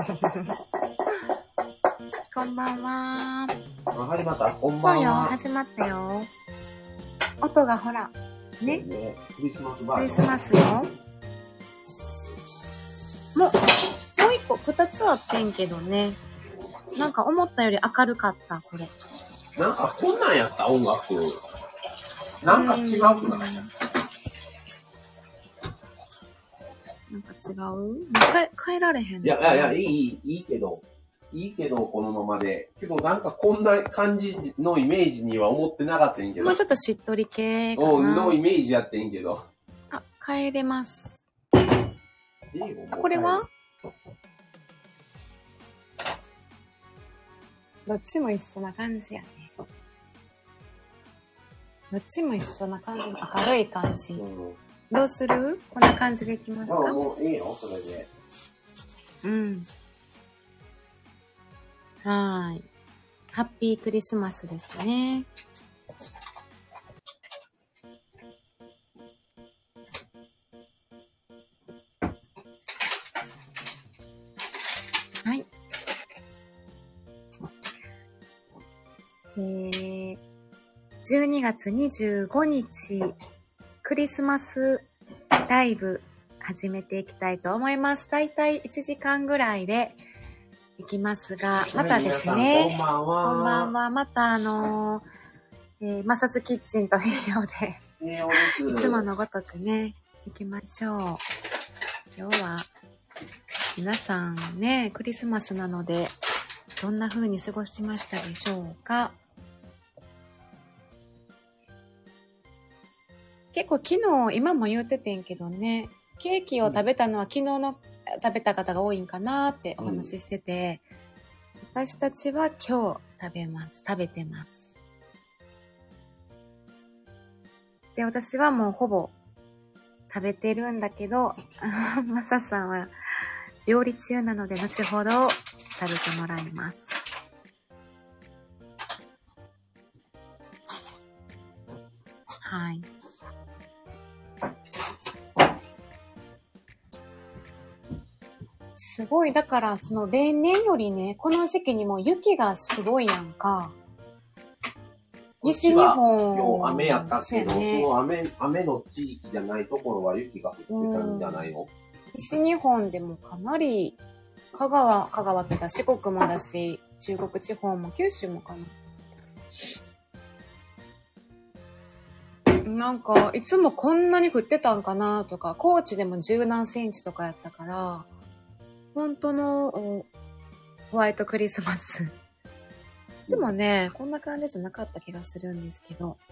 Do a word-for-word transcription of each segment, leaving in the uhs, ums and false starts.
こんばんは。 あ、始まった？こんばんは。 そうよ、始まったよ。音がほら、ね。 ね、クリスマスバージョン。 クリスマスよ。もう、もう一個、二つあってんけどね。なんか思ったより明るかった、これ。 なんかこんなんやった音楽。なんか違うくない？ なんか違う？変え、変えられへんの？ いやいやいや、いい、いいけど。いいけど、このままで。けど、なんかこんな感じのイメージには思ってなかったんやけど。 もうちょっとしっとり系かな。 うん、のイメージやってんけど。 あ、変えれます。 英語もこれはどっちも一緒な感じやね。どっちも一緒な感じの明るい感じ。うん、どうする？こんな感じでいきますか？ あ、もういいよ、それで。 うん。はい。ハッピークリスマスですね。はい。えー、じゅうにがつにじゅうごにち、クリスマスライブ始めていきたいと思います。だいたいいちじかんぐらいでいきますが、またですね、 こんばんは。 こんばんは。またあのー、えー、マサズキッチンと併用で、いつものごとくね、行きましょう。今日は、皆さんね、クリスマスなので、どんな風に過ごしましたでしょうか？結構昨日、今も言っててんけどね、ケーキを食べたのは昨日の食べた方が多いんかなってお話ししてて、うん、私たちは今日食べます。食べてます。で、私はもうほぼ食べてるんだけど、マサさんは料理中なので後ほど食べてもらいます。はい。すごい、だからその例年よりね、この時期にも雪がすごいやんか。西日本今日雨やったけど、ね、その雨、雨の地域じゃないところは雪が降ってたんじゃないの？ 西日本でもかなり、香川、香川とか四国もだし、中国地方も九州もかな。なんか、いつもこんなに降ってたんかなとか、高知でも十何センチとかやったから、本当のホワイトクリスマス。いつもね、こんな感じじゃなかった気がするんですけど。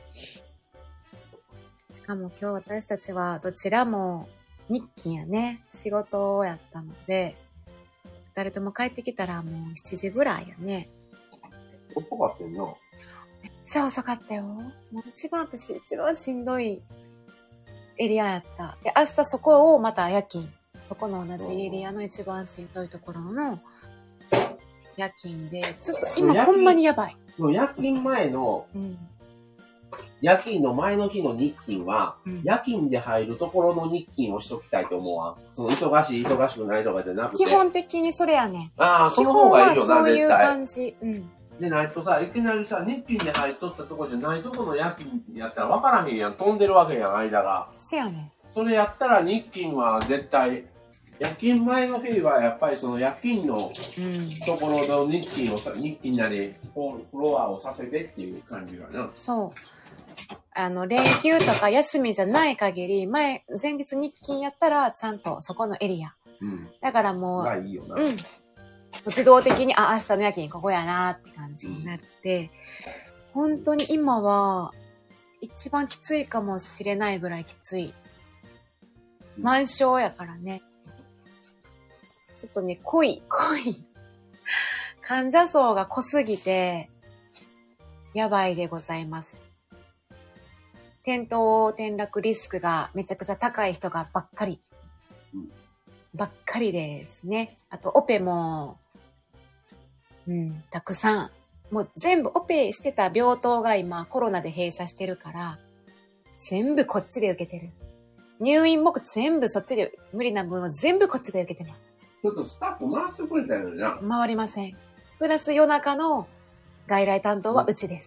しかも今日私たちはどちらも日勤やね、仕事やったので、二人とも帰ってきたらもうしちじぐらいやね。 遅かったよな。 めっちゃ遅かったよ。もう一番私、一番しんどいエリアやった。で、明日そこをまた夜勤。そこの同じエリアの一番しんどいところの夜勤で、ちょっと今ほんまにやばい。 夜勤前の、うん、夜勤の前の日の日勤は、うん、夜勤で入るところの日勤をしときたいと思うわ。その忙しい、忙しくないとかじゃなくて。 基本的にそれやねん。 ああ、その方がいいよな、 そういう感じ。うん。 でないとさ、いきなりさ、日勤で入っとったとこじゃないとこの夜勤やったら分からへんやん。飛んでるわけやん、間が。 せやねん。 それやったら日勤は絶対、夜勤前の日はやっぱりその夜勤のところの日勤をさ、日勤なりフロアをさせてっていう感じがな。 そう。あの、連休とか休みじゃない限り、前、前日日勤やったらちゃんとそこのエリア。うん、だからもう、 がいいよな。 うん。自動的に、あ、明日の夜勤ここやなって感じになって、うん、本当に今は一番きついかもしれないぐらいきつい。満床やからね。ちょっとね、濃い、濃い。患者層が濃すぎて、やばいでございます。転倒、転落リスクがめちゃくちゃ高い人がばっかり。ばっかりですね。あと、オペも、うん、たくさん。もう全部オペしてた病棟が今コロナで閉鎖してるから、全部こっちで受けてる。入院も全部そっちで、無理な分を全部こっちで受けてます。 ちょっとスタッフ回してくれたよな。 回りません。プラス夜中の外来担当はうちです。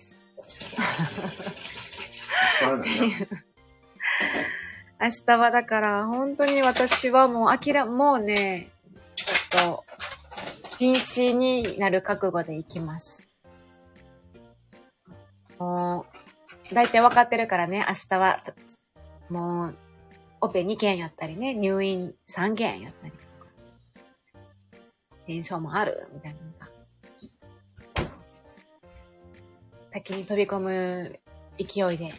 明日はだから本当に私はもう諦め、もうね、ちょっと、瀕死になる覚悟でいきます。もう、だいたい分かってるからね、明日は、もう、オペにけんやったりね、入院さんけんやったりとか、テンションもある、みたいなのが。滝に飛び込む勢いで。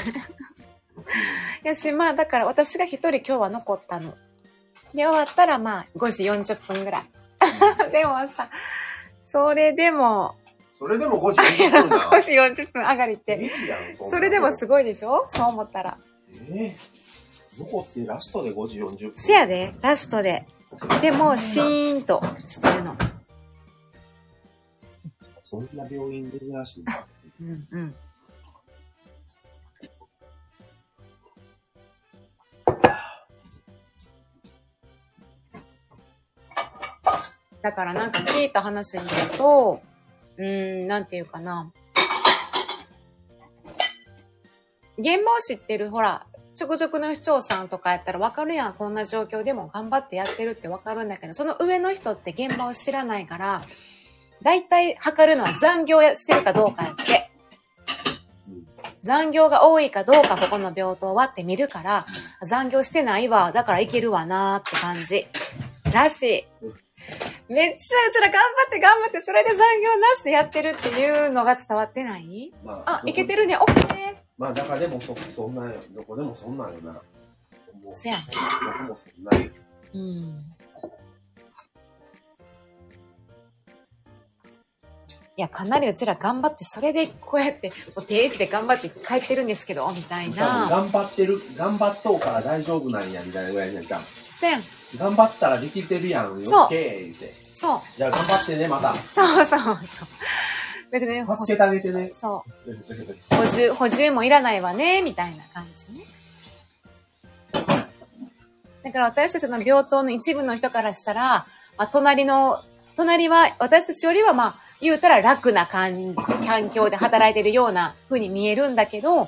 やし、まあだから私が一人今日は残ったの。で、終わったらまあごじよんじゅっぷんぐらい。でもさ、それでも、 それでもごじよんじゅっぷんだ。 ごじよんじゅっぷん上がりって。そ, それでもすごいでしょ？そう思ったら。 えー、残ってラストでごじよんじゅっぷん。 せやで、ラストで。でも、シーンとしてるの。 そんな病院珍しいな。 うんうん。だからなんか聞いた話によると、うーん、なんていうかな。現場を知ってる、ほら、直属の市長さんとかやったら分かるやん。こんな状況でも頑張ってやってるって分かるんだけど、その上の人って現場を知らないから、だいたい測るのは残業してるかどうかやって。残業が多いかどうかここの病棟はって見るから、残業してないわ。だからいけるわなーって感じ。らしい。めっちゃうちら頑張って頑張って、それで残業なしでやってるっていうのが伝わってない？まあ、あ、いけてるね、オッケー。 まあ、だからでもそ、そんなんよ。どこでもそんなんよな。 せやね。 僕もそんなんよ。 うん。いや、かなりうちら頑張って、それでこうやって、定時で頑張って帰ってるんですけど、みたいな。 頑張ってる、頑張っとうから大丈夫なんや、みたいなぐらいなんか。 せやん。 頑張ったらできてるやん、オッケーって。 そう。 じゃあ頑張ってね、また。 そうそうそう。別にね、 助けてあげてね。 そう。補充、補充もいらないわね、みたいな感じね。だから私たちの病棟の一部の人からしたら、まあ、隣の、隣は私たちよりはまあ、言うたら楽な環境で働いてるような風に見えるんだけど、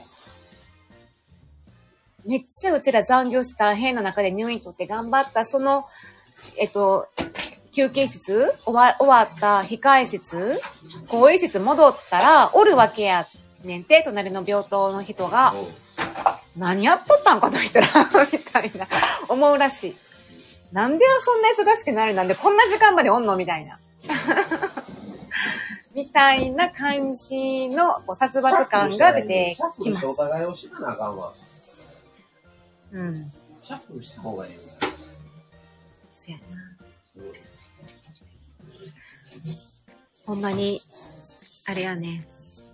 めっちゃうちら残業した部屋の中で入院取って頑張った、その、えっと、休憩室終わ、終わった控え室更衣室戻ったら、おるわけやねんて、隣の病棟の人が。何やっとったんかな、人ら、みたいな、思うらしい。なんでそんな忙しくなるなんでこんな時間までおんのみたいな。みたいな感じの殺伐感が出てきます。 お互いを知らなあかんわ。 うん。 シャッフルした方がいいよ。 そやな。ほんまに、あれやね。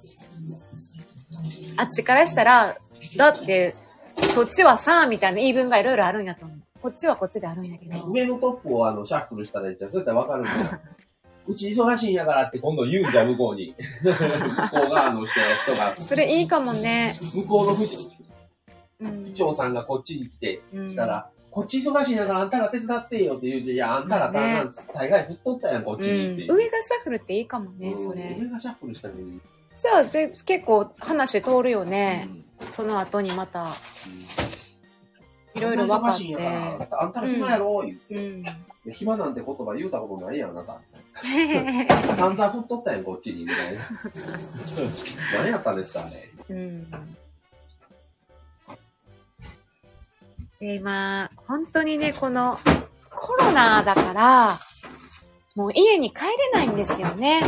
あっちからしたら、だって、そっちはさ、みたいな言い分がいろいろあるんやと思う。こっちはこっちであるんやけど。 上のトップをあのシャッフルしたらいいじゃん。そうやったらわかるんだよ。うち忙しいんやからって今度言うんじゃん、向こうに。向こう側の人が。 それいいかもね。 向こうの市長さんがこっちに来て、したら、うん、こっち忙しいんやからあんたら手伝ってよって言うて、いや、あんたら大概振っとったやん、こっちにって、 うん。上がシャッフルっていいかもね、それ。 上がシャッフルしたらいい。 じゃあ、ぜ結構話通るよね。うん、その後にまた。いろいろ分かって。 あんたら暇やろ、言って、うんうん。暇なんて言葉言うたことないやん、あなた。散々振っとったやん、こっちに、みたいな。何やったんですか、ね。うん。 で、今、本当にね、このコロナだから、もう家に帰れないんですよね。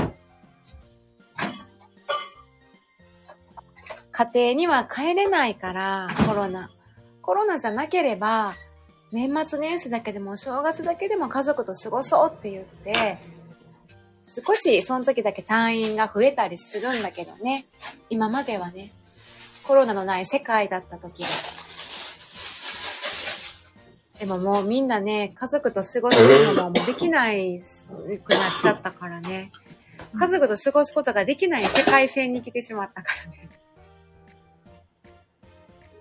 家庭には帰れないから、コロナ。コロナじゃなければ、年末年始だけでもお正月だけでも家族と過ごそうって言って、少しその時だけ退院が増えたりするんだけどね。今まではね、コロナのない世界だった時で。でももうみんなね、家族と過ごすのももうできないくなっちゃったからね。家族と過ごすことができない世界線に来てしまったからね。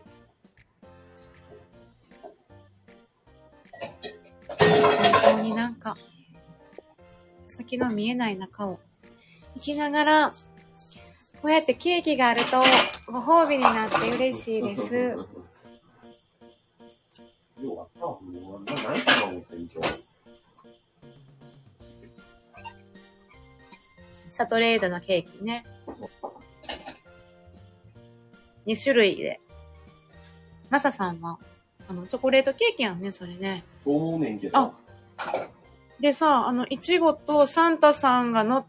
本当になんなんか、先の見えない中を行きながら、こうやってケーキがあるとご褒美になって嬉しいです。 よかった。もう何か思ってんじゃん。 シャトレーゼのケーキね。に種類で。マサさんは、あの、チョコレートケーキやんね、それね。 と思うねんけど。 あ、でさ、あの、いちごとサンタさんが乗って、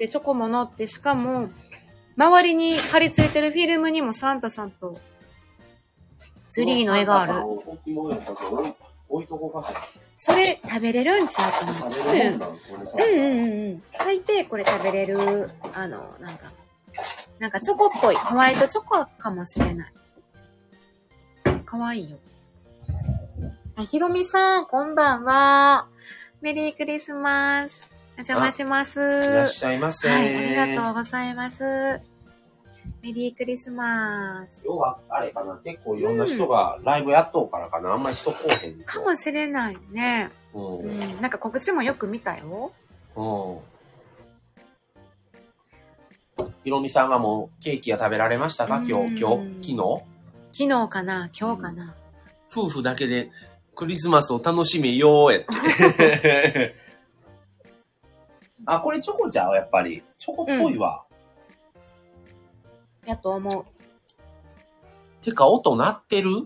チョコも乗って、しかも、周りに貼り付いてるフィルムにもサンタさんと、ツリーの絵がある。 置いとこうかしら。 それ食べれるんちゃうかな。 食べれるんだ、それさ。 うんうんうんうん。大抵これ食べれる、あの、なんか、なんかチョコっぽい、ホワイトチョコかもしれない。かわいいよ。あ、ひろみさん、こんばんは。メリークリスマス。お邪魔します。 いらっしゃいませ。 はい、ありがとうございます。メリークリスマス。 要は、あれかな、結構いろんな人がライブやっとうからかな、うん、あんまり人来おへん。 かもしれないね。うん、うん。なんか告知もよく見たよ。 うん。ひろみさんはもうケーキが食べられましたか？今日、今日、昨日？ 昨日かな、今日かな。 うん、夫婦だけでクリスマスを楽しめよーやって。あ、これチョコちゃう？やっぱり。チョコっぽいわ。 うん、やと思う。 てか、音鳴ってる？うん。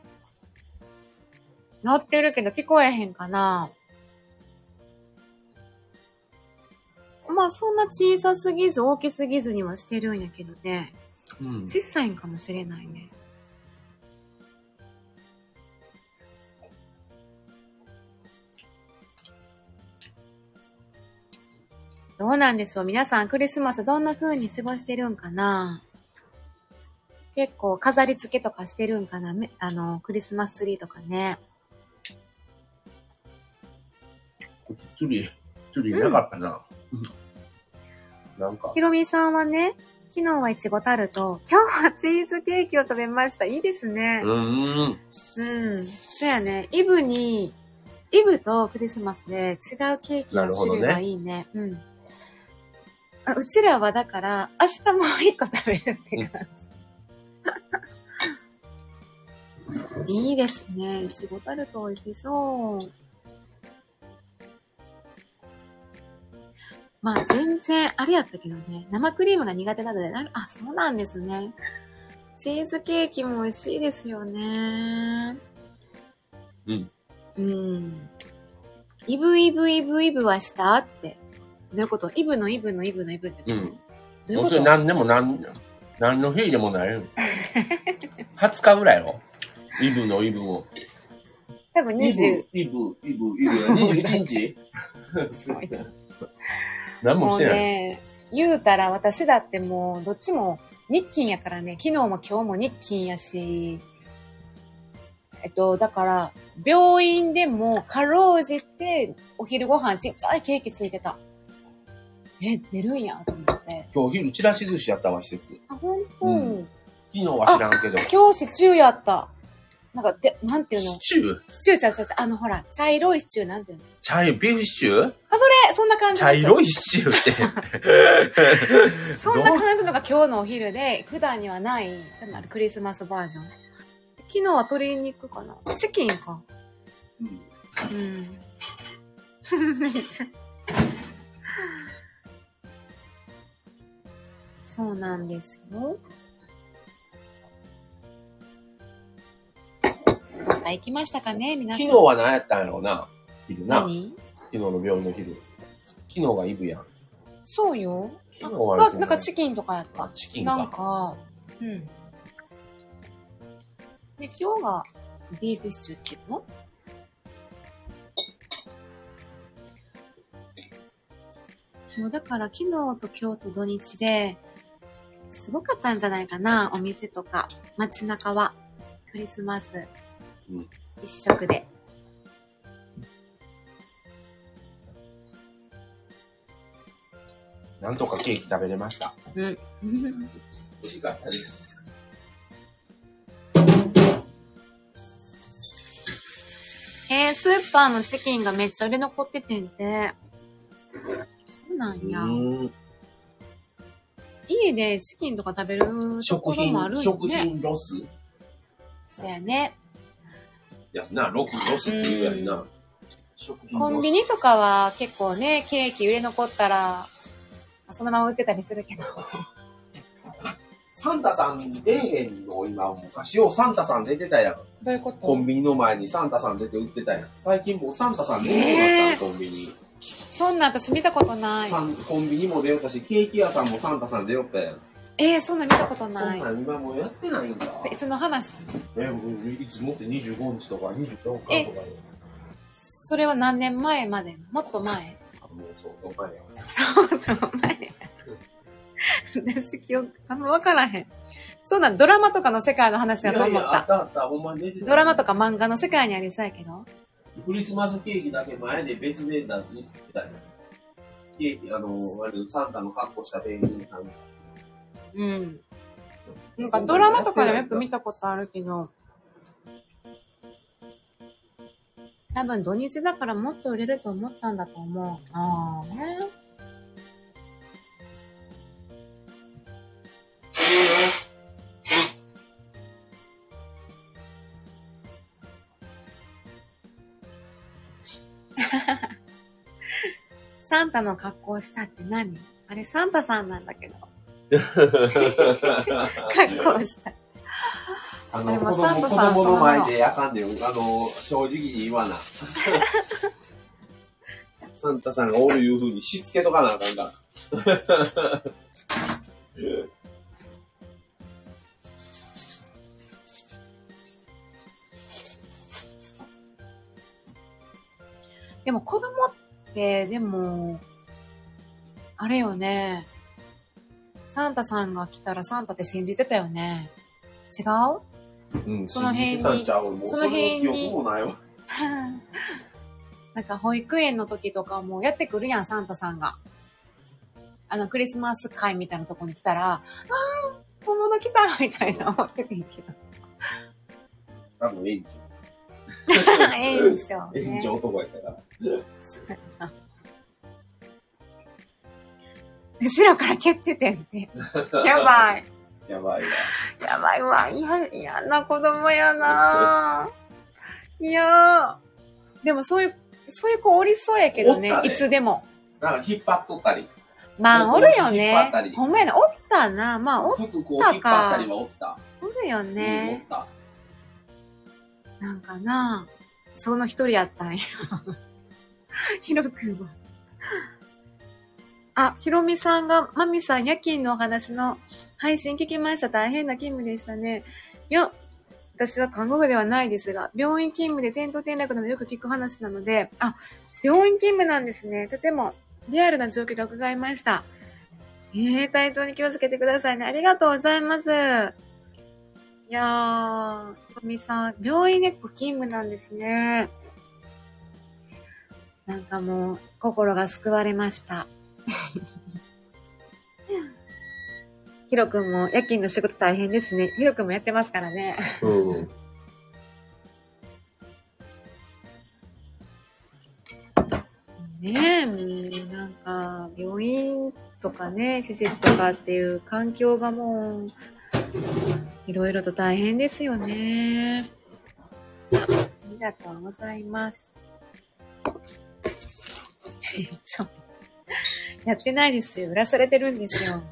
鳴ってるけど聞こえへんかな。まあ、そんな小さすぎず大きすぎずにはしてるんやけどね。うん。小さいんかもしれないね。どうなんでしょう？皆さんクリスマスどんな風に過ごしてるんかな？結構飾り付けとかしてるんかな？あの、クリスマスツリーとかね。 ツリー、ツリーなかったな。うん、なんか。 ひろみさんはね、昨日はいちごタルト、今日はチーズケーキを食べました。いいですね。 うん。うん。 そうやね。イブに、イブとクリスマスで違うケーキの種類がいいね。うん。うちらはだから、明日もう一個食べるって感じ。いいですね。いちごタルト美味しそう。まあ全然、あれやったけどね。生クリームが苦手なので、あ、そうなんですね。チーズケーキも美味しいですよね。うん。うん。イブイブイブイブはしたって。どういうこと？イブのイブのイブのイブって。うん。どういうこと？それ何でも何、何の日でもない。はつかぐらいやろ？イブのイブも。 多分にじゅう。 イブ、イブ、イブ、イブ。にじゅういちにち？すごいな。何もしてない。もうね、 言うたら私だってもうどっちも日勤やからね。昨日も今日も日勤やし。えっと、だから、病院でもかろうじてお昼ご飯ちっちゃいケーキついてた。え、出るんやと思って。 今日お昼ちらし寿司やったわ、施設。 あ、ほんと、うん、 昨日は知らんけど。 今日シチューやった。なんか、で、なんていうの？ シチュー？ シチューちゃうちゃうちゃう。あの、ほら、茶色いシチューなんていうの？ 茶色い、ビーフシチュー？あ、 それそんな感じ。 茶色いシチューって。 そんな感じのが今日のお昼で、普段にはない、クリスマスバージョン。昨日は鶏肉かな？チキンか。うん。うん。めっちゃ。そうなんですよ。また行きましたかね、皆さん。 昨日は何やったんやろうな。昼な。 何？ 昨日の病院の昼。昨日がイブやん。 そうよ。 昨日は、 ね、なんかチキンとかやった。 チキンか。 なんか、うん。で、今日がビーフシチューっていうの？今日だから昨日と今日と土日ですごかったんじゃないかな。お店とか街中はクリスマス、うん、一色で。 なんとかケーキ食べれました。 うん。 美味しかったです。 えー、ススーパーのチキンがめっちゃ売れ残っててんて。そうなんや。うん家でチキンとか食べるところもあるんよね。 食品ロスそうやね。 いやな、ロスっていうやりな。うん、食品コンビニとかは結構ね、ケーキ売れ残ったら、そのまま売ってたりするけど。 サンタさん出えへんの今、昔よ、サンタさん出てたやん。 どういうこと？ コンビニの前にサンタさん出て売ってたやん。最近もうサンタさん出へんのかった、コンビニ。 そんな私見たことない。 コンビニも出よったし、ケーキ屋さんもサンタさん出よったやん。 えー、そんな見たことない。 そんなん今もうやってないんだ。 いつの話？ え、もういつもってにじゅうごにちとかにじゅうよっかとかで。 それは何年前まで？もっと前？ あ、もう相当前や。 相当前。私記憶あんま分からへん。そうなん、ドラマとかの世界の話だと思った。いやいや、 あったあった、ほんまに出てた。 ドラマとか漫画の世界にありそうやけど。 クリスマスケーキだけ前で別でだって言ってたよ。ケーキ、あの、サンタの格好したペンギンさん。 うん。なんかドラマとかでよく見たことあるけど、多分土日だからもっと売れると思ったんだと思う。ああね。サンタの格好したって何？あれサンタさんなんだけど。格好した。 あの、子供、子供の前であかんでよ。あの、正直に言わな。サンタさんがおるいう風にしつけとかなあかんだ。 でも子供って、でも、あれよね。サンタさんが来たらサンタって信じてたよね。違う？ うん、 その辺に、その辺に、なんか保育園の時とかもやってくるやん、サンタさんが。あの、クリスマス会みたいなとこに来たら、あー、本物来たみたいな思っててんけど。 多分園長。園長、 ね。園長男やったから。 そうやな。後ろから蹴っててんて。やばい。 やばいわ。 やばいわ。いや、嫌な子供やな。いやー。でもそういう、そういう子おりそうやけどね。ねいつでも。 なんか引っ張っとったり。 まあ、おるよね。ほんまやな。おったな。まあ、おったか。 服こう引っ張ったりはおった。 おるよね。 うん、おった。 なんかな。その一人やったんや。ひろくんは。あ、ひろみさんが、まみさん、夜勤のお話の配信聞きました。大変な勤務でしたね。いや、私は看護婦ではないですが、病院勤務で転倒転落などよく聞く話なので、あ、病院勤務なんですね。とてもリアルな状況が伺いました。えー、体調に気をつけてくださいね。ありがとうございます。いやー、ひろみさん、病院で勤務なんですね。なんかもう、心が救われました。ひろくんも夜勤の仕事大変ですね。ひろくんもやってますからね。 うん。 ねえ、なんか、病院とかね、施設とかっていう環境がもう、いろいろと大変ですよね。ありがとうございます。そう。やってないですよ。売らされてるんですよ。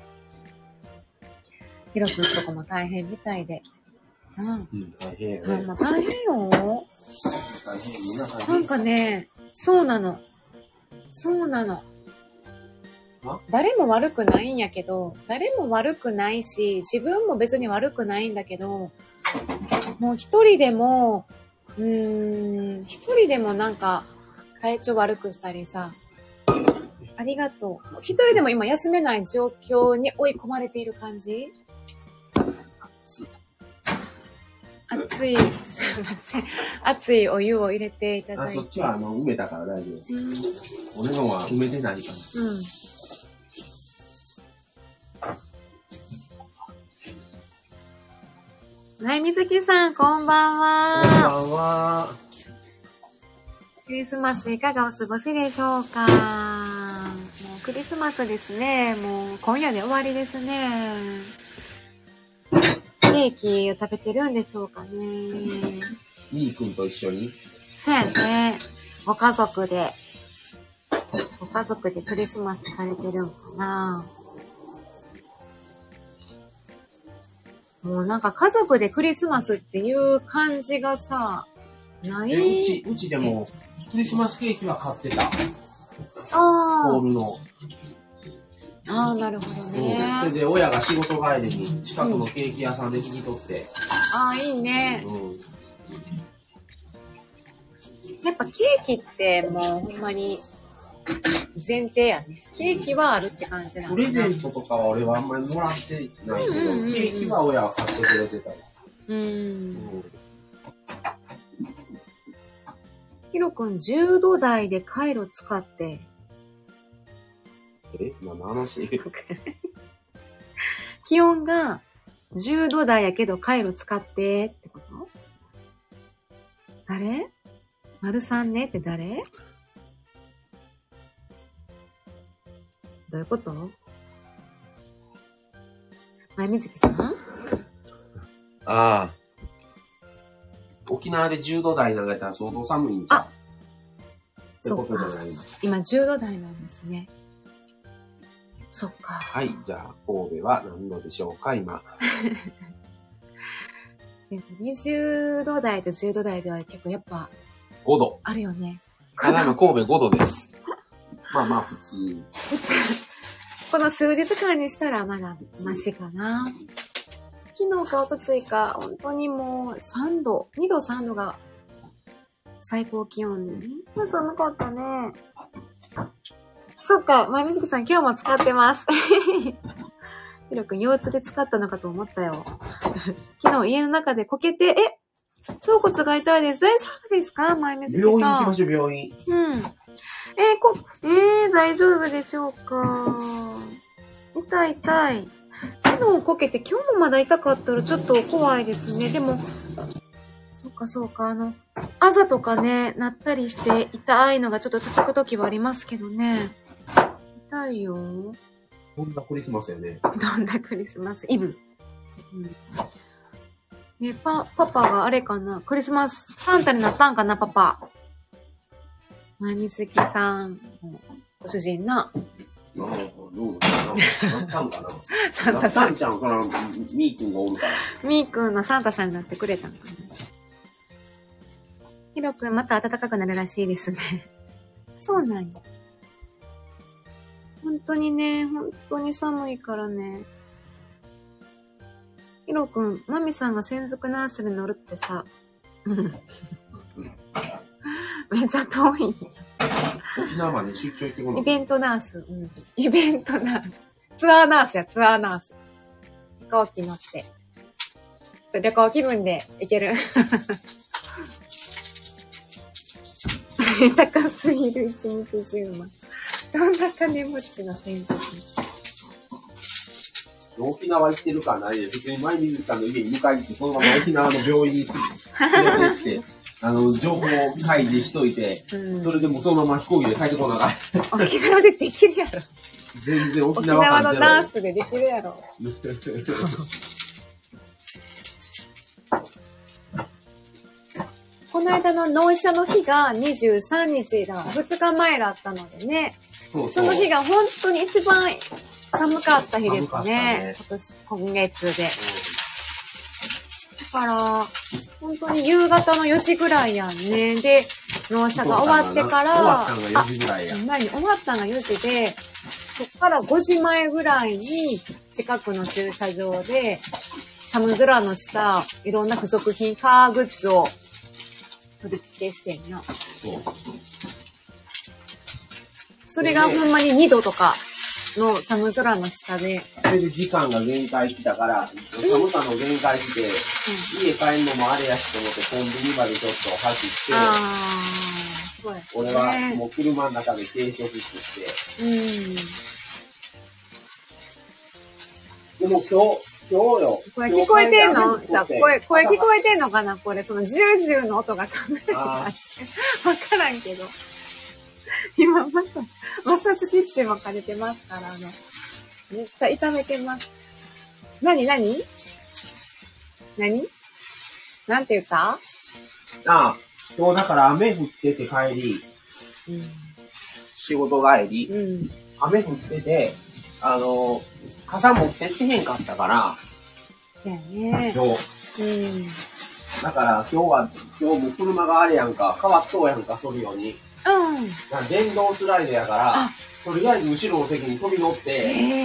ひろくんとかも大変みたいで。うん。 うん、大変よね。あ、まあ、大変よ。大変、 みんな大変。 なんかね、そうなの。そうなの。誰も悪くないんやけど、誰も悪くないし、自分も別に悪くないんだけど、もう一人でも、うーん、一人でもなんか、体調悪くしたりさ、ありがとう。一人でも今休めない状況に追い込まれている感じ？熱い、すいません。熱いお湯を入れていただいて。 あ、そっちはあの埋めたから大丈夫。俺のは埋めてないから。 うん。はい、みずきさん、こんばんは。 こんばんは。 クリスマスいかがお過ごしでしょうか。もうクリスマスですね。もう今夜で終わりですね。ケーキを食べてるんでしょうかね。 みーくんと一緒に。 そうやね。ご家族で、ご家族でクリスマスされてるんかな。もうなんか家族でクリスマスっていう感じがさ、ない。 え、うち、うちでもクリスマスケーキは買ってた。 ああ。 ホールの。 ああ、なるほどね、 うん。それで親が仕事帰りに近くのケーキ屋さんで引き取って。うん、 ああ、いいね。うん。やっぱケーキってもうほんまに前提やね。ケーキはあるって感じなんだ。 プレゼントとかは俺はあんまりもらってないけど、うんうんうんうん、ケーキは親は買ってくれてた。うん。うんひろくん、じゅうど台でカイロ使って。 え何の話気温がじゅうど台やけどカイロ使ってってこと？誰？丸さんねって誰？どういうこと？前水木さん？ああ。沖縄でじゅうど台なんかやったら相当寒いんだ。 あ、そうか。今じゅうど台なんですね。そっか。 はい、じゃあ神戸は何度でしょうか今。 にじゅうど台とじゅうど台では結構やっぱごどあるよね。 ただの神戸ごどです。まあまあ普通。 普通。この数日間にしたらまだマシかな。昨日かおとついか、本当にもうさんど、にどさんどが最高気温に。寒かったね。そっか、前水木さん今日も使ってます。ひろくん腰痛で使ったのかと思ったよ。昨日家の中でこけて、え腸骨が痛いです。大丈夫ですか前水木さん。 病院行きましょう、病院。 うん。えー、こ、えー、大丈夫でしょうか。痛い痛い。昨日こけて今日もまだ痛かったらちょっと怖いですね。でも、そうかそうか、あの、あざとかね、なったりして痛いのがちょっと続くときはありますけどね。痛いよ。 どんなクリスマスやね。 どんなクリスマスイブ。うん、ね、パ、パパがあれかな、クリスマスサンタになったんかな、パパ。前水木さん、ご主人な。 なあ、どうなったんかな。サンタさんちゃんから、みーくんがおるから。 みーくんのサンタさんになってくれたんかな。ひろくんまた暖かくなるらしいですね。そうなんや。本当にね、本当に寒いからね。ひろくん、マミさんが専属ナースに乗るってさ、めっちゃ遠い。 沖縄まで出張行ってこない。 イベントナース、うん。イベントナース。ツアーナースや、ツアーナース。飛行機乗って。旅行気分で行ける。高すぎる一日じゅうまん。どんな金持ちの先生。 沖縄行ってるからないで、普通に前水さんの家に迎えに行って、そのまま沖縄の病院に連れて行って、あの、情報開示しといて、うん、それでもそのまま飛行機で帰ってこなかった。 沖縄でできるやろ。 全然沖縄沖縄のナースでできるやろ。この間の納車の日がにじゅうさんにちだ。ふつかまえだったのでね。そうそう、その日が本当に一番寒かった日ですね。ね、今年、今月で。だから、本当に夕方のよじぐらいやんね。で、納車が終わってから、終わったのがよじぐらいや。 前に終わったのがよじで、そっからごじまえぐらいに近くの駐車場で、寒空の下、いろんな付属品、カーグッズを取り付けしてんな。そう。それがほんまににどとかの寒空の下で。 それで時間が限界来たから、寒さの限界来て、うん、家帰るのもあれやしと思ってコンビニまでちょっと走って、あそうやね、俺はもう車の中で軽食してて、うん、でも今日、 今日よ。 これ聞こえてんの？じゃあ、声、声聞こえてんのかなこれ、そのジュージューの音がカメラにわからんけど。今、マサ、マッサージキッチンも借りてますから、あの、めっちゃ炒めてます。なになになになんて言った？ ああ、今日だから雨降ってて帰り、うん、仕事帰り、うん、雨降ってて、あの、傘持ってってへんかったから、 そうやね。 今日。うん。だから今日は、今日も車があれやんか、変わっとうやんか、そるように。うん。電動スライドやから、とりあえず後ろの席に飛び乗って、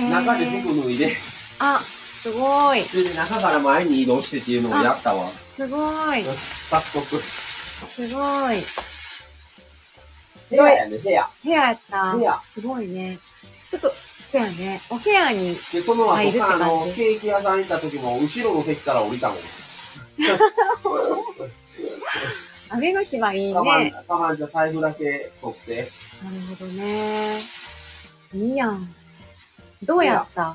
中で服脱いで。 あ、すごい。 それで中から前に移動してっていうのをやったわ。 すごい。 早速。 すごい。 部屋やね、部屋。 部屋やった。 部屋。 すごいね。ちょっと、そうやね。お部屋にで、その後、あの、ケーキ屋さん行った時も、後ろの席から降りたもん。 雨の日はいいね。 たまん、たまんじゃ財布だけ取って。 なるほどね。いいやん。どうやった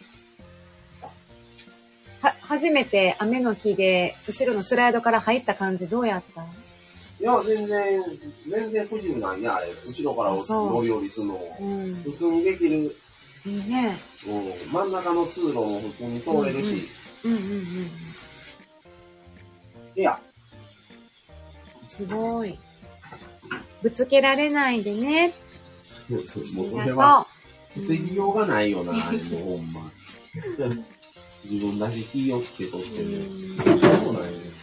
は、初めて雨の日で、後ろのスライドから入った感じどうやった？ いや、全然、全然不自由ないね、あれ。後ろから乗り降りするの。うん、普通にできる。 いいね。 うん。真ん中の通路も普通に通れるし。うんうん。うんうんうん。いや。 すごい。ぶつけられないでね。 もうそれは、防ぎようがないよな、あれもほんま。自分だけ気をつけとっても。そうなんよね。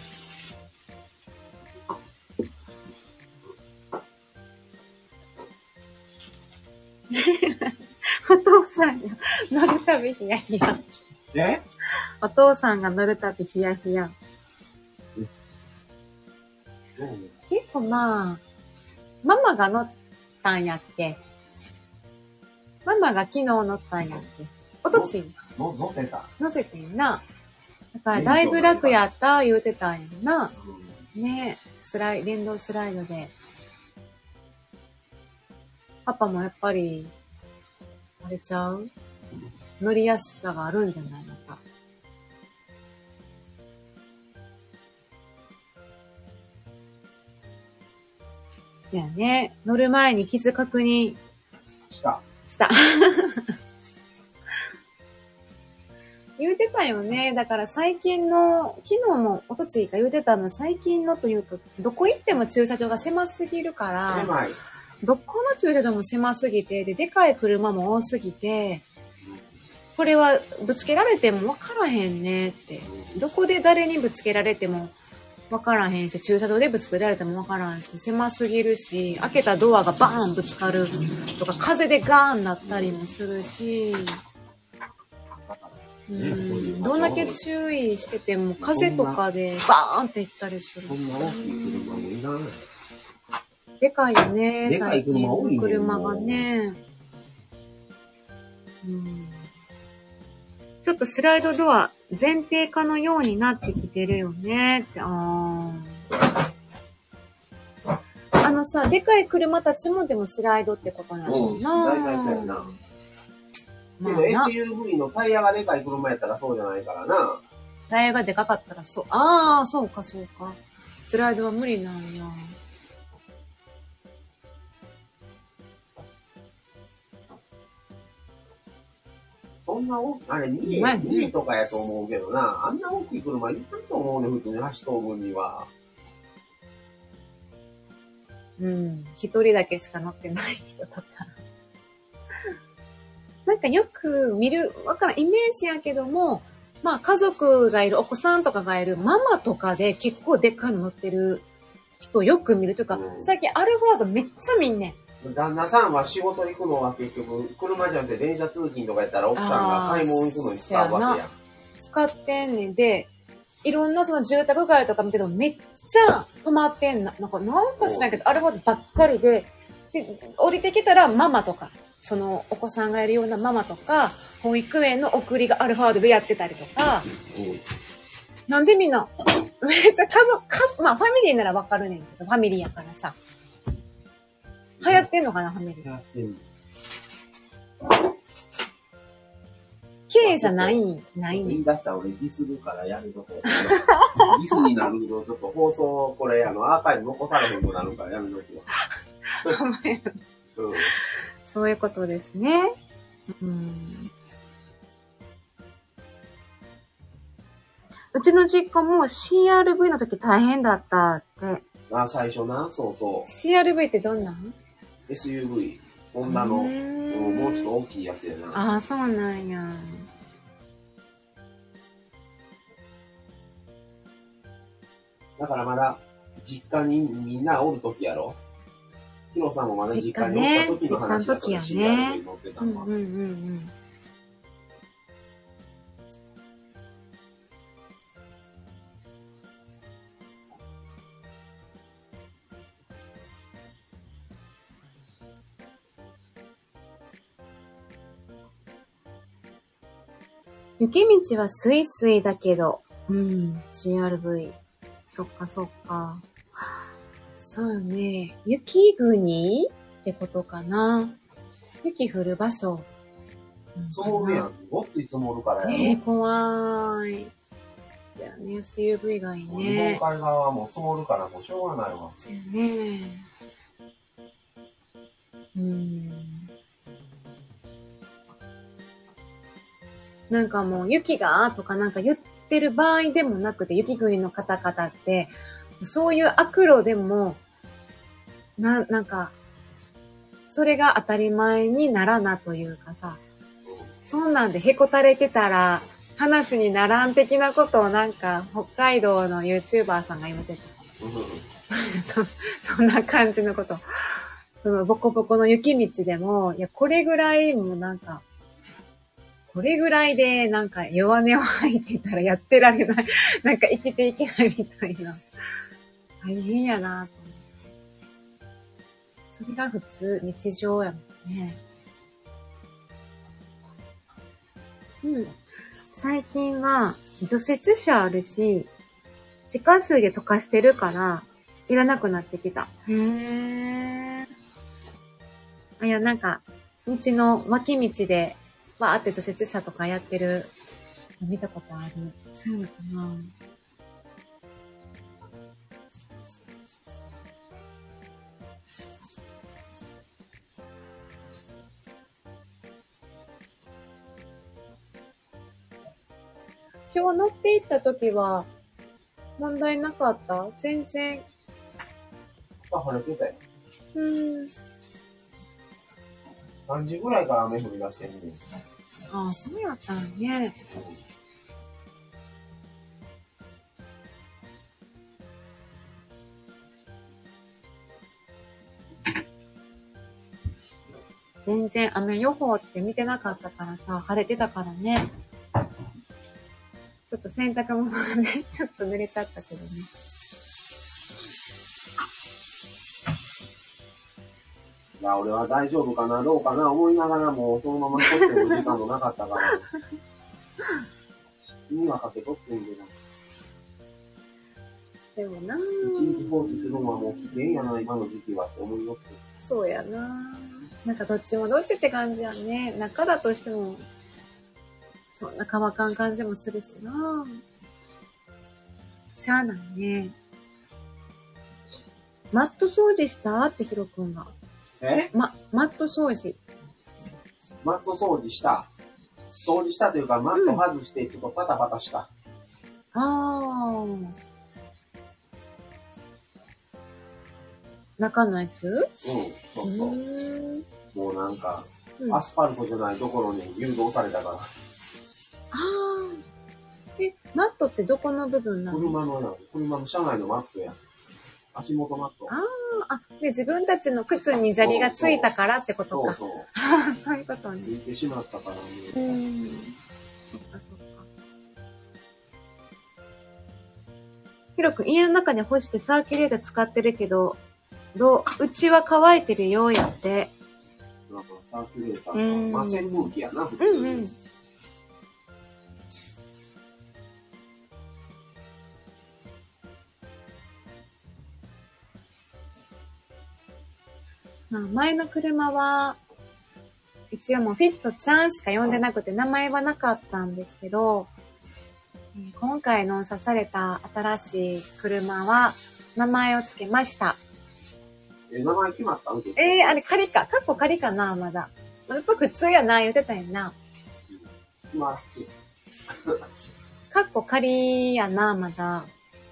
お父さんが乗るたびヒヤヒヤ。 え？ お父さんが乗るたびヒヤヒヤ。結構まあ、ママが乗ったんやっけ？ママが昨日乗ったんやっけ？おとついの乗せた。 乗せてんな。だからだいぶ楽やった言うてたんやな。ねえ、スライ、電動スライドで。パパもやっぱり、あれちゃう？乗りやすさがあるんじゃないのか。そうやね。乗る前に傷確認した。 した。言うてたよね。だから最近の、昨日もおとついか言うてたの、最近のというか、どこ行っても駐車場が狭すぎるから、 狭い。 どこの駐車場も狭すぎて、で、でかい車も多すぎて、これはぶつけられても分からへんねって。どこで誰にぶつけられても分からへんし、駐車場でぶつけられても分からんし、狭すぎるし、開けたドアがバーンぶつかるとか、風でガーンなったりもするし、うん、どんだけ注意してても風とかでバーンっていったりするし。 そんな大きい車もいらない。 でかいよね、 でかい車多いね。 車がね。うん、ちょっとスライドドア前提化のようになってきてるよねって。ああのさ、でかい車たちもでもスライドってことなのかな。 うん、大体そうやな。けど エスユーブイ のタイヤがでかい車やったらそうじゃないからな。 タイヤがでかかったらそう。ああ、そうかそうか。スライドは無理なんや。 そんな大きい、あれにえとかやと思うけどな。あんな大きい車いないと思うね、普通に走っとる分には。 うん。一人だけしか乗ってない人とか。なんかよく見る、わからん、イメージやけども、まあ家族がいる、お子さんとかがいる、ママとかで結構でっかいの乗ってる人よく見るというか、うん、最近アルファードめっちゃ見んねん。旦那さんは仕事行くのは結局、車じゃなくて電車通勤とかやったら奥さんが買い物行くのに使うわけやん。 使ってんねんで、いろんなその住宅街とか見ててもめっちゃ止まってんな。なんかなんか知らんけど、アルファードばっかりで、で、降りてきたらママとか、そのお子さんがいるようなママとか、保育園の送りがアルファードでやってたりとか、うん、なんでみんな、めっちゃ家族、家族、まあファミリーならわかるねんけど、ファミリーやからさ。流行ってんのかな、ファミリー。流行ってんの。 麗じゃない、ない言い出したら俺ディスるからやめとこう。ディスになるとちょっと放送、これ、あの、アーカイブ残されへんくなるからやめとこう。うん、 そういうことですね。うん、うちの実家も シーアールブイ の時大変だったって。 あ、最初な、そうそう。 シーアールブイ ってどんなん？ エスユーブイ。女の、もうちょっと大きいやつやな。 ああ、そうなんや。 だからまだ、実家にみんなおる時やろ。ヒロさんもまだ実家におった時の話だったら シーアールブイ 乗ってたのは。うんうんうんうん。雪道はスイスイだけど、うん、シーアールブイ。そっかそっか。そうよね。雪国ってことかな。雪降る場所。 積もるやん。ごっつい積もるからやろ。 ねえ、怖い。そうやね、エスユーブイ がいいね。 日本海側はもう積もるからもうしょうがないわ。 そうやね。うん。なんかもう雪がとかなんか言ってる場合でもなくて、雪国の方々って、そういう悪路でも、な、なんか、それが当たり前にならなというかさ、そんなんでへこたれてたら、話にならん的なことをなんか、北海道の YouTuber さんが言ってた。そ, そんな感じのこと。そのボコボコの雪道でも、いや、これぐらいもなんか、これぐらいでなんか弱音を吐いてたらやってられない。なんか生きていけないみたいな。大変やなと思って。それが普通、日常やもんね。うん。最近は除雪車あるし、地下水で溶かしてるから、いらなくなってきた。へー。いや、なんか、道の脇道で、わーって除雪車とかやってるの見たことある。そういうのかな。今日乗って行った時は、問題なかった？全然。 あ、晴れてたよ。 うーん。 何時ぐらいから雨降り出してんねん。 ああ、そうやったんね。全然雨予報って見てなかったからさ、晴れてたからね。ちょっと洗濯物がね、ちょっと濡れちゃったけどね。 いや、俺は大丈夫かな、どうかな、思いながらも、そのまま取っても時間もなかったから。にはかけとってんけど。 でもなぁ。 一日放置するのはもう危険やな、今の時期はって思います。 そうやなぁ。なんかどっちもどっちって感じやね。中だとしても、そんな乾かん感じもするしなぁ。しゃあないね。マット掃除したってヒロくんが。 えま、マット掃除。 マット掃除した。掃除したというか、マット外してちょっとパタパタした。 うん、あー。中のやつ？うん、 そうそう。うもうなんか、うん、アスファルトじゃないところに誘導されたから。あー。え、マットってどこの部分なの？ 車のやん。車の車内のマットやん。足元マット。 ああ、あ、で、自分たちの靴に砂利がついたからってことか。そうそう。そういうことね。 ついてしまったからね。 うん。そっかそっか。ヒロ君、家の中に干してサーキュレーター使ってるけど、どう、うちは乾いてるよ、やって。 なんかサーキュレーターか。まあ、扇風機やな、普通に。うんうん。 前の車は、 一応もうフィットちゃんしか呼んでなくて名前はなかったんですけど、今回納車された新しい車は名前を付けました。 え、名前決まったん？ えー、あれ仮か。かっこ仮かな、まだ。やっぱ普通やな、言ってたんやな。 まあ、 かっこ仮やな、まだ。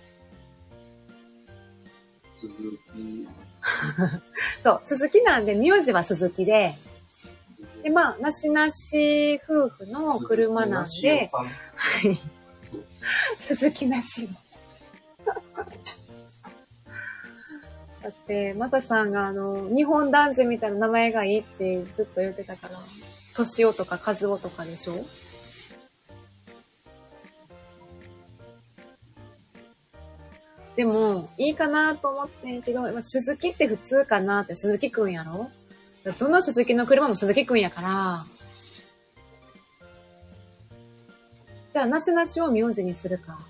鈴木。 そう、鈴木なんで、名字は鈴木で、で、まあ、なしなし夫婦の車なんで、はい。鈴木なしも。だって、マサさんがあの、日本男児みたいな名前がいいってずっと言ってたから、トシオとかカズオとかでしょ？でも、いいかなと思ってんけど、鈴木って普通かなって、鈴木くんやろ？どの鈴木の車も鈴木くんやから、じゃあ、なしなしを名字にするか。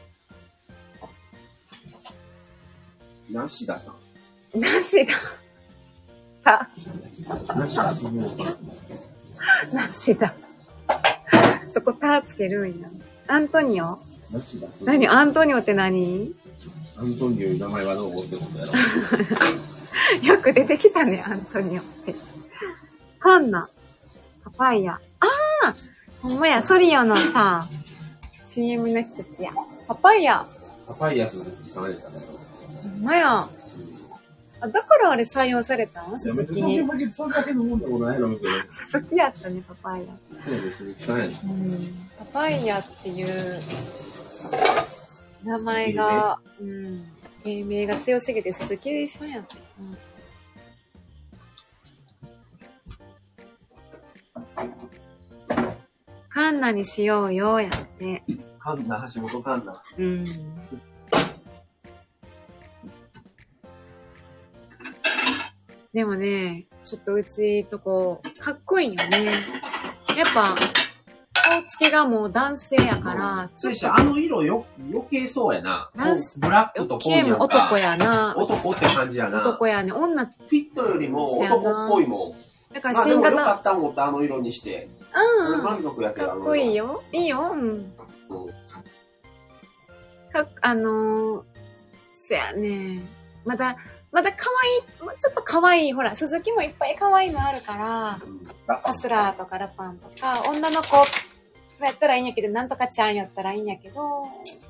なしださん。なしだ。た。 なしだすもうなしだ。そこ、たつけるんや。アントニオ？ なしだす。 何？アントニオって何？ アントニオいう名前はどう思ってことやろ。 よく出てきたね、アントニオって。カンナ。パパイヤ。ああ！ほんまや、ソリオのさ、シーエム の人たちや。パパイヤ。 パパイヤ鈴木さんやったね。 ほんまや。あ、だからあれ採用されたん？鈴木に。 それだけのもんでもないのみたいな。 鈴木やったね、パパイヤ。 そうです、鈴木さんやね。 うん。パパイヤっていう名前が、うん。芸名が強すぎて鈴木さんやった。うん。カンナにしようよ、やって。 カンナ、橋本カンナ。 うん。でもね、ちょっとうちとこ、かっこいいよね。やっぱ、顔つきがもう男性やから、 ちょっとあの色よ、余計そうやな。ブラックと紺やんか。男やな。 男って感じやな。 男やね。女。 フィットよりも男っぽいもん。 だから新型。 まあ、でもよかったもんってあの色にして。 うん。 満足やけど。 かっこいいよ。いいよ。うん。うん、かあのー、せやね。まだ、まだ可愛い、ちょっと可愛い、ほら、鈴木もいっぱい可愛いのあるから、カスラーとかラパンとか、女の子やったらいいんやけど、なんとかちゃんやったらいいんやけど、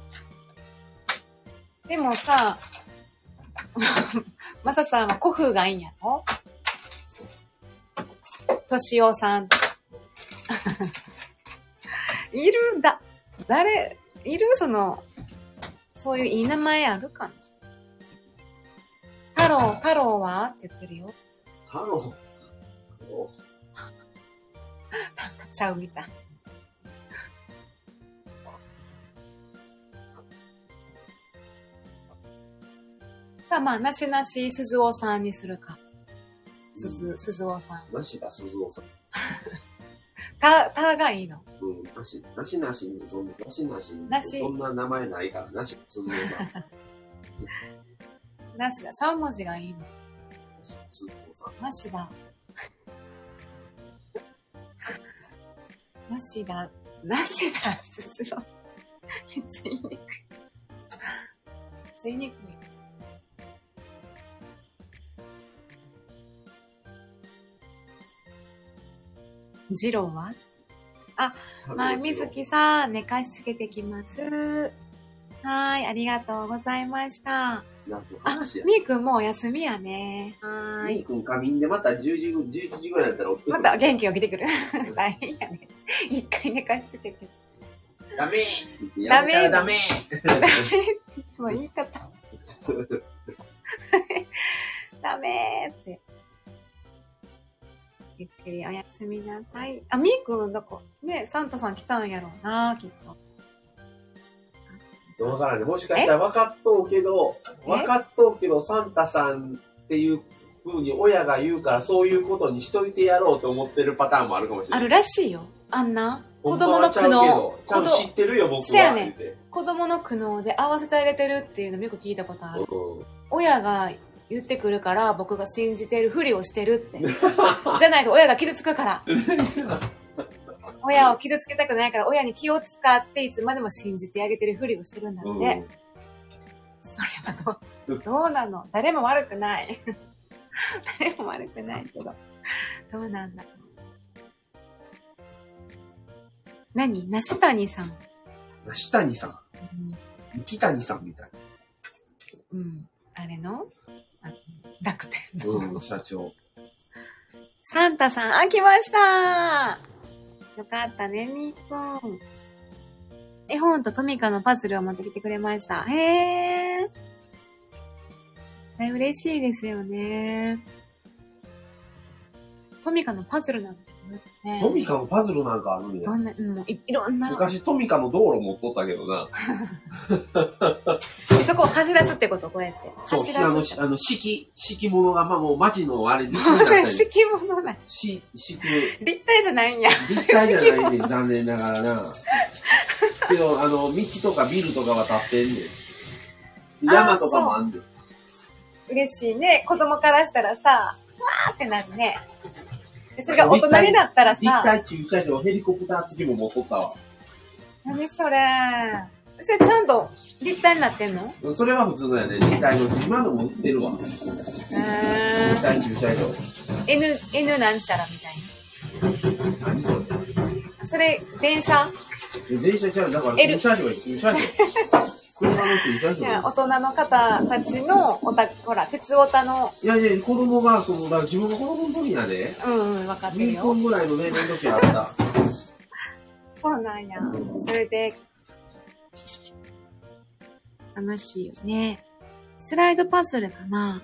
でもさ、マサさんは古風がいいんやろ？トシオさん。いるんだ。誰、いるその、そういういい名前あるかな？太郎、太郎はって言ってるよ。 太郎なんかちゃうみたい。か、まあ、なしなし鈴尾さんにするか。鈴、鈴尾さん。 なしだ、鈴尾さん。 た、たがいいの？ うん、なし、なしなしに、そんな、なしなしに、 なしそんな名前ないから、なし、鈴尾さん。 なしだ、三文字がいいの。 鈴尾さん。 なしだ。なしだ、なしだ、鈴尾。めっちゃ言いにくい。めっちゃ言いにくい。ジローは？あ、まあ、みずきさん、寝かしつけてきます。はい、ありがとうございました。あ、みーくんもうお休みやね。はーい。 みーくん仮眠でまたじゅうじ、じゅういちじぐらいだったら起きてくる。 また元気起きてくる。大変やね。一回寝かしつけて。 ダメーダメーダメーダメーいつも言い方。ダメーって。ゆっくりおやすみなさい。あ、みーくん、どこね、サンタさん来たんやろうな、きっと。 わからんね。もしかしたら分かっとうけど、分かっとうけど、サンタさんっていう風に親が言うから、そういうことにしといてやろうと思ってるパターンもあるかもしれない。 あるらしいよ。あんな。子供の苦悩。 ちゃんと知ってるよ、僕は。 せやねん。子供の苦悩で合わせてあげてるっていうのもよく聞いたことある。うん、親が言ってくるから、僕が信じてるふりをしてるって。じゃないと親が傷つくから。親を傷つけたくないから、親に気を使っていつまでも信じてあげてるふりをしてるんだって。うん、それはどう、どうなの？誰も悪くない。誰も悪くないけど。どうなんだろう。何？梨谷さん。 梨谷さん。三木谷さんみたいな。 うん。あれの楽天の、 うん、社長。 サンタさん、あ、来ました。よかったね、みーぽん。絵本とトミカのパズルを持ってきてくれました。へー。嬉しいですよね。トミカのパズルなんてね。 トミカのパズルなんかあるんや。 どんな、もう い, いろんな。 昔トミカの道路持っとったけどな。 そこを走らすってこと、こうやって。 そう、 走らす。あの、あの、敷、敷物が、まあもう街のあれ、立体それ敷物ない。 し、敷く。 立体じゃないんや。 立体じゃないねん、残念ながらな。けど、あの、道とかビルとかは立ってんねん。山とかもあんねん。 嬉しいね。子供からしたらさ、わーってなるね。それが大人になったらさ。 立体駐車場、ヘリコプター付きも持っとったわ。 何それ。それちゃんと立体になってんの？ それは普通のやね。立体の、今のも売ってるわ。へー。立体駐車場。 N、N なんちゃらみたいな。 何それ？ それ、電車？ 電車ちゃう。だから駐車場や、駐車場。車の駐車場。 いや、大人の方たちの、おた、ほら、鉄オタの。 いやいや、子供が、その、だから自分が子供の時やで。 うんうん、分かってるよ。 にほんぐらいの年齢の時あった。 そうなんや。それで、楽しいよね。スライドパズルかな？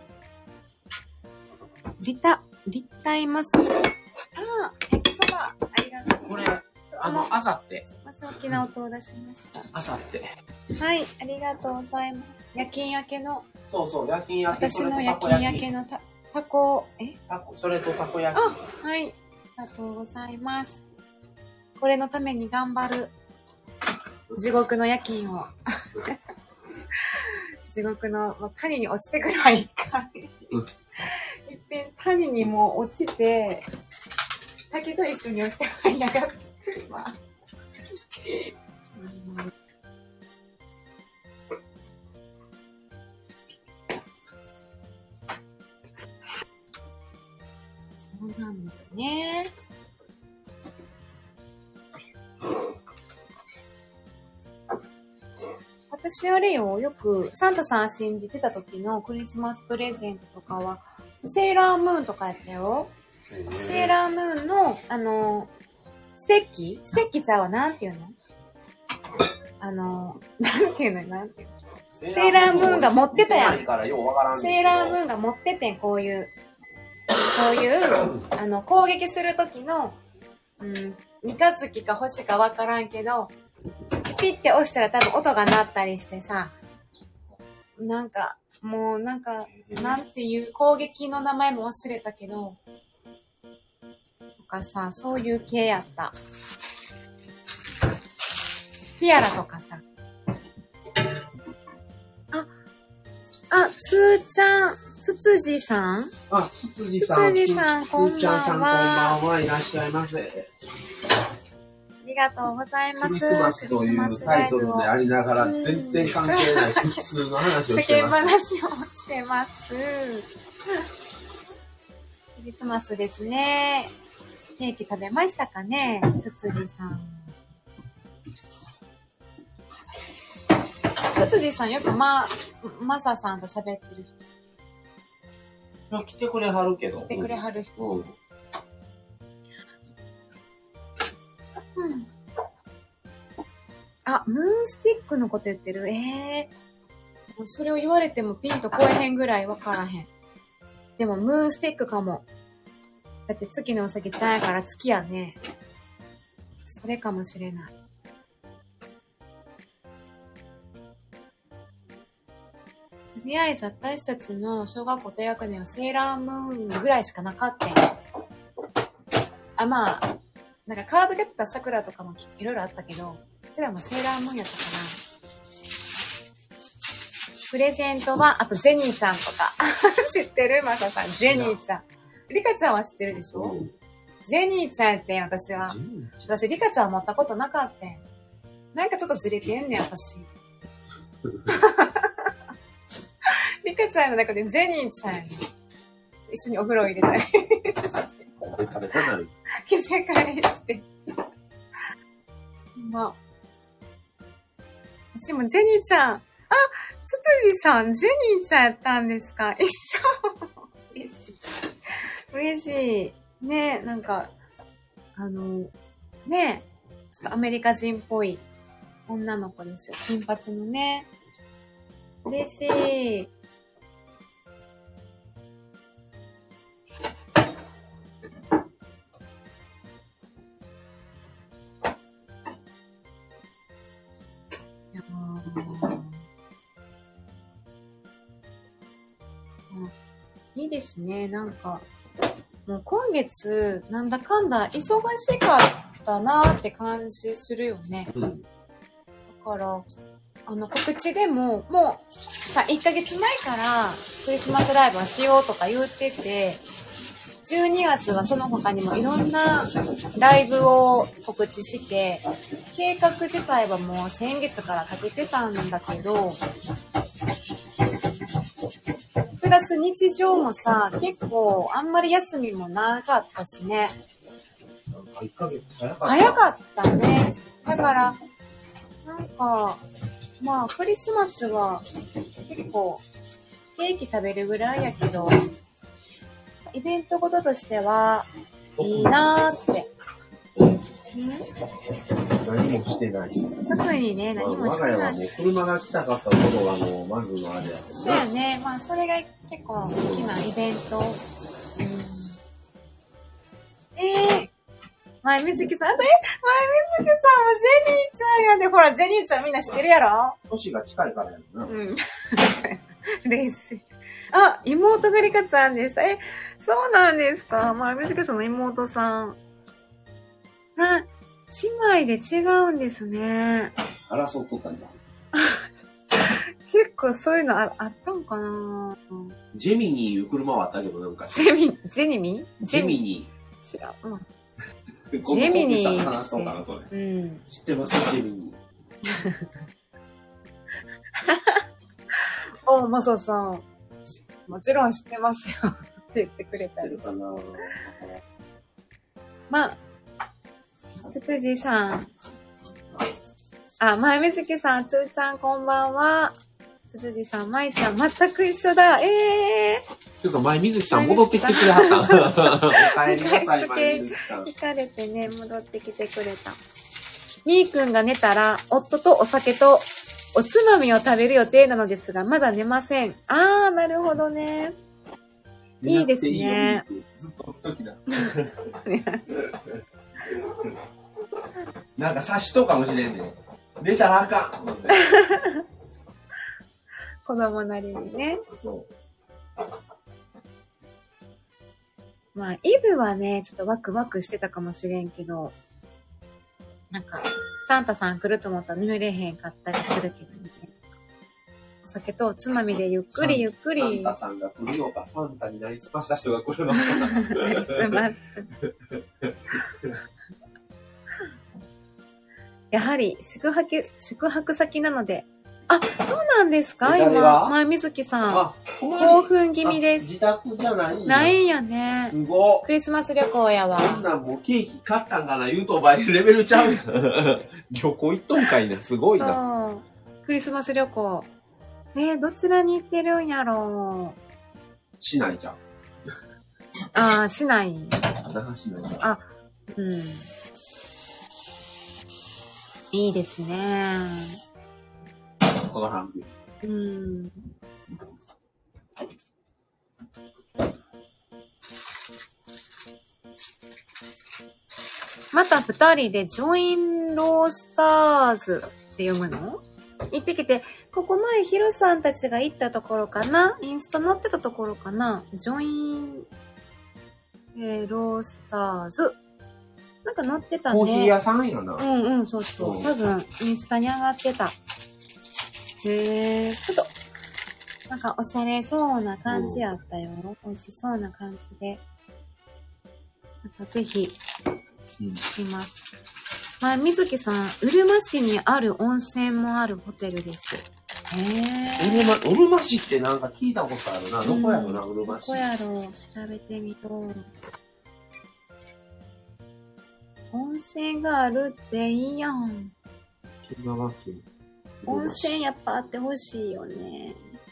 立体、立体マスク。ああ、焼きそば。ありがとう。 これ、あの、あさって。 まず大きな音を出しました。 あさって。 はい、ありがとうございます。夜勤明けの。 そうそう、夜勤明け。 私の夜勤明けのた、タコ、えタコ、それとたこ焼き。 あ、はい。ありがとうございます。これのために頑張る。地獄の夜勤を。地獄の、もう谷に落ちてくるわ、一回。うん、いっぺん谷にもう落ちて、竹と一緒に落ちてはいなかった。まあうんそうなんですね。私あれよ、よくサンタさん信じてた時のクリスマスプレゼントとかは、セーラームーンとかやったよ。セーラームーンの、あの、ステッキステッキちゃうわ、なんていうのあの、なんていうのなんていうのセーラームーンが持ってたやん。セーラームーンが持っててん、こういう。こういう、あの、攻撃するときの、うん、三日月か星かわからんけど、ピッて押したら多分音が鳴ったりしてさ、なんか、もうなんか、なんていう攻撃の名前も忘れたけど、とかさ、そういう系やった。ティアラとかさ。あ、あ、つーちゃん、つつじさんあ、つつじさん。 つつじさん、こんばんは。 つーちゃんさん、こんばんは。いらっしゃいませ。 ありがとうございます。 クリスマスというタイトルでありながら、全然関係ない普通の話をしてます。世間話をしてます。クリスマスですね。ケーキ食べましたかね、つつじさん。つつじさんよくま、マサさんと喋ってる人。 いや、来てくれはるけど。 来てくれはる人。うん。うん、あ、ムーンスティックのこと言ってる。ええー。それを言われてもピンとこえへんぐらいわからへん。でもムーンスティックかも。だって月のうさぎちゃんやから月やね。それかもしれない。とりあえず私たちの小学校低学年はセーラームーンぐらいしかなかったん。あ、まあ、なんかカードキャプターさくらとかもいろいろあったけど、それらもセーラームーンやったかプレゼントは、あとジェニーちゃんとか。知ってるマサさん。ジェニーちゃん。リカちゃんは知ってるでしょ、うん、ジェニーちゃんって、私は。私、リカちゃん持ったことなかったん。なんかちょっとずれてんねん、私。リカちゃんの中でジェニーちゃんに一緒にお風呂入れたりして。着せ替えして。まあ。私もジェニーちゃん。あ、つつじさん、ジェニーちゃんやったんですか？一緒。嬉しい。嬉しい。ね、なんか、あの、ね、ちょっとアメリカ人っぽい女の子ですよ。金髪のね。嬉しい。いいですね。なんか、もう今月、なんだかんだ忙しかったなって感じするよね。うん、だから、あの、告知でも、もう、さ、いっかげつまえからクリスマスライブはしようとか言ってて、じゅうにがつはその他にもいろんなライブを告知して、計画自体はもう先月から立ててたんだけど、プラス日常もさ、結構あんまり休みもなかったしね。 いっかげつ早かった。 早かったね。だから、なんか、まあクリスマスは結構ケーキ食べるぐらいやけど、イベントごととしてはいいなーって。 何もしてない。 特にね、何もしてない。 我が家はもう車が来たかったことがもうまずのあれやけどね。 そうやね。まあそれが結構大きなイベント。うん、えー、前水木さん、え前水木さんもジェニーちゃんやで。ほら、ジェニーちゃんみんな知ってるやろ？ 年が近いからやろな。うん。 冷静。あ、妹がリカちゃんです。え、そうなんですか？前水木さんの妹さん。あ、姉妹で違うんですね。 争っとったんだ。 結構そういうの あ, あったんかな。 ジェミニーいう車はあったけどなんか。 ジェミ、ジェニミジェミニー。知らん。うん。 ジェミニー。話そうかな、それ。 うん。 知ってますジェミニー。 お、マサさん。もちろん知ってますよ。って言ってくれたりして。まあ、つつじさん。あ、前みずきさん、つーちゃんこんばんは。つつじさん、まいちゃん、全く一緒だ。ええー。 ていうか、前みずきさん戻ってきてくれはった。お帰りなさい、前みずきさん。 聞かれてね、戻ってきてくれた。みーくんが寝たら、夫とお酒とおつまみを食べる予定なのですが、まだ寝ません。あー、なるほどね。いいですね。 ずっと起きときだ。なんか察しとうかもしれんね。寝たらあかん。 子供なりにね。 そう。 まあ、イブはね、ちょっとワクワクしてたかもしれんけど、なんか、サンタさん来ると思ったら眠れへんかったりするけどね。お酒とおつまみでゆっくりゆっくり。 サンタさんが来るのか、サンタになりすました人が来るのか。 すまん。やはり宿泊、宿泊先なので。あ、そうなんですか今、前水木さん。あ、興奮気味です。 自宅じゃないんや。 ないんやね。 すごい。 クリスマス旅行やわ。 そんなんもうケーキ買ったんかな言うとお前レベルちゃうやん。旅行行っとんかいな。すごいな。 そう。クリスマス旅行。えー、どちらに行ってるんやろう。 市内じゃん。 ああ、市内。 那覇市内じゃん。 あ、うん。いいですね。 わからん。 うん。また二人でジョインロースターズって読むの？行ってきて、ここ前ヒロさんたちが行ったところかな？インスタ載ってたところかな？ジョイン、えー、ロースターズ。なんか載ってたね。 コーヒー屋さんやな。 うんうん、そうそう。多分、インスタに上がってた。へえ、ちょっと、 なんかおしゃれそうな感じやったよ。美味しそうな感じで。なんかぜひ、行きます。まあ、水木さん、うるま市にある温泉もあるホテルです。へえ。うるま、うるま市ってなんか聞いたことあるな。どこやろな、うるま市。 どこやろ調べてみよう。温泉があるっていいやん。 沖縄県。 温泉やっぱあってほしいよね。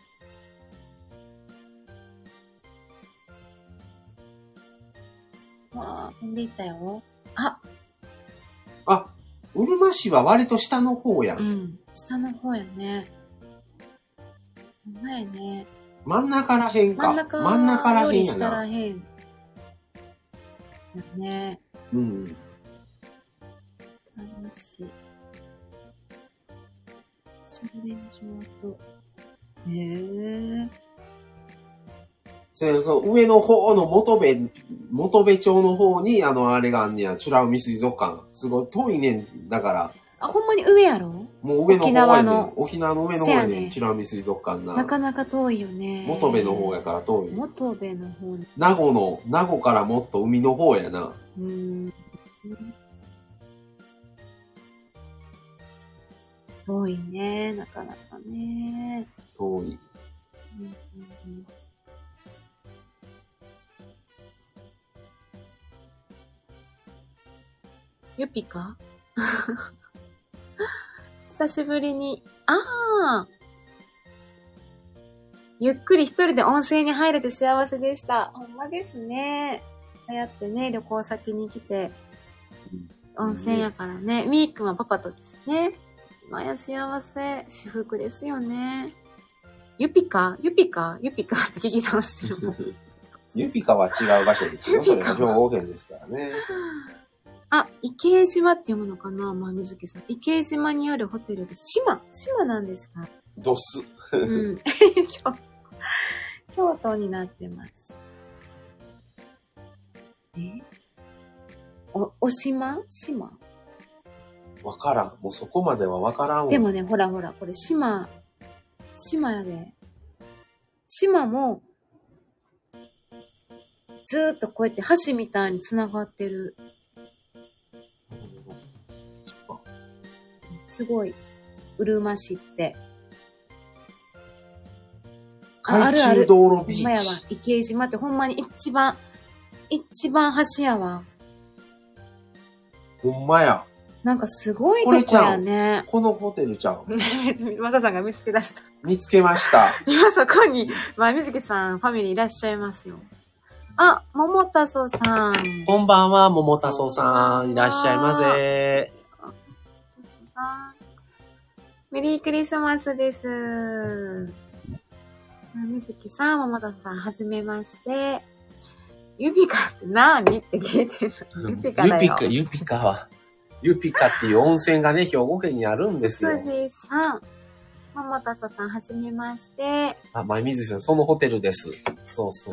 わあ、飛んでいったよ。ああ、うるま市は割と下の方やん。 うん、下の方やね。ほんまやね。 真ん中らへんか。 真ん中真ん中らへんやな。 より下らへん。やね。 うん。 楽しい。少年場と。へえ。 そうそう、上の方の元部、元部町の方に、あの、あれがあんねや、美ら海水族館。すごい遠いねん。だから。 あ、ほんまに上やろ？ もう上の方やねん。沖縄の。沖縄の上の方やねん。 ね、 美ら海水族館な。 なかなか遠いよね。 元部の方やから遠い。 元部の方。 名護の、名護からもっと海の方やな。 うーん。遠いね。なかなかね。 遠い。うんうんうん、ゆぴか久しぶりに。ああゆっくり一人で温泉に入れて幸せでした。ほんまですね。ああやってね、旅行先に来て、温泉やからね。みーくんはパパとですね。今や幸せ。至福ですよね。ゆぴかゆぴかゆぴかって聞き直してるもん。 ゆぴかは違う場所ですよ。それは兵庫県ですからね。 あ、池江島って読むのかな、まあ、水木さん。池江島にあるホテルです。島島なんですか？ ドス。 うん。京, 京都になってます。えお、お島島わからん。もうそこまではわからんわ。 でもね、ほらほら、これ島、島やで。島も、ずーっとこうやって橋みたいに繋がってる。すごい。うるま市って。 海中道路ビーチ。 ほんまやわ。池江島ってほんまに一番、一番端やわ。 ほんまや。 なんかすごいとこやね。 このホテルちゃう。 まささんが見つけ出した。 見つけました。 今そこに、まあ、水木さん、ファミリーいらっしゃいますよ。あ、桃太郎さん。 こんばんは、桃太郎さん。いらっしゃいませ。 メリークリスマスです。水木さん、桃太郎さん、はじめまして。ユピカって何って聞いてる。ユピカだよ。ユピカ、 ユピカは。ユピカっていう温泉がね、兵庫県にあるんですよ。 すじさん。桃太郎さん、はじめまして。 あ、ま水木さん、そのホテルです。そうそう。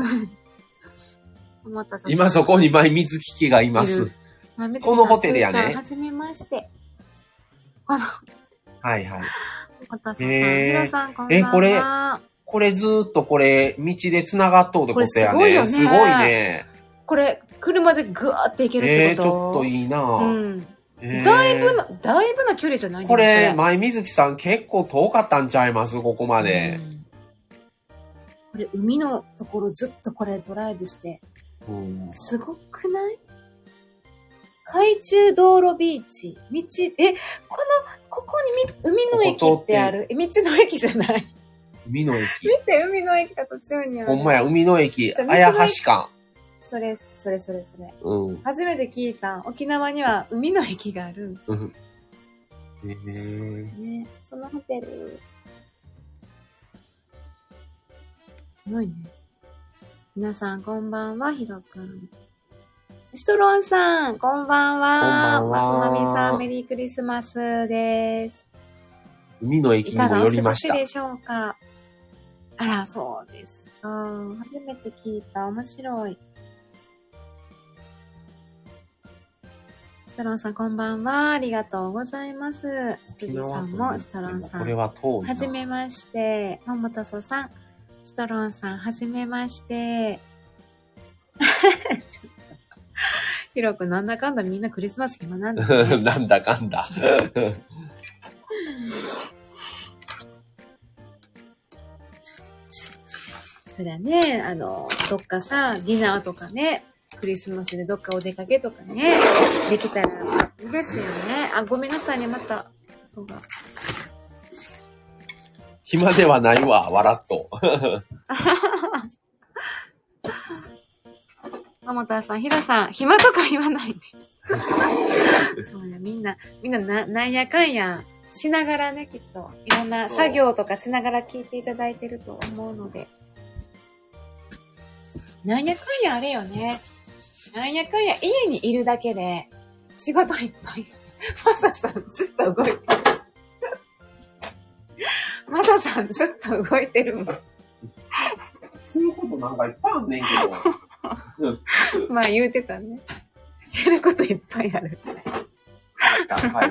さん今そこに前水木家がいます。このホテルやね。 はじめまして。この。 はいはい。 桃太郎さん、ひろさん、こんばんは。 え、これ、これずーっとこれ、道で繋がっとうってことやね。すごいよね。すごいね。 これ、車でぐわーって行けるってこと？ えー、ちょっといいなぁ。 うん。えー、だいぶな、だいぶな距離じゃないですか。 これ、前水木さん結構遠かったんちゃいます？ここまで。うん、 これ、海のところずっとこれドライブして。 うん、 すごくない？海中道路ビーチ。道、え、この、ここに海の駅ってある？道の駅じゃない。 海の駅。 見て、海の駅が途中にある。 ほんまや、海の駅。綾橋間。 それ、それ、それ、それ。 うん。 初めて聞いた。沖縄には海の駅がある。 うん。へえー。 ね、そのホテル。すごいね。皆さん、こんばんは、ひろくん。シトロンさん、こんばんは。 こんばんは。 まこまみさん、メリークリスマスです。 海の駅にも寄りました。 いかがお過ごしでしょうか？あら、そうですか。初めて聞いた。面白い。シトロンさん、こんばんは。ありがとうございます。羊さんも、シトロンさん。 これは遠いな。 はじめまして。桃太郎さん。 ストロンさん、はじめまして。ヒロ君、なんだかんだみんなクリスマス暇なんだね。 なんだかんだ。 そりゃね、あの、どっかさ、ディナーとかね、クリスマスでどっかお出かけとかね、できたらいいですよね。あ、ごめんなさいね、また。 暇ではないわ、笑っと。 桃田さん、ひろさん、暇とか言わないで。そうや、みんな、みんなな、なんやかんやしながらね、きっと。いろんな作業とかしながら聞いていただいてると思うので。なんやかんやあれよね。なんやかんや家にいるだけで仕事いっぱい。マサさんずっと動いてる。マサさんずっと動いてるもん。 そういうことなんかいっぱいあんねんけど。まあ言うてたね。やることいっぱいある。 はい、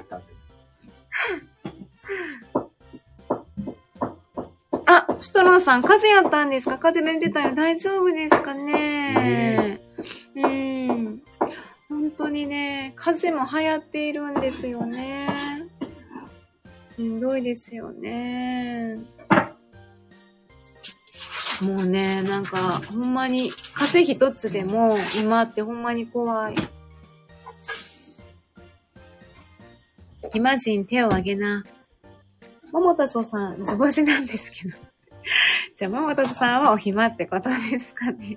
あ、ストローさん、風邪やったんですか？風邪出てたよ。大丈夫ですかね？うーん。本当にね、風邪も流行っているんですよね。しんどいですよね。もうね、なんか、ほんまに、風邪一つでも、今ってほんまに怖い。暇人手を挙げな。桃田そさん、図星なんですけど。じゃあ、桃田さんはお暇ってことですかね。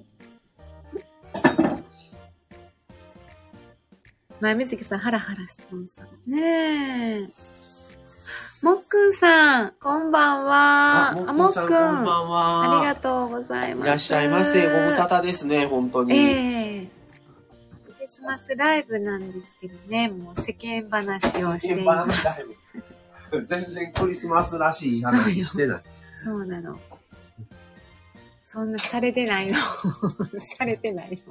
前みずきさん、ハラハラしてますねえ。もっくんさん、こんばんは。 あ、もっくんさん、こんばんは。 ありがとうございます。 いらっしゃいませ。ご無沙汰ですね、本当に。 ええー。クリスマスライブなんですけどね、もう世間話をしています。世間話ライブ。全然クリスマスらしい話してない。 そうなの。そんな洒落てないの。洒落てないの。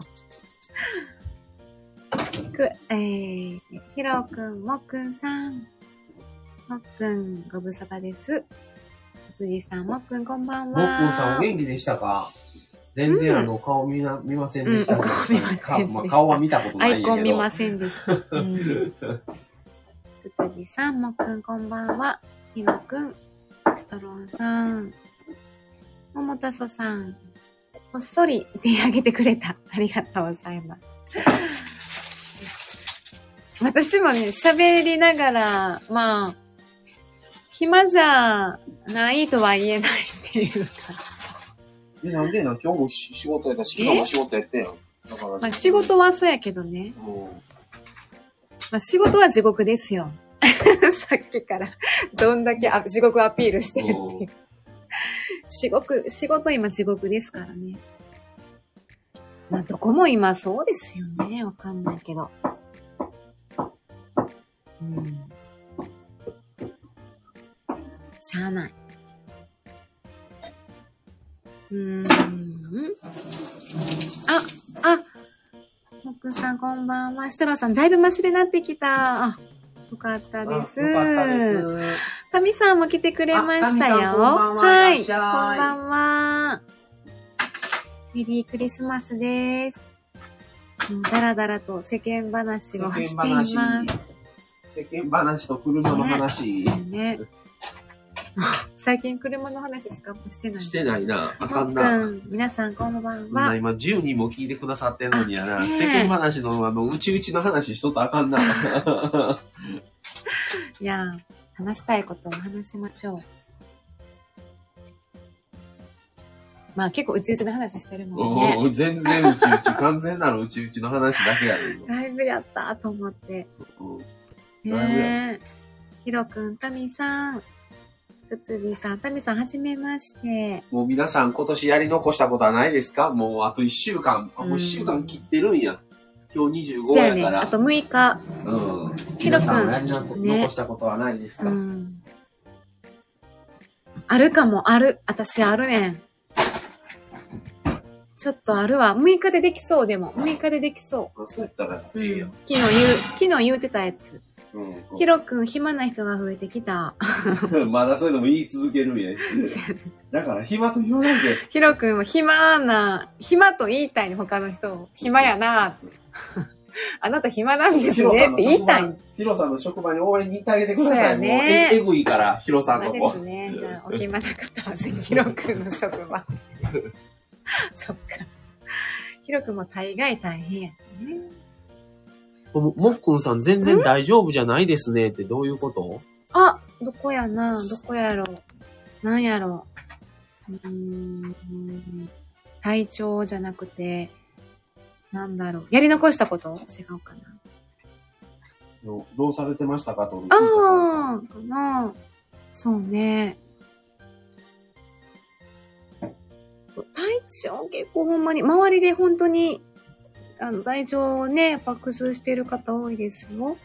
く、えー、ひろくん、もっくんさん。もっくん、ご無沙汰です。つじさん、もっくん、こんばんは。 もっくんさん、お元気でしたか？全然、うん、あの、顔見な、見ませんでした。 うん、顔見ませんでした。 まあ、顔は見たことないんやけど。 アイコン見ませんでした。うん。つじさん、もっくん、こんばんは。ひろくん、ストロンさん、ももたそさん、こっそり手挙げてくれた。ありがとうございます。私もね、喋りながら、まあ、暇じゃないとは言えないっていう感じ。え、なんでな、今日も仕事やったし、今日も仕事やってんやん。だから、 まあ仕事はそうやけどね。まあ仕事は地獄ですよ。さっきからどんだけ地獄アピールしてるっていう。仕事、仕事今地獄ですからね。まあどこも今そうですよね。わかんないけど。うん。しゃあない。うーん。あ、あ、もっくんさんこんばんは。シトロさんだいぶマシになってきた。あ、よかったです。 よかったです。 タミさんも来てくれましたよ。はい。こんばんは。メリークリスマスです。だらだらと世間話をしています。 世間話と車の話。 ね。最近車の話しかしてない。 してないな。あかんな。 皆さんこんばんは。 今じゅうにんも聞いてくださってんのにやな。世間話のあの、うちうちの話しとったらあかんな。 いや、話したいことを話しましょう。まあ結構うちうちの話してるもんね。 お全然うちうち、完全なるうちうちの話だけやる。 ライブやったと思って。ねえ。ひろくん、たみさん。つつじさん、たみさん、はじめまして。 もう皆さん今年やり残したことはないですか？もうあといっしゅうかん、あもういっしゅうかん切ってるんや。今日にじゅうごやから。そうやね。 あとむいか。 うん。ひろくん、やり残したことはないですか？ うん。あるかも、ある。私あるねん。ちょっとあるわ。むいかでできそう、でも。むいかでできそう。 そうやったらいいよ。 昨日言う、昨日言うてたやつ。 うん、 ヒロ君、暇な人が増えてきた。 まだそういうのも言い続けるんや。だから暇と言わないで。 ヒロ君は暇な、暇と言いたいの、他の人を。暇やなって。あなた暇なんですねって言いたい。 ヒロさんの職場に応援に行ってあげてください。 ね、 もうえ、えぐいから、ヒロさんの子。そうですね。じゃあ、お暇な方はぜひヒロ君の職場。そっか。ヒロ君も大概大変やね。 もっくんさん全然大丈夫じゃないですねってどういうこと？ あ、どこやな、どこやろ。なんやろ。うーん、体調じゃなくて、なんだろう。やり残したこと？違うかな。 どうされてましたかと。 ああ、かな。そうね。体調結構ほんまに、周りで本当に、あの、体調をね、やっぱ崩してる方多いですよ。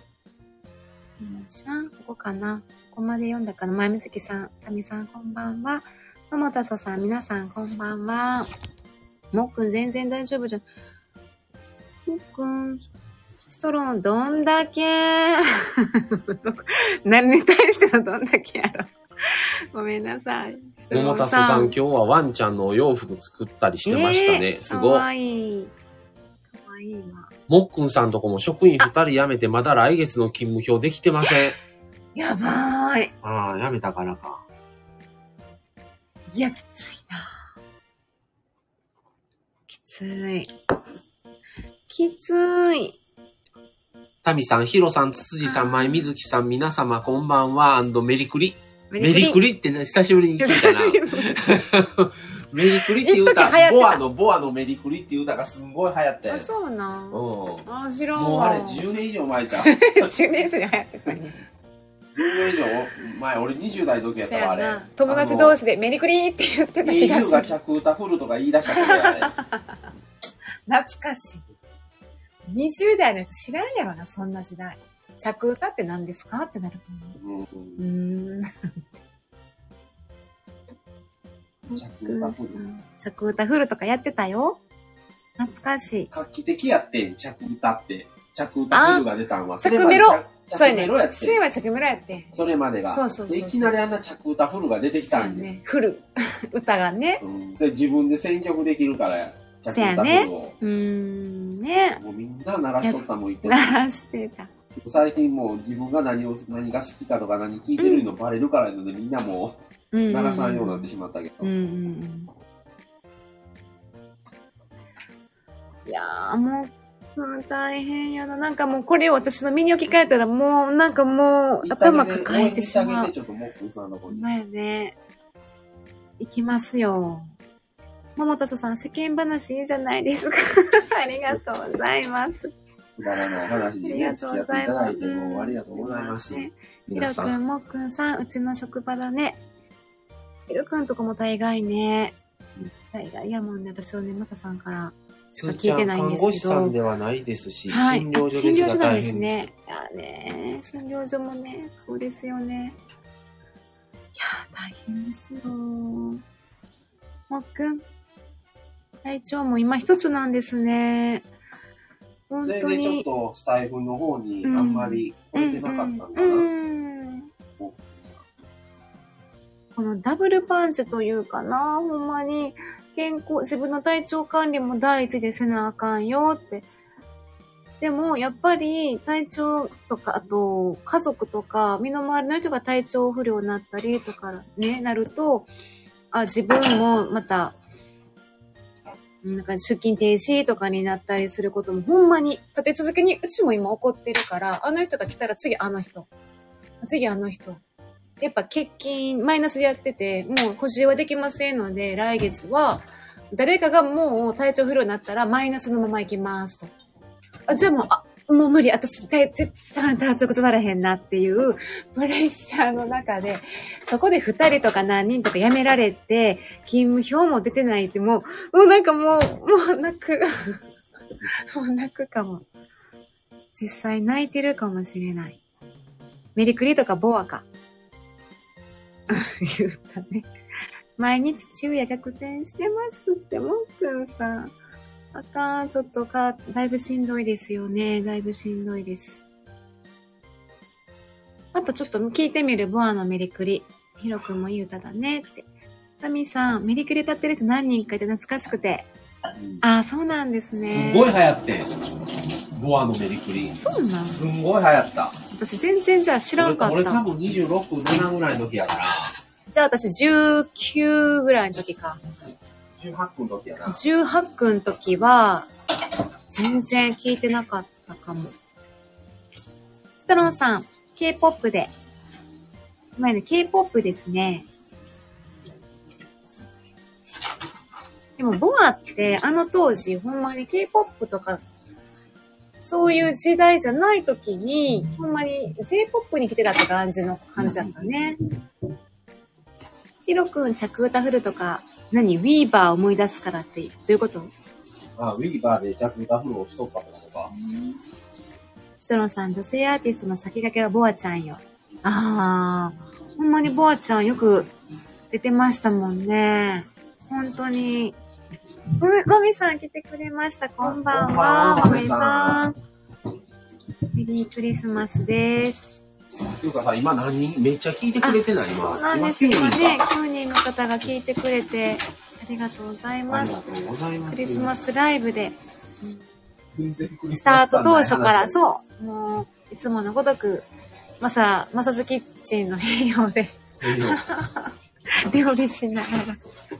さん、ここかな。ここまで読んだかな。前水木さん、タミさん、こんばんは。桃田さん、皆さん、こんばんは。もっくん、全然大丈夫じゃん。もっくん、ストローン、どんだけ何に対してのどんだけやろ。ごめんなさい。 桃田さん、今日はワンちゃんのお洋服作ったりしてましたね。えー、すごい。 かわいい。かわいいわ。 もっくんさんとこも職員ふたり辞めてまだ来月の勤務表できてません。 やばーい。 ああ、辞めたからか。 いや、きついな。きつい。きつい。 タミさん、ヒロさん、つつじさん、前水木さん、皆様こんばんは、メリクリ。メリクリってね、久しぶりに聞いたな。メリクリっていう歌、ボアの、ボアのメリクリっていう歌がすんごい流行って。 あ、そうなん。 うん。 あ、知らんわ。 もうあれじゅうねん以上前じゃん。 じゅうねん以上に流行ってたね。 じゅうねん以上前、俺にじゅう代の時やったわ、あれ。 友達同士でメリクリって言ってた気がする。 エーユー が着歌フルとか言い出したからあれ。 懐かしい。にじゅう代の人知らんやろな、そんな時代。着歌って何ですかってなると思う。うん。うーん。 着歌フル。 着歌フルとかやってたよ。懐かしい。 画期的やってん、着歌って。着歌フルが出たんは。 着メロ。 着メロやって。 それは着メロやって。 それまでが。 そうそうそう。 いきなりあんな着歌フルが出てきたんで。 ね。フル。歌がね。 うん。それ自分で選曲できるからや。着歌フルを。 うーん。ね。 もうみんな鳴らしとったもん言ってた。鳴らしてた。 最近もう自分が何を、何が好きかとか何聞いてるのバレるからなので、みんなもう鳴らさんようになってしまったけど。 うんうんうん、いやーもう、うん、大変やな。なんかもうこれを私の身に置き換えたらもうなんかもう頭抱えてしまう。 ちょっともっくんさんの方に。 前ね。行きますよ。桃田さん、世間話いいじゃないですか。ありがとうございます。 くだらない話にね、付き合っていただいてもありがとうございます。 ひろくん、もっくんさん、うちの職場だね。ひろくんとこも大概ね。大概やもんね。私はね、まささんからしか聞いてないんですけど。 看護師さんではないですし、 はい、 診療所ですが診療所なんですね。いやね、診療所もね、そうですよね。いや大変ですよ。もっくん、体調も今一つなんですね。 本当に。それでちょっとスタイフの方にあんまり来れてなかったのかな。うんうんうん、 このダブルパンチというかな、ほんまに健康、自分の体調管理も第一でせなあかんよって。でも、やっぱり体調とか、あと家族とか、身の回りの人が体調不良になったりとかね、なると、あ、自分もまた、なんか出勤停止とかになったりすることもほんまに立て続けにうちも今起こってるから、あの人が来たら次あの人。次あの人。やっぱ欠勤マイナスでやってて、もう補充はできませんので、来月は誰かがもう体調不良になったらマイナスのまま行きますと。あ、じゃあもう、あ、もう無理。私絶対体調崩されへんなっていうプレッシャーの中で、そこで二人とか何人とか辞められて、勤務表も出てないってもう、もうなんかもう、もう泣く。もう泣くかも。実際泣いてるかもしれない。メリクリとかボアか。言ったね。毎日昼夜逆転してますって、もっくんさん。あかん、ちょっとか、だいぶしんどいですよね。だいぶしんどいです。 たちょっと聞いてみる、ボアのメリクリ。ヒロ君もいい歌だねって。タミさん、メリクリ歌ってる人何人かいて懐かしくて。うん、ああ、そうなんですね。 すごい流行って。ボアのメリクリ。 そうなん？ すんごい流行った。 私全然じゃあ知らんかった。 俺、俺多分にじゅうろく、ななぐらいの時やから。 じゃあ私じゅうきゅうぐらいの時か。 じゅうはちくの時やな。 じゅうはちくの時は、全然聞いてなかったかも。ストロンさん、K-ポップ で。前ね、K-ポップ ですね。でも、ボアって、あの当時、ほんまに K-ポップ とか、そういう時代じゃない時に、ほんまに J-ポップ に来てたって感じの感じだったね。ヒロ君、着歌振るとか、何ウィーバー思い出すからって、どういうこと？ ああ、ウィーバーで着歌振るをしとったことか。 ストロンさん、女性アーティストの先駆けはボアちゃんよ。ああ、ほんまにボアちゃんよく出てましたもんね。本当に。マミさん来てくれました。こんばんは。マミさん。メリークリスマスです。 っていうかさ、今何人めっちゃ聞いてくれてない？今。 そうなんですよね。きゅうにんの方が聞いてくれて、ありがとうございます。ありがとうございます。クリスマスライブで、うん、スタート当初から、そう、もう、いつものごとく、まさ、まさずキッチンの営業で、料理しながら。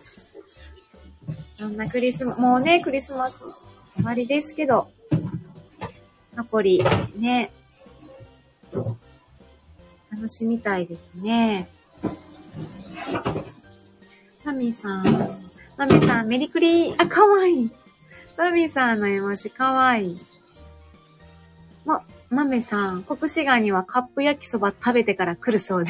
そんなクリスマス、もうね、クリスマス終わりですけど、残りね、楽しみたいですね。タミさん、タミさん、メリクリー、あ、かわいい。タミさんの絵文字かわいい。ま、マメさん、国士ガニはカップ焼きそば食べてから来るそうです。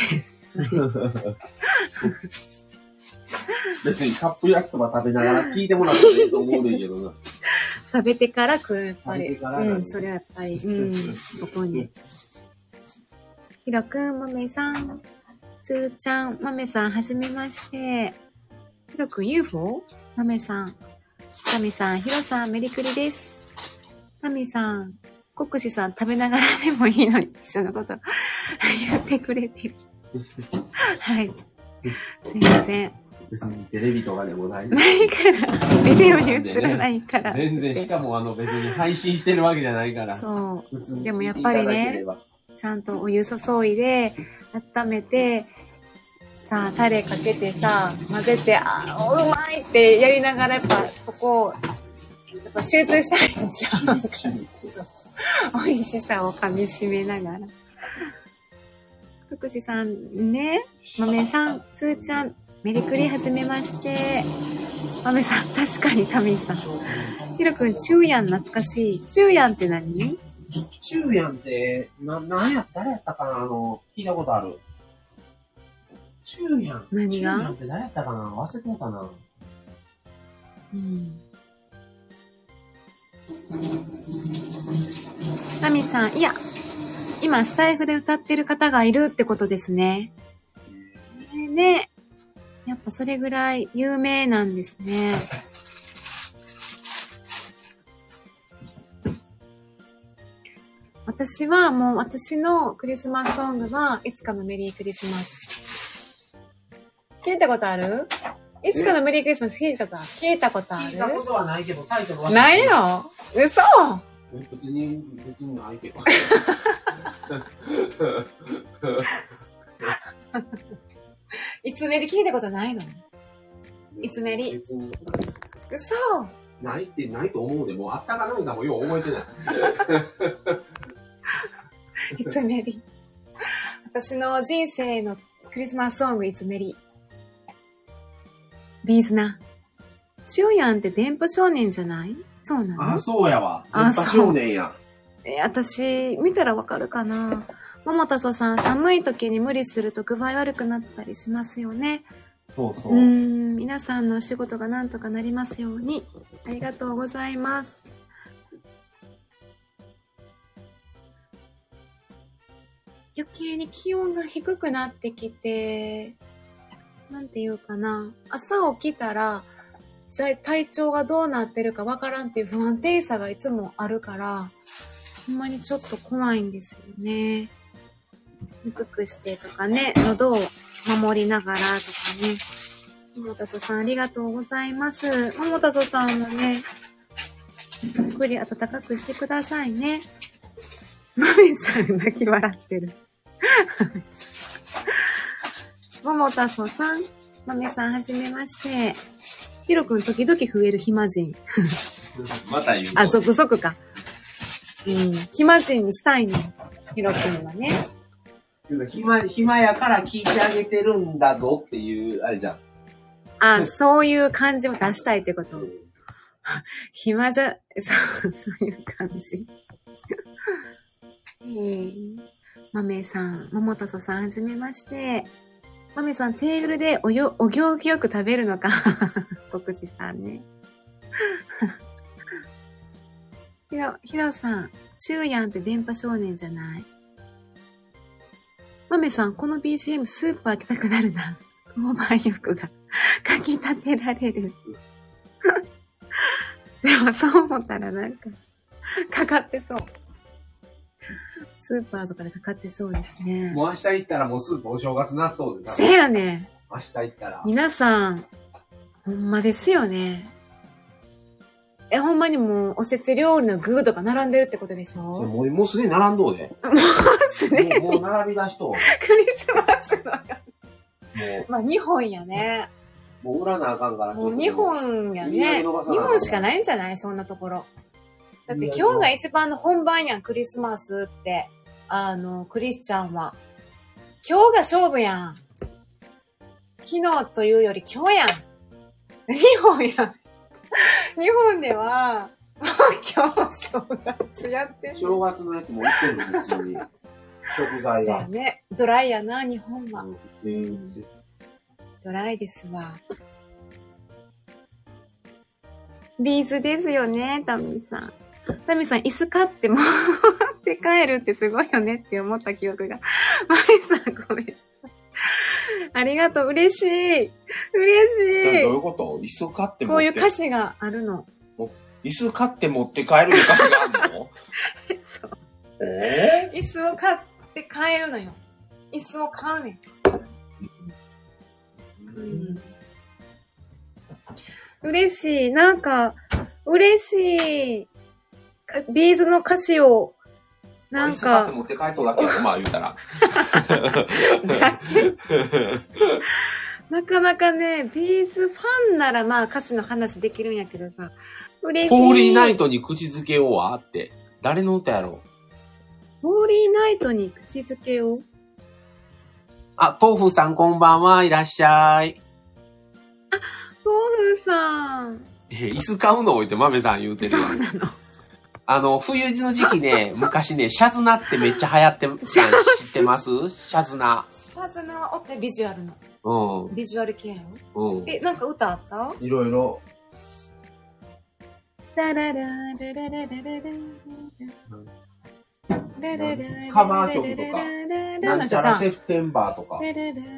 別にカップ焼きそば食べながら聞いてもらってもいいと思うねんけどな。 食べてから来る、やっぱり。うん、それはやっぱり、うん、ここに。ひろくん、まめさん、つーちゃん、まめさん、はじめまして。ひろくん、ユーフォー？ まめさん、たみさん、ひろさん、メリクリです。たみさん、国士さん、食べながらでもいいのに、一緒のこと言ってくれてる。はい。全然。 別にテレビとかでもない。 ないから。ビデオに映らないから。 全然、しかもあの別に配信してるわけじゃないから。 そう。でもやっぱりね、ちゃんとお湯注いで、温めて、さあ、タレかけてさ、混ぜて、あー、うまいってやりながらやっぱそこを、やっぱ集中したいんじゃん。美味しさを噛み締めながら。福士さんね、豆さん、つーちゃん、メリクリはじめまして。豆さん、確かにタミさん。ひろくん、チューヤン懐かしい。チューヤンって何？ チューヤンって、な、なんや、誰やったかなあの、聞いたことある。チューヤン。 何が？ チューヤンって誰やったかな忘れてもたな。 うん。タミさん、いや、今スタイフで歌ってる方がいるってことですね。ね、やっぱそれぐらい有名なんですね。私はもう私のクリスマスソングはいつかのメリークリスマス。聞いたことある？いつかのメリークリスマス聞いたことある？聞いたことある？ 聞いたことはないけどタイトルはないの？嘘？ 別に、別にないけど。 いつメリ聞いたことないの？いつメリ？ 別に。 嘘？ ないってないと思うで、もうあったかないんだもん、よう覚えてない。 いつメリ。私の人生のクリスマスソングいつメリ。ビーズナ。チューヤンって電波少年じゃない？そうなの？ あ、そうやわ。電波少年や。 え、私、見たらわかるかな？桃田さん、寒い時に無理すると具合悪くなったりしますよね。 そうそう。 うーん、皆さんのお仕事がなんとかなりますように。ありがとうございます。余計に気温が低くなってきて、なんていうかな。朝起きたら、体調がどうなってるかわからんっていう不安定さがいつもあるから、ほんまにちょっと怖いんですよね。 ぬくくしてとかね、喉を守りながらとかね。桃太郎さんありがとうございます。桃太郎さんもね、ゆっくり暖かくしてくださいね。マミさん泣き笑ってる。桃太郎さん、マミさんはじめまして。ヒロくん時々増える暇人。 また言う。 あ、続々か。うん。暇人にしたいの。ヒロくんはね。 暇、暇やから聞いてあげてるんだぞっていう、あれじゃん。 あ、そういう感じを出したいってこと。暇じゃ、そう、そういう感じ。えー、豆さん、桃太郎さんはじめまして。豆さん、テーブルでおよ、お行儀よく食べるのか。国士さんね。ひろ、ひろさん、中やんって電波少年じゃない。豆さん、この ビージーエム スーパー行きたくなるな。購買欲がかき立てられる。でもそう思ったらなんか、かかってそう。スーパーとかでかかってそうですね。 もう明日行ったらもうスーパーお正月納豆で。 せやね。 明日行ったら。 皆さん、ほんまですよね。え、ほんまにもうおせち料理の具とか並んでるってことでしょ？ もう、もうすでに並んどうで。 もうすでに。 もう並び出しと。 クリスマスのが。 もう。 まあ日本やね。 もう売らなあかんから。 もう日本やね。日本しかないんじゃない？そんなところ。だって今日が一番の本番やん、クリスマスって。あの、クリスチャンは。今日が勝負やん。昨日というより今日やん。日本やん。日本では、もう今日正月やってる。 正月のやつも売ってるの、普通に。食材が。 そうね。ドライやな、日本は。 うん、 ドライですわ。ビーズですよね、タミーさん。タミーさん、椅子買って持って帰るってすごいよねって思った記憶が。マミさん、ごめん。ありがとう。嬉しい。嬉しい。 どういうこと？椅子買って持って。 こういう歌詞があるの。 椅子買って持って帰る歌詞があるの？ そう。 えー、椅子を買って帰るのよ。椅子を買うねん。うん、嬉しい。なんか、嬉しい。ビーズの歌詞を、なんか。椅子買って持って帰っとだけやまあ言うたら。 だけなかなかね、ビーズファンならまあ歌詞の話できるんやけどさ、嬉しい。 ホーリーナイトに口づけをはって、誰の歌やろう？ホーリーナイトに口づけを？ あ、豆腐さんこんばんはいらっしゃい。 あ、豆腐さん。 え、椅子買うの置いて豆さん言うてる。 そうなの。 あの、冬の時期ね、昔ね、シャズナってめっちゃ流行ってたん知ってます？シャズナ。 シャズナはおってビジュアルの。 うん。 ビジュアル系やろ？ うん。 え、なんか歌あった？ いろいろ。 ラララララララララカバー曲とか、なんちゃらセプテンバーとか。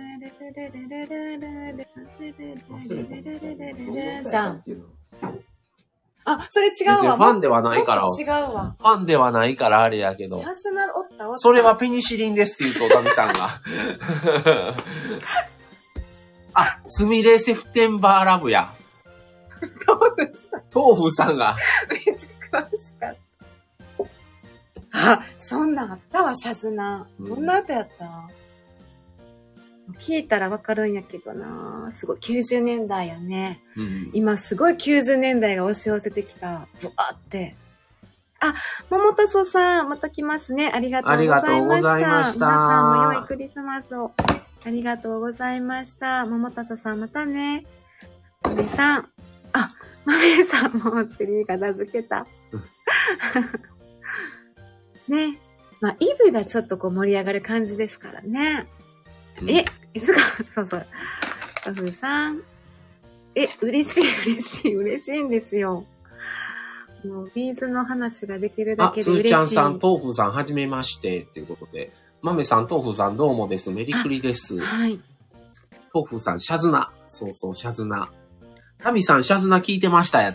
じゃん。あ、それ違うわ。 ファンではないから。 違うわ。 ファンではないからあれやけど。 シャズナおったおった。 それはペニシリンですって言うと、おたみさんが。あ、スミレセプテンバーラブや。豆腐さんが。 めっちゃ詳しかった。あ、そんなんあったわ、シャズナ。どんな歌やった？聞いたらわかるんやけどな。すごいきゅうじゅうねんだいやね。うん、今すごいきゅうじゅうねんだいが押し寄せてきた。ぶわって。あ、桃太郎さん、また来ますね。ありがとうございました。ありがとうございました。皆さんも良いクリスマスを。ありがとうございました。桃太郎さん、またね。まめさん。あ、まめさんもツリー片付けた。ね。まあ、イブがちょっとこう盛り上がる感じですからね。え、いつか、そうそう。タフさん。え、嬉しい、嬉しい、嬉しいんですよ。もう、ビーズの話ができるだけで嬉しい。 あ、つーちゃんさん、豆腐さん、はじめまして、ということで。まめさん、豆腐さん、どうもです。メリクリです。 はい。 豆腐さん、シャズナ。そうそう、シャズナ。タミさん、シャズナ聞いてましたやって。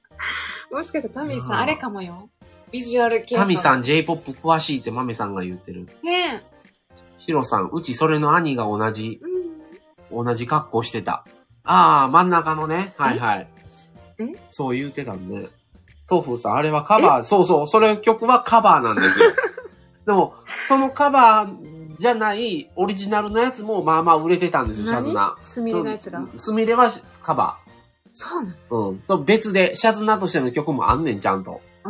もしかしたらタミさん、あれかもよ。 ビジュアル系。 タミさん J-ポップ 詳しいってマメさんが言ってる。 ねえ。 ヒロさん、うちそれの兄が同じ、うん、同じ格好してた。ああ、真ん中のね。はいはい。 えそう言うてたんで。豆腐さん、あれはカバー、そうそう、それ曲はカバーなんですよ。でも、そのカバーじゃないオリジナルのやつもまあまあ売れてたんですよ、シャズナ。 スミレのやつがスミレはカバー。 そうなのうん。と別で、シャズナとしての曲もあんねん、ちゃんと。 うん。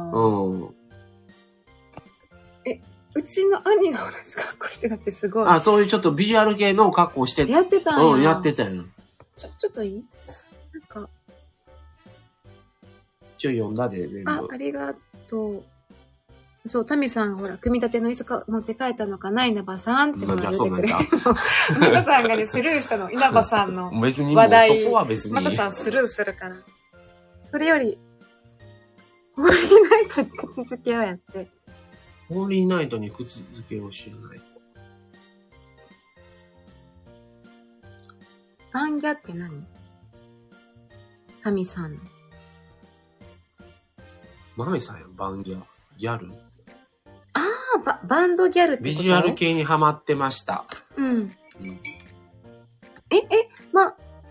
うん。 え、うちの兄が同じ格好してたってすごい。 あ、そういうちょっとビジュアル系の格好してやってたんや。 うん、やってたよ。 ちょ、ちょっといいなんか。 一応読んだで、全部。 あ、ありがとう。そう、タミさんがほら、組み立ての椅子か持って帰ったのかな、稲葉さんってほら言ってくれ。マサさんがね、スルーしたの、稲葉さんの別に話題。 そこは別に。 マサさんスルーするから。それより、ホーリーナイトに口づけをやって。 ホーリーナイトに口づけを知らない。 バンギャって何？タミさんの。 マメさんやん、バンギャ。ギャルああ、バ、バンドギャルってこと？ ビジュアル系にハマってました。 うん。うん、え、え、ま、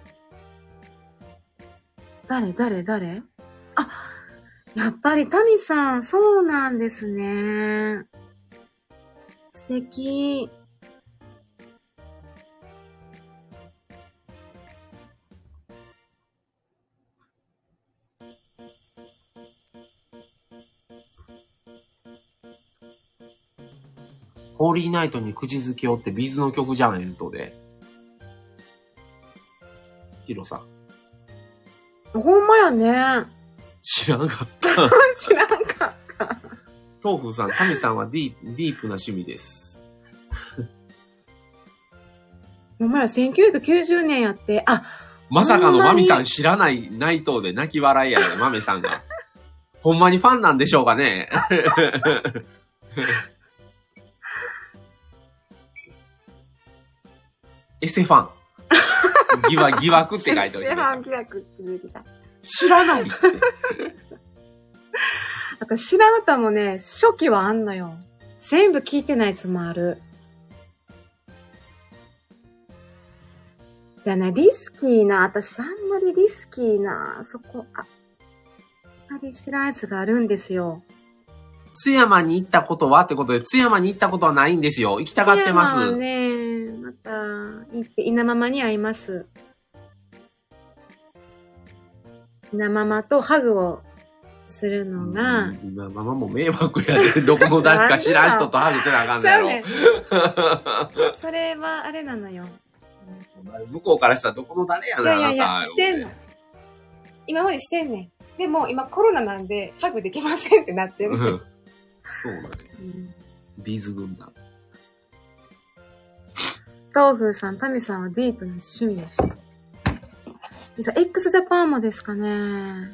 誰誰誰あ、やっぱりタミさん、そうなんですね。素敵。 ホーリーナイトに口づけをってビズの曲じゃん、エントで。ヒロさん。ほんまやね。 知らんかった。 知らんかった。 豆腐さん、タミさんはディープ、ディープな趣味です。 ほんまや、せんきゅうひゃくきゅうじゅうねんやって、あ、 まさかのマミさん知らない内藤で泣き笑いやで、マメさんが。ほんまにファンなんでしょうかね。エセファン。疑惑、疑惑って書いております。エセファン疑惑って出てきた。知らないって。 なんか知らん歌もね、初期はあんのよ。全部聞いてないやつもある。じゃあね、リスキーな、私あんまりリスキーな、そこ、あ、あんまり知らんやつがあるんですよ。 津山に行ったことはってことで、津山に行ったことはないんですよ。行きたがってます。津山はね、また、行って、稲ママに会います。稲ママとハグをするのが。 稲ママも迷惑やで、どこの誰か知らん人とハグせなあかんのやろ。ね、 それはあれなのよ。 向こうからしたらどこの誰やな、 いやいやいや、してんの。今までしてんねん。でも今コロナなんでハグできませんってなってる。うん、 そうだね。うん、ビーズ軍団。 豆腐さん、タミさんはディープな趣味です。x ジャパンもですかね。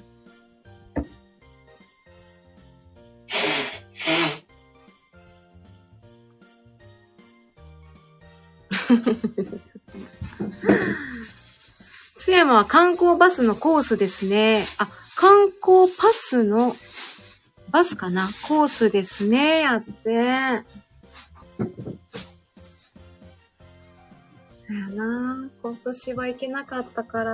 津山は観光バスのコースですね。あ、観光パスのバスかなコースですね。やって。そやな。今年は行けなかったから。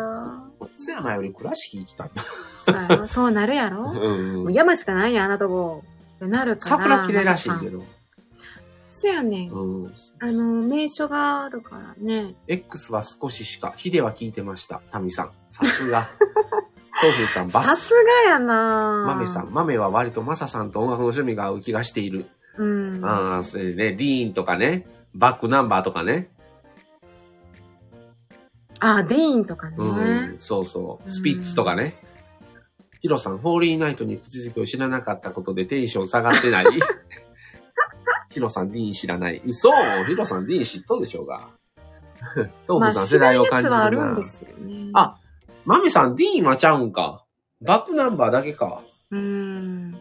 津山より倉敷行きたいな。 そうやろ。そうなるやろ。うんうん、もう山しかないやん、あなたこなるから。 桜綺麗らしいけど。 そうやねん。うん、あの、名所があるからね。 X は少ししか。ヒデは聞いてました。タミさん。さすが。豆腐さん、バス。 さすがやな。 マメさん。マメは割とマサさんと音楽の趣味が合う気がしている。うん。ああ、それね、ディーンとかね。バックナンバーとかね。 ああ、ディーンとかね。 うん。そうそう。スピッツとかね。ヒロさん、ホーリーナイトに口づけを知らなかったことでテンション下がってないヒロさん、ディーン知らない。嘘ヒロさん、ディーン知っとるでしょうが。豆腐さん、世代を感じるな。 まあ、知らんやつはあるんですよね。 あ、マメさん、ディーンはちゃうんか。バックナンバーだけか。 うーん。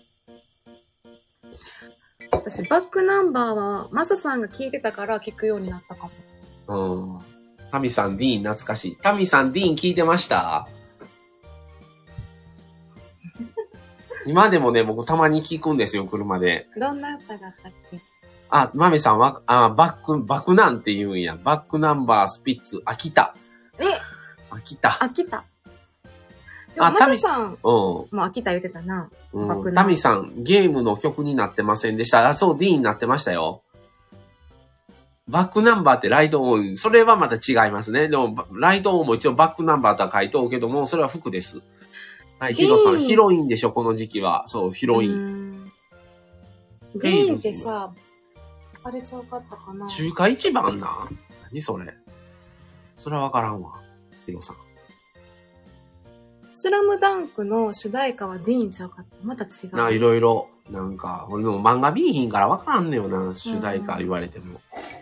私、バックナンバーは、マサさんが聞いてたから聞くようになったかも。うん。タミさん、ディーン懐かしい。タミさん、ディーン聞いてました今でもね、僕たまに聞くんですよ、車で。 どんな歌があったっけ？ あ、まめさんは、あ、バック、バクナンって言うんや。バックナンバースピッツ、秋田。 え秋田。 秋田。でも、 あ、 マサさん、 うん。 もう秋田言ってたな。 うん。タミさん、ゲームの曲になってませんでした。あ、そう、ディーンになってましたよ。バックナンバーってライトオン。それはまた違いますね。でも、ライトオンも一応バックナンバーとは書いとうけども、それは服です。はい、ヒロさん、ヒロインでしょ、この時期は。そう、ヒロイン。 ディーンってさ、あれちゃうかったかな。 中華一番な。何それ。それはわからんわ。ヒロさん。 スラムダンクの主題歌はディーンちゃうかった。また違う。 な、いろいろ。なんか、俺の漫画見いひんからわからんねよな。主題歌言われても。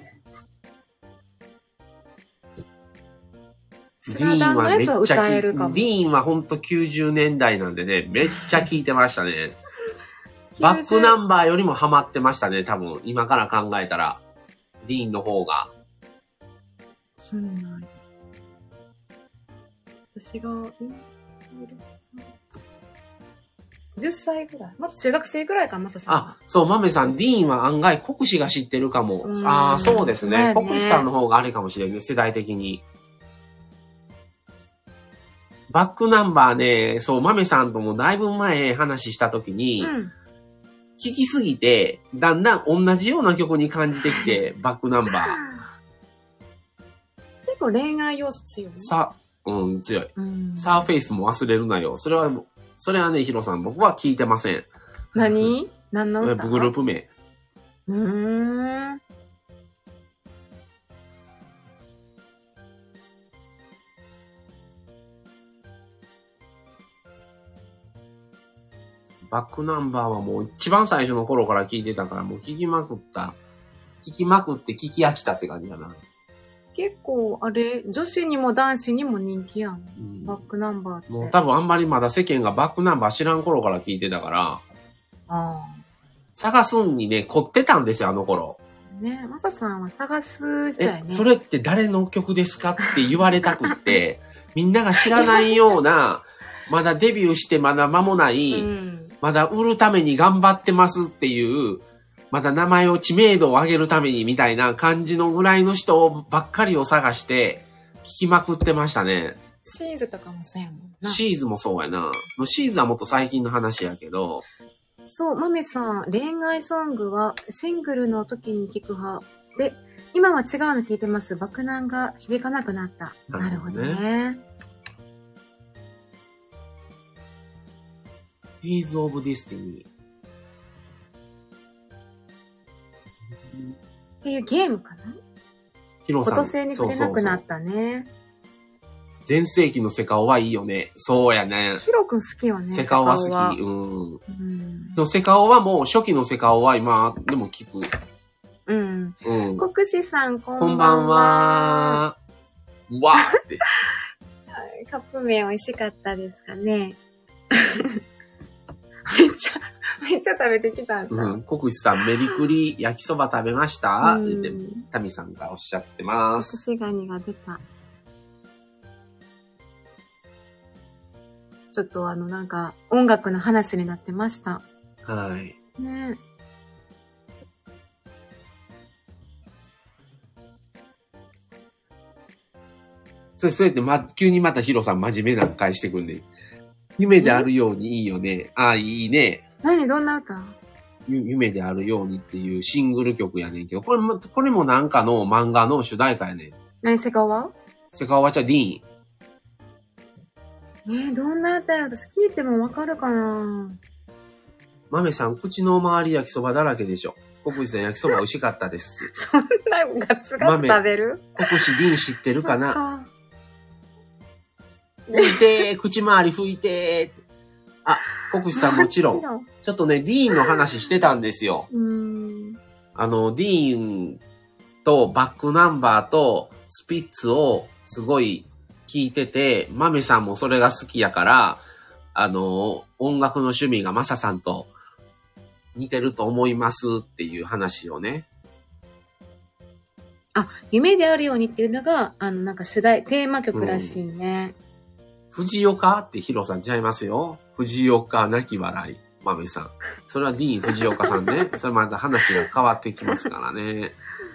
スラダンのやつは歌えるかも。 ディーンはほんときゅうじゅうねんだいなんでね、めっちゃ聴いてましたね。バックナンバーよりもハマってましたね、多分。今から考えたら。ディーンの方が。 そうなんや。私が、じゅっさいぐらい。まだ中学生ぐらいか、マサさん。 あ、そう、マメさん、ディーンは案外国士が知ってるかも。ああ、そうですね。ね、国士さんの方があれかもしれない、世代的に。バックナンバーね、そう、マメさんともだいぶ前話したときに、うん、聞きすぎて、だんだん同じような曲に感じてきて、バックナンバー。 結構恋愛要素強いね。 さ、うん、強い。うん、サーフェイスも忘れるなよ。それは、それはね、ヒロさん、僕は聞いてません。 何？何の歌？ グループ名。 うーん。 バックナンバーはもう一番最初の頃から聞いてたから、もう聞きまくった。聞きまくって聞き飽きたって感じだな。 結構、あれ、女子にも男子にも人気やん。うん、バックナンバーって。 もう多分あんまりまだ世間がバックナンバー知らん頃から聞いてたから、ああ。探すんにね、凝ってたんですよ、あの頃。 ね、マサさんは探す人やね。 え、それって誰の曲ですかって言われたくって、みんなが知らないような、まだデビューしてまだ間もない、うん、まだ売るために頑張ってますっていう、まだ名前を知名度を上げるためにみたいな感じのぐらいの人ばっかりを探して聞きまくってましたね。 シーズとかもそうやもんな。 シーズもそうやな。シーズはもっと最近の話やけど。 そう、マメさん、恋愛ソングはシングルの時に聞く派で、今は違うの聞いてます。爆弾が響かなくなった。なるほどね。 Piece of Destiny。 っていうゲームかな？ ヒロさん。 今年に触れなくなったね。 全盛期のセカオはいいよね。そうやね。 ヒロくん好きよね。 セカオは好き。うん。うん、でもセカオはもう初期のセカオは今でも聞く。 うん。うん。国士さんこんばんは。 こんばんは。うわーって。 カップ麺美味しかったですかね。めっちゃ、めっちゃ食べてきたんですよ。 うん。国士さん、メリクリ焼きそば食べました、うん、って、タミさんがおっしゃってます。 国士ガニが出た。ちょっとあの、なんか、音楽の話になってました。 はい。 ね。 それ、そうやって、ま、急にまたヒロさん真面目な返してくんで。夢であるようにいいよね。ああ、いいね。 何どんな歌？ 夢であるようにっていうシングル曲やねんけど、これも、これもなんかの漫画の主題歌やねん。 何セカオワ？ セカオワちゃディーン。 えー、どんな歌や？私聞いてもわかるかな？ 豆さん、口の周り焼きそばだらけでしょ。国士さん焼きそば美味しかったです。 そんなガツガツ食べる？ 国士ディーン知ってるかな？拭いてー、口周り拭いてー。あ、国士さんもちろん。ちょっとね、ディーンの話してたんですよ。 うーんあの、ディーンとバックナンバーとスピッツをすごい聞いてて、マメさんもそれが好きやから、あの、音楽の趣味がマサさんと似てると思いますっていう話をね。 あ、夢であるようにっていうのが、あの、なんか主題、テーマ曲らしいね。 うん、藤岡ってヒロさんちゃいますよ。藤岡泣き笑い。 まめさん。それはディーン・藤岡さんね。それまた話が変わってきますからね。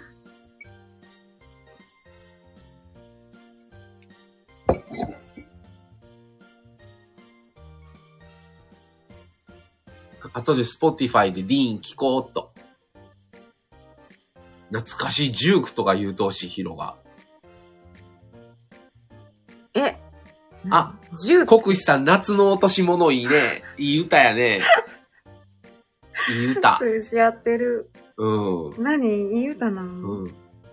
後で Spotify でディーン聞こうっと。懐かしいジュークとか言うとしひろが。 えあ、 ジュー国士さん、夏の落とし物いいね。いい歌やね。いい歌。 通じ合ってる。 うん。 何いい歌なの、 うん。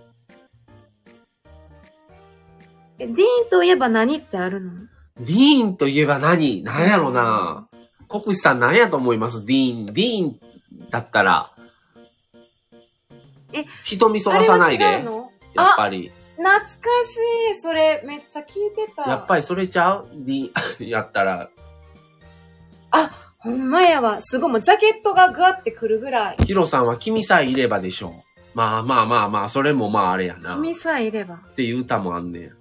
え、ディーンといえば何ってあるの？ ディーンといえば何何やろな。国士さん何やと思いますディーン。ディーンだったら。 え、 瞳そらさないで。 あれは違うの？ やっぱり。 懐かしい。それめっちゃ聞いてた。 やっぱりそれちゃうディーン、やったら。 あ、ほんまやわ。すごい、もうジャケットがグワってくるぐらい。 ヒロさんは君さえいればでしょう。まあまあまあまあ、それもまああれやな。 君さえいれば。 っていう歌もあんねん。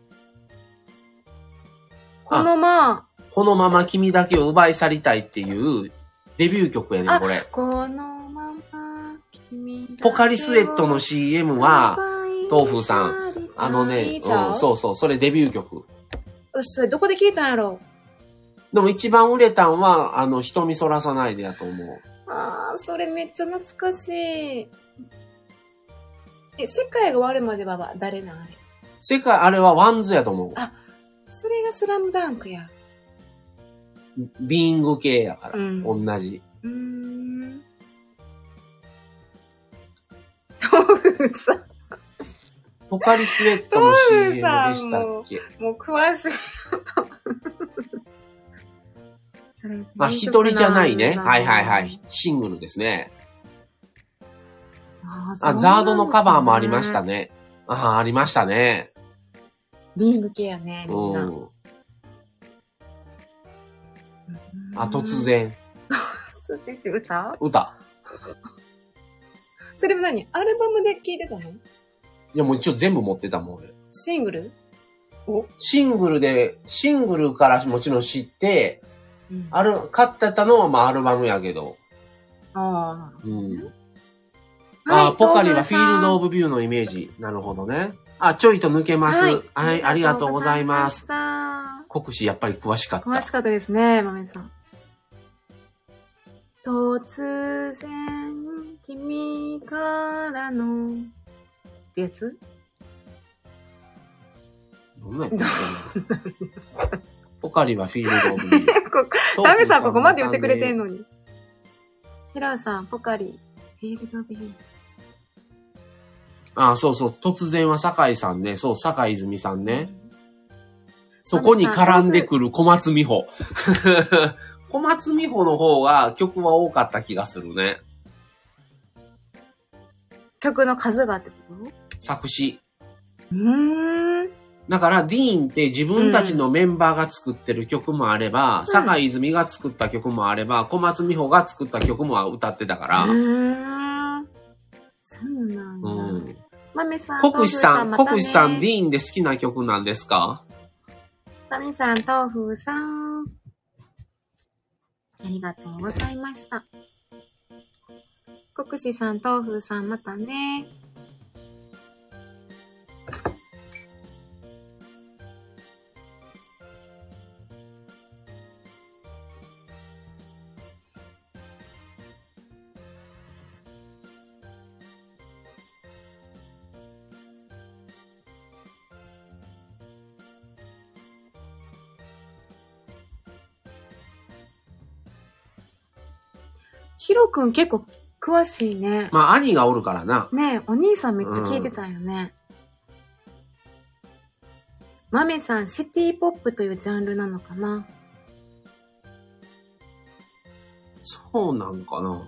このまあ、 このまま君だけを奪い去りたいっていうデビュー曲やねん、これ。 このまま君だけをポカリスエットの シーエム は、豆腐さん。あのね、 じゃあうん、そうそう、それデビュー曲。 それどこで聞いたんやろ？ でも一番売れたんは、あの、瞳そらさないでやと思う。 ああ、それめっちゃ懐かしい。え、世界が終わるまでは誰なんあれ？ 世界、あれはワンズやと思う。 あ、それがスラムダンクや。 ビーイング系やから、うん、同じ。 うーん。豆腐さん。 ポカリスエットの シーエム でしたっけ？ もう詳しい。 あ、一人じゃないね。はいはいはい。シングルですね。あ、あザードのカバーもありましたね。ああ、ありましたね。 ビーム系やね、みんな。うん。 あ、突然。 突然って歌？ 歌。 それも何？アルバムで聴いてたの？ いや、もう一応全部持ってたもん、俺。 シングル？お？ シングルで、シングルからもちろん知って、うん、ある、買ってたのはまあアルバムやけど。 ああ、なるほど、ね。 うん。ああ、ポカリはフィールドオブビューのイメージ。なるほどね。あ、ちょいと抜けます。はい、はい、ありがとうございます。国士やっぱり詳しかった。 詳しかったですね、まめさん。突然、君からの、ってやつ？ どんなやつ？ポカリはフィールドオブビュー。 ダメさんここまで言ってくれてんのに。ヒラさん、ポカリ、フィールドオブビュー。 ああ、そうそう。突然は酒井さんね。そう、酒井泉さんね。うん、そこに絡んでくる小松美穂。小松美穂の方が曲は多かった気がするね。 曲の数がってこと？ 作詞。 うーん。 だから、ディーンって自分たちのメンバーが作ってる曲もあれば、うん、酒井泉が作った曲もあれば、小松美穂が作った曲も歌ってたから。うーん。そうなんだ。うん。豆さん、 国士さん、国士さん、ディーンで好きな曲なんですか？ 豆さん、豆腐さん。ありがとうございました。国士さん、豆腐さん、またね。ヒロくん結構詳しいね。 まあ、兄がおるからな。 ねえ、お兄さんめっちゃ聞いてたよね。うん、マメさん、シティポップというジャンルなのかな？ そうなんかな。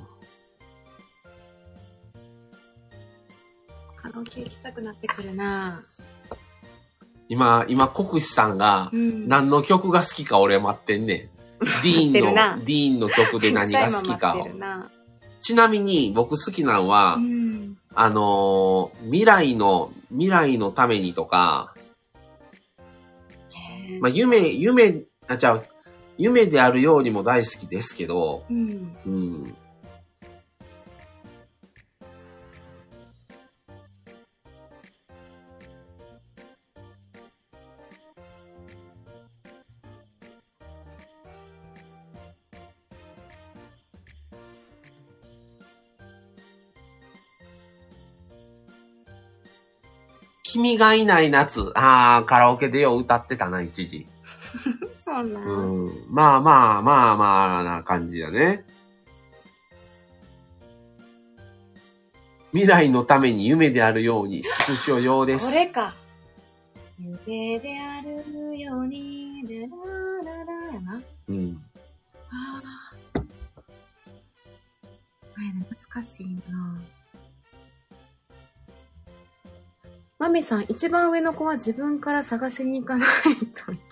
カラオケ行きたくなってくるな。 今、今、国士さんが何の曲が好きか俺待ってんねん。ディーンの、ディーンの曲で何が好きかを。ちなみに僕好きなのは、うん、あのー、未来の、未来のためにとか、まあ、夢、夢、あ、じゃあ、 夢であるようにも大好きですけど、 うん。 うん。君がいない夏。ああ、カラオケでよう歌ってたな、一時。 そうな。 うん。まあまあまあまあな感じだね。未来のために夢であるように、スクショ用です。 これか。夢であるように、でらららやな。 うん。 ああ。あれ、懐かしいな。マミさん、一番上の子は自分から探しに行かないといけ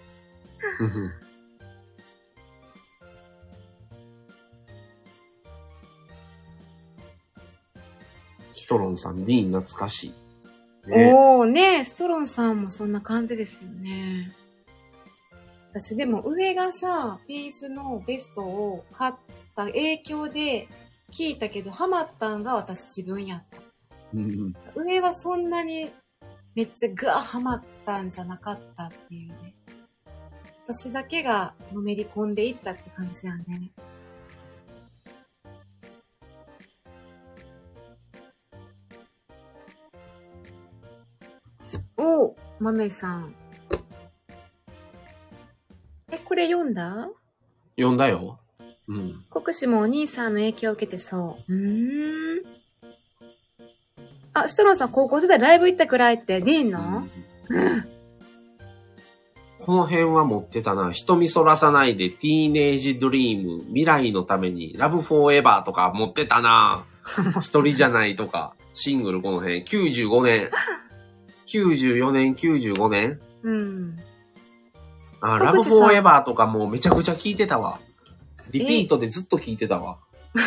ストロンさん、ディーン懐かしい。ね、 おー、ねストロンさんもそんな感じですよね。私でも上がさ、ピースのベストを買った影響で聞いたけど、ハマったんが私自分やった。 うん、 上はそんなにめっちゃガーハマったんじゃなかったっていうね。私だけがのめり込んでいったって感じやね。おー、豆さん。え、これ読んだ？ 読んだよ。うん。 国士もお兄さんの影響を受けてそう。うーん。あ、シトロンさん高校時代ライブ行ったくらいってディーンの？うん。うん、 この辺は持ってたな。瞳そらさないで、ティーネージドリーム、未来のために、ラブフォーエバーとか持ってたな。一人じゃないとか、シングルこの辺、きゅうじゅうごねん。きゅうじゅうよねん、きゅうじゅうごねん。 うん。 あ、ラブフォーエバーとかもうめちゃくちゃ聞いてたわ。リピートでずっと聞いてたわ。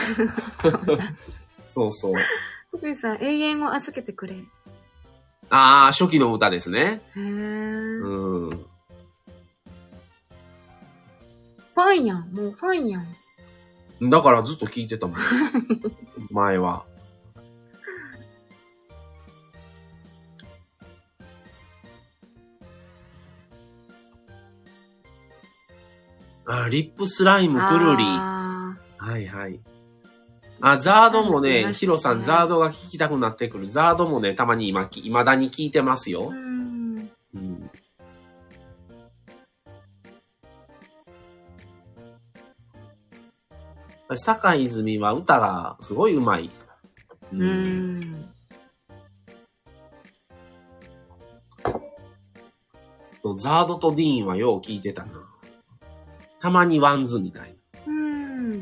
そうそう。 国士さん、永遠を預けてくれ。 ああ、初期の歌ですね。 へー。 うん。 ファンやん。もうファンやん。 だからずっと聞いてたもん。前は。あ、リップスライムくるり。はいはい。あ、ザードもね、ヒロさん、ザードが聞きたくなってくる。ザードもね、たまに今、未だに聞いてますよ。うん。うん。坂井泉は歌がすごい上手い。 うん。うんザードとディーンはよう聞いてたな。たまにワンズみたいな。うん。うん。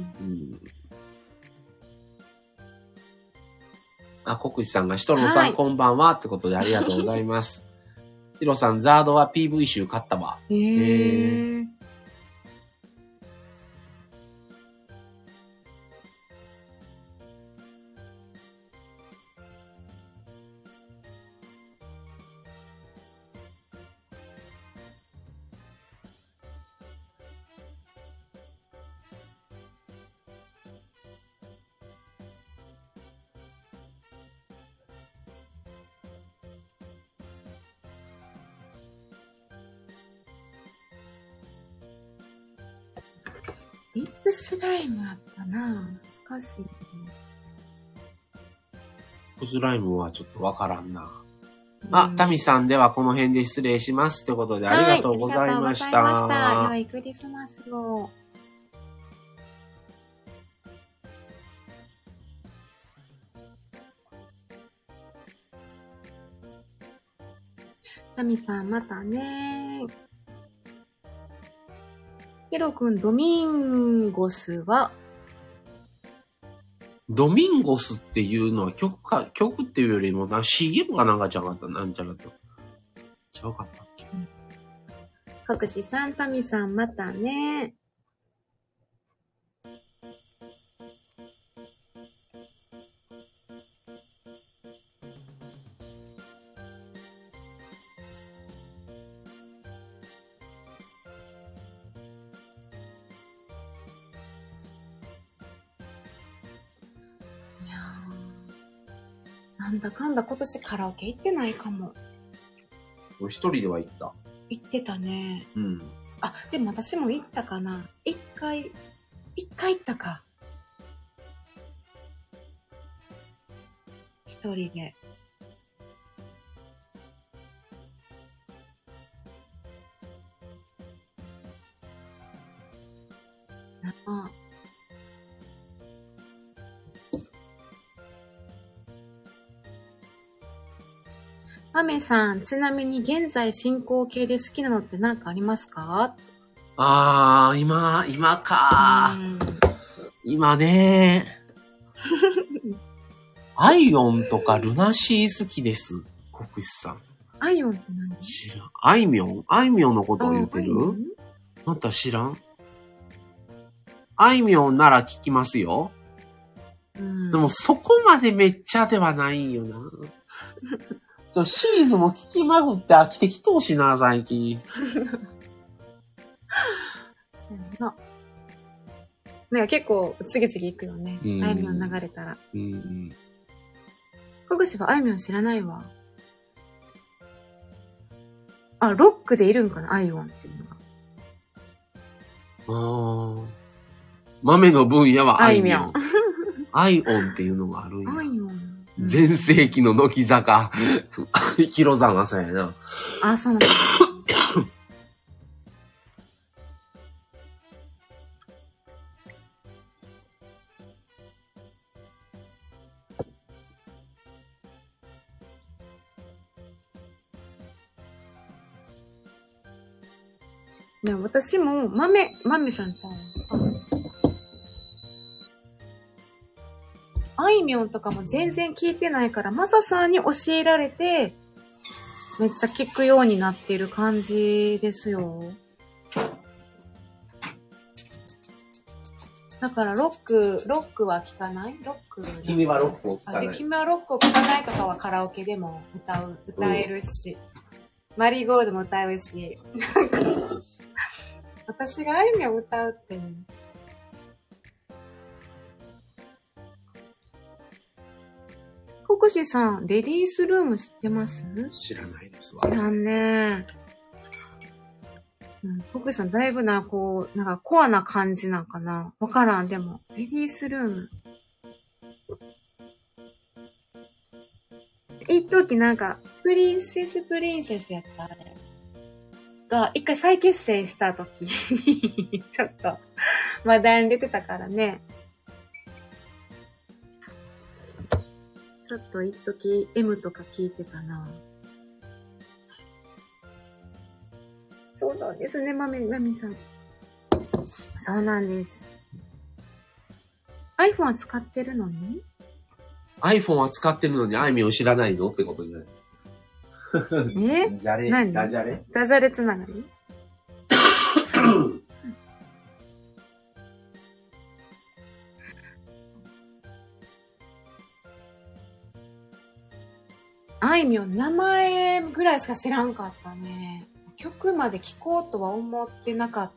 あ、国士さんが、シトロンさん、はい、こんばんはってことでありがとうございます。ヒロさん、ザードは ピーブイ 集買ったわ。へー。リップスライムあったな。懐かしい。リップスライムはちょっとわからんな。うん、あ、タミさんではこの辺で失礼しますってことでありがとうございました。はい、ありがとうございました。良いクリスマスを。タミさんまたね。ヒロ君、ドミンゴスはドミンゴスっていうのは曲か、曲っていうよりもな、シーエム かなんかちゃうかった、なんちゃらと。ちゃうかったっけ。うん、国士さん、タミさん、またね。 なんだかんだ今年カラオケ行ってないかも。 一人では行った。 行ってたね。 うん。 あ、でも私も行ったかな。一回、一回行ったか。一人で。ああ。マメさん、ちなみに現在進行形で好きなのって何かありますか？ あー、今、今か今ねアイオンとかルナシー好きです。国士さん。 アイオンって何？ 知らん。あいみょんあいみょんのことを言ってる？あんた知らん？あいみょんなら聞きますよ。うん、でもそこまでめっちゃではないんよな。ちょシーズも聞きまぐって飽きてきとうしな、最近。 そうやな。なんか結構次々行くよね。うん、あいみょん流れたら。うんうん。かぐしはあいみょん知らないわ。あ、ロックでいるんかな、アイオンっていうのが。ああ。豆の分野はあいみょん。アイオンっていうのがあるんや。アイオン。全盛期の乃木坂。広さがさやな。 あ、そうなんだ。ね、私も、豆、豆さんちゃう。あいみょんとかも全然聞いてないから、マサさんに教えられて、めっちゃ聞くようになっている感じですよ。だからロック、ロックは聞かない？ロック。 君はロックを聞かない。 あで、君はロックを聞かないとかはカラオケでも歌う、歌えるし、うん、マリーゴールドも歌うし、なんか、私があいみょん歌うっていう。国士さん、レディースルーム知ってます？ 知らないですわ。 知らんね。うん、国士さん、だいぶな、こう、なんかコアな感じなんかな。わからん、でも。レディースルーム。一時なんか、プリンセスプリンセスやったあれ。が、一回再結成した時に、ちょっと、話題に出てたからね。ちょっと一時 M とか聞いてたな。そうなんですね、まみ、まみさん。そうなんです。iPhone は使ってるのに ?iPhone は使ってるのにあいみょん知らないぞってことになる。 えじゃれ何ダジャレダジャレつながりあいみょん、名前ぐらいしか知らんかったね。曲まで聴こうとは思ってなかった。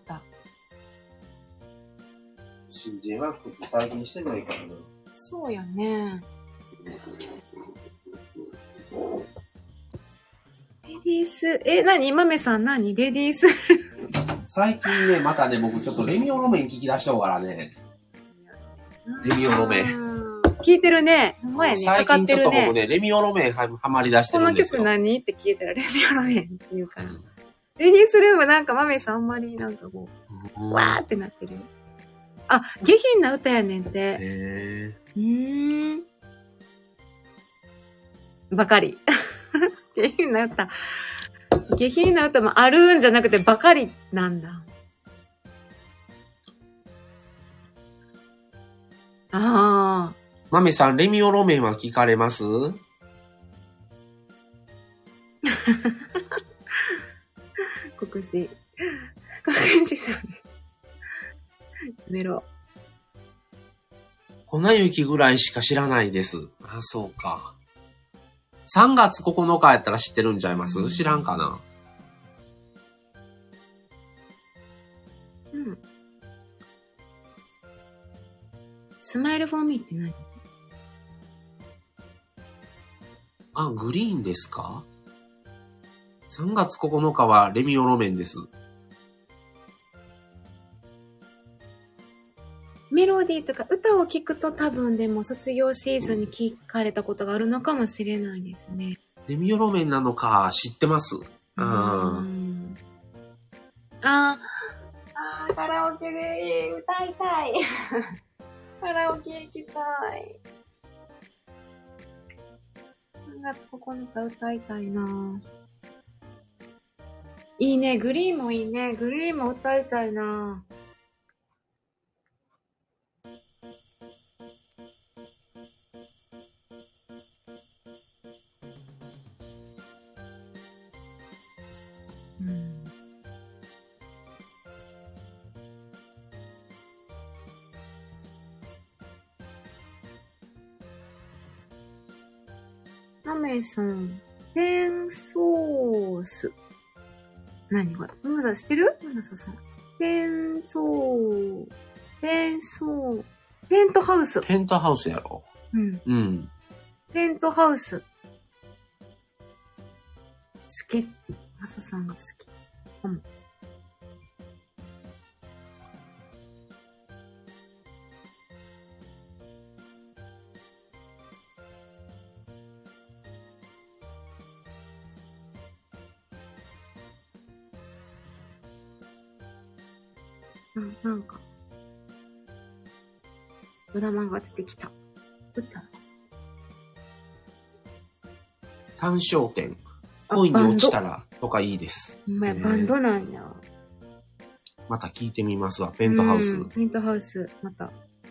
新人は最近してないからな。 そうやね。レディース、え、なに豆さん何レディース最近ね、またね、僕ちょっとレミオロメン聞き出しとうからね。レミオロメン。 聞いてるね。前ね、 最近ちょっと僕ね、レミオロメンはまり出してるんですよ。 この曲何って聞いたらレミオロメンって言うから。うん、レディースルームなんか豆さんあんまりなんかこう、うん、わーってなってるよ。あ、下品な歌やねんって。へー。うーん。ばかり。下品な歌。下品な歌もあるんじゃなくてばかりなんだ。ああ。 マメさん、レミオロメンは聞かれます？ 国士。国士さん。メロ。 粉雪ぐらいしか知らないです。あ、そうか。さんがつここのかやったら知ってるんちゃいます？知らんかな？ うん。スマイルフォーミーって何？ あ、グリーンですか？ さん 月ここのかはレミオロメンです。 メロディーとか歌を聴くと多分でも卒業シーズンに聴かれたことがあるのかもしれないですね。 レミオロメンなのか知ってます。 うん。ああ、カラオケで歌いたい。カラオケ行きたい。さんがつここのか歌いたいな。いいね、グリーンもいいね。グリーンも歌いたいな。うん。ナメさん、ペンソース。何これ？ママさん知ってる？ママさん。ペンソー、ペンソー、ペントハウス。 ペントハウスやろ。 うん。 うん。 ペントハウス。好きって、マサさんが好き。うん。うん、なんか、ドラマが出てきた。歌。 単焦点。恋に落ちたらとかいいです。 お前、バンドなんや。 また聞いてみますわ。ペントハウス。 ペントハウス、また。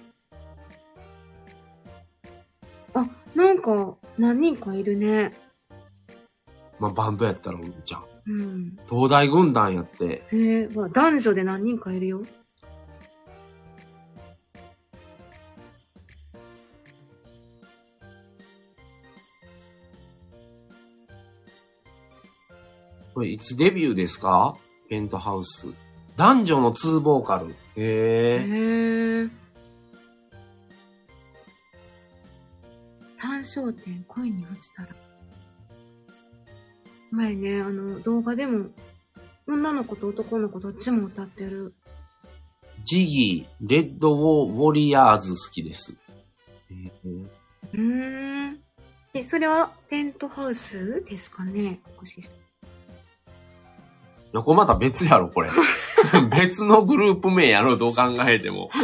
あ、なんか、何人かいるね。 まあ、バンドやったらじゃん。 うん。 東大軍団やって。 へえ、まあ、男女で何人かいるよ。 これいつデビューですか？ペントハウス。男女のツーボーカル。へえ。へえ。単焦点、恋に落ちたら。前ね、あの、動画でも、女の子と男の子どっちも歌ってる。ジギー、レッドウォー、ウォリアーズ好きです。へえ。うーん。え、それはペントハウスですかね？いや、これまた別やろ、これ。別のグループ名やろ、どう考えても。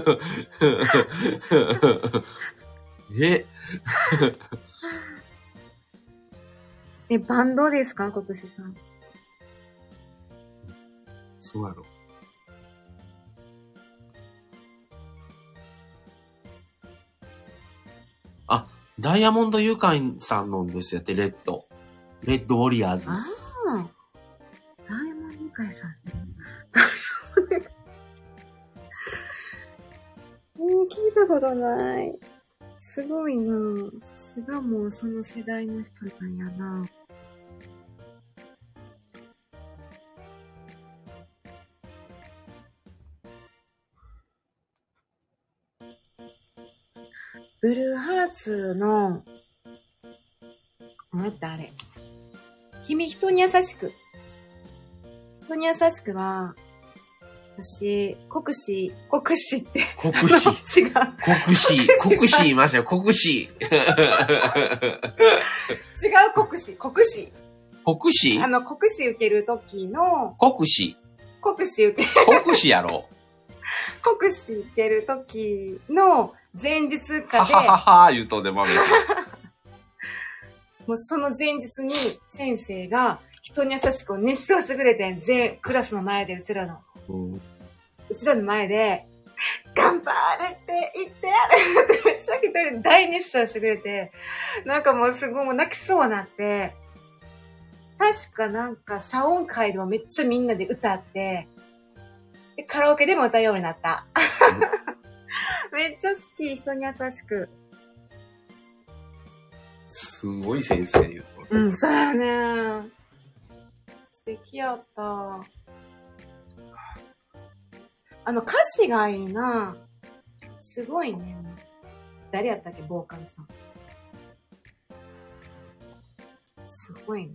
ええ、バンドですか、国士さん。そうやろ。あ、ダイヤモンドユカインさんのんですよって、レッド。レッドウォリアーズ。ああ。ダイヤモンドユカイさんね。えー、聞いたことない。すごいな。さすがもうその世代の人なんやな。ブルーハーツの、待ったあれ。君人に優しく。人に優しくは、私、国士、国士って。国士。違う。国士。国士言いましたよ、国士。違う国士、国士。国士？あの、国士受けるときの。国士。国士受ける。国士やろ。国士受けるときの前日かで。はははは、言うとでもめもうその前日に先生が人に優しく熱唱してくれてん、全クラスの前でうちらの。うん、うちらの前で、頑張れって言ってやるってめっちゃ一人で大熱唱してくれて、なんかもうすごいもう泣きそうになって、確かなんか謝恩会でもめっちゃみんなで歌って、でカラオケでも歌うようになった。うん、めっちゃ好き、人に優しく。すごい先生言うと。うん、そうやね。素敵やった。あの歌詞がいいな。すごいね。誰やったっけ、ボーカルさん。 すごいね。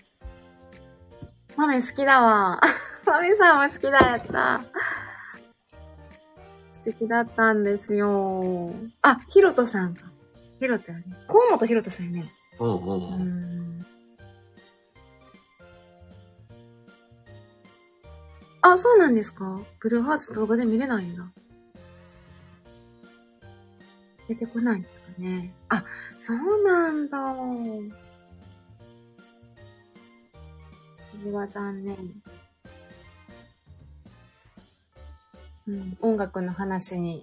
マメ好きだわ。マメさんも好きだやった。素敵だったんですよ。あ、ヒロトさんか。ヒロトやね。河本ヒロトさんやね。 うんうんうん。 うんあ、そうなんですか？ブルーハーツ動画で見れないんだ。出てこないんですかね。あ、そうなんだ。これは残念。うん、音楽の話に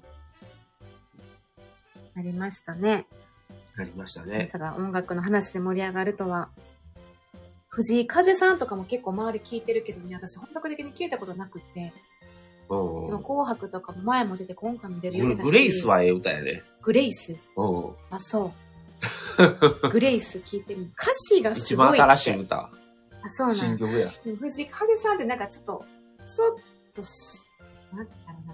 なりましたね。 なりましたね。 まさか音楽の話で盛り上がるとは。藤井風さんとかも結構周り聞いてるけどね、私本格的に聞いたことなくって。 うんうん、 でも紅白とかも前も出て今回も出るようだし。 グレイスはええ歌やね。 グレイス。 うん。 あ、そう。グレイス聞いてみる。歌詞がすごいって。 一番新しい歌。 あ、そうなん。 新曲や。 でも藤井風さんってなんかちょっと、ちょっとす、なんて言ったら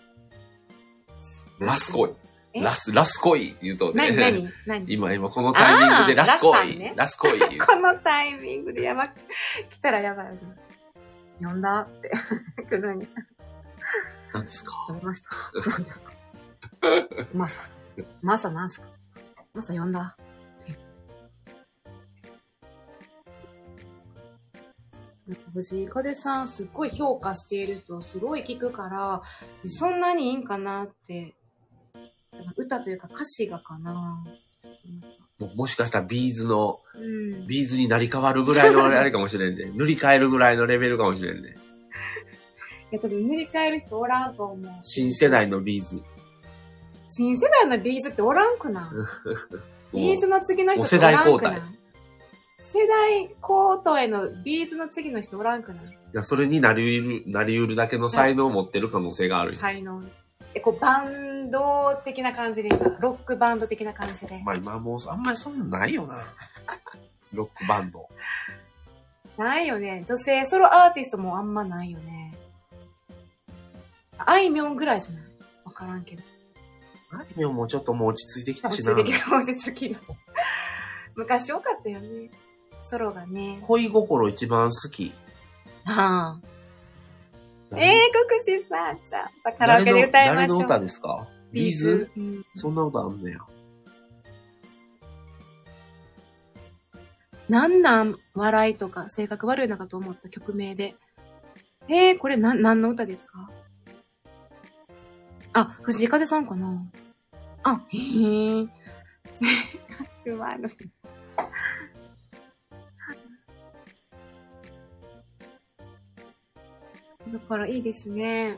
な。 ラスコイ。ラス、ラスコイ言うとね。 何何何今、今、このタイミングでラスコイ。 ね、 ラスコイ。 このタイミングでやば、来たらやばいよね。呼んだって。来るに。 何ですか？ 呼びました。何ですか？マサ。マサなんすか？マサ呼んだ？藤井風さんすっごい評価している人すごい聞くから、そんなにいいんかなって。歌というか歌詞がかな。 も, もしかしたらビーズの、 うん、 ビーズになり変わるぐらいのあれかもしれんね。塗り替えるぐらいのレベルかもしれんね。 いや、塗り替える人おらんと思う。 新世代のビーズ。 新世代のビーズっておらんくないビーズの次の人っておらんくない世代交代のビーズの次の人おらんくないいや、それになり得る、なり得るだけの才能を持ってる可能性がある。 才能。え、こう、バンド的な感じでさ、ロックバンド的な感じで。 まあ今もう、あんまりそんなないよな。ロックバンド。 ないよね。女性ソロアーティストもあんまないよね。あいみょんぐらいじゃないわからんけど。 あいみょんもちょっともう落ち着いてきたしな。 落ち着いてきた、落ち着きだ。昔多かったよね。ソロがね。 恋心一番好き。 ああ。ええー、国士さん、じゃあ、カラオケで歌いましょう。 誰の歌ですか？ビーズ、うん、そんな歌あんねや。 なんなん笑いとか性格悪いのかと思った曲名で。えー、これな、何の歌ですか？あ、藤井風さんかな？あ、へぇー。性格悪い。だからいいですね。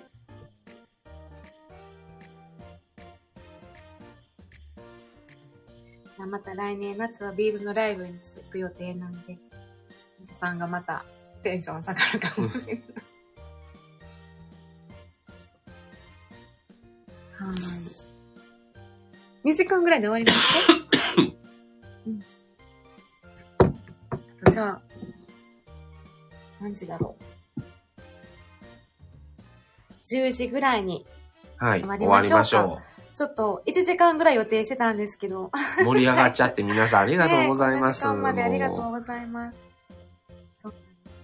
また来年夏はビーズのライブにちょっと行く予定なんで、皆さんがまたテンション下がるかもしれない。はい。にじかんぐらいで終わりますね。うん、じゃあ、何時だろう。じゅうじぐらいに終わりましょうか。はい、終わりましょう。 ちょっといちじかんぐらい予定してたんですけど。 盛り上がっちゃって皆さんありがとうございます。ね、 この時間までありがとうございます。そう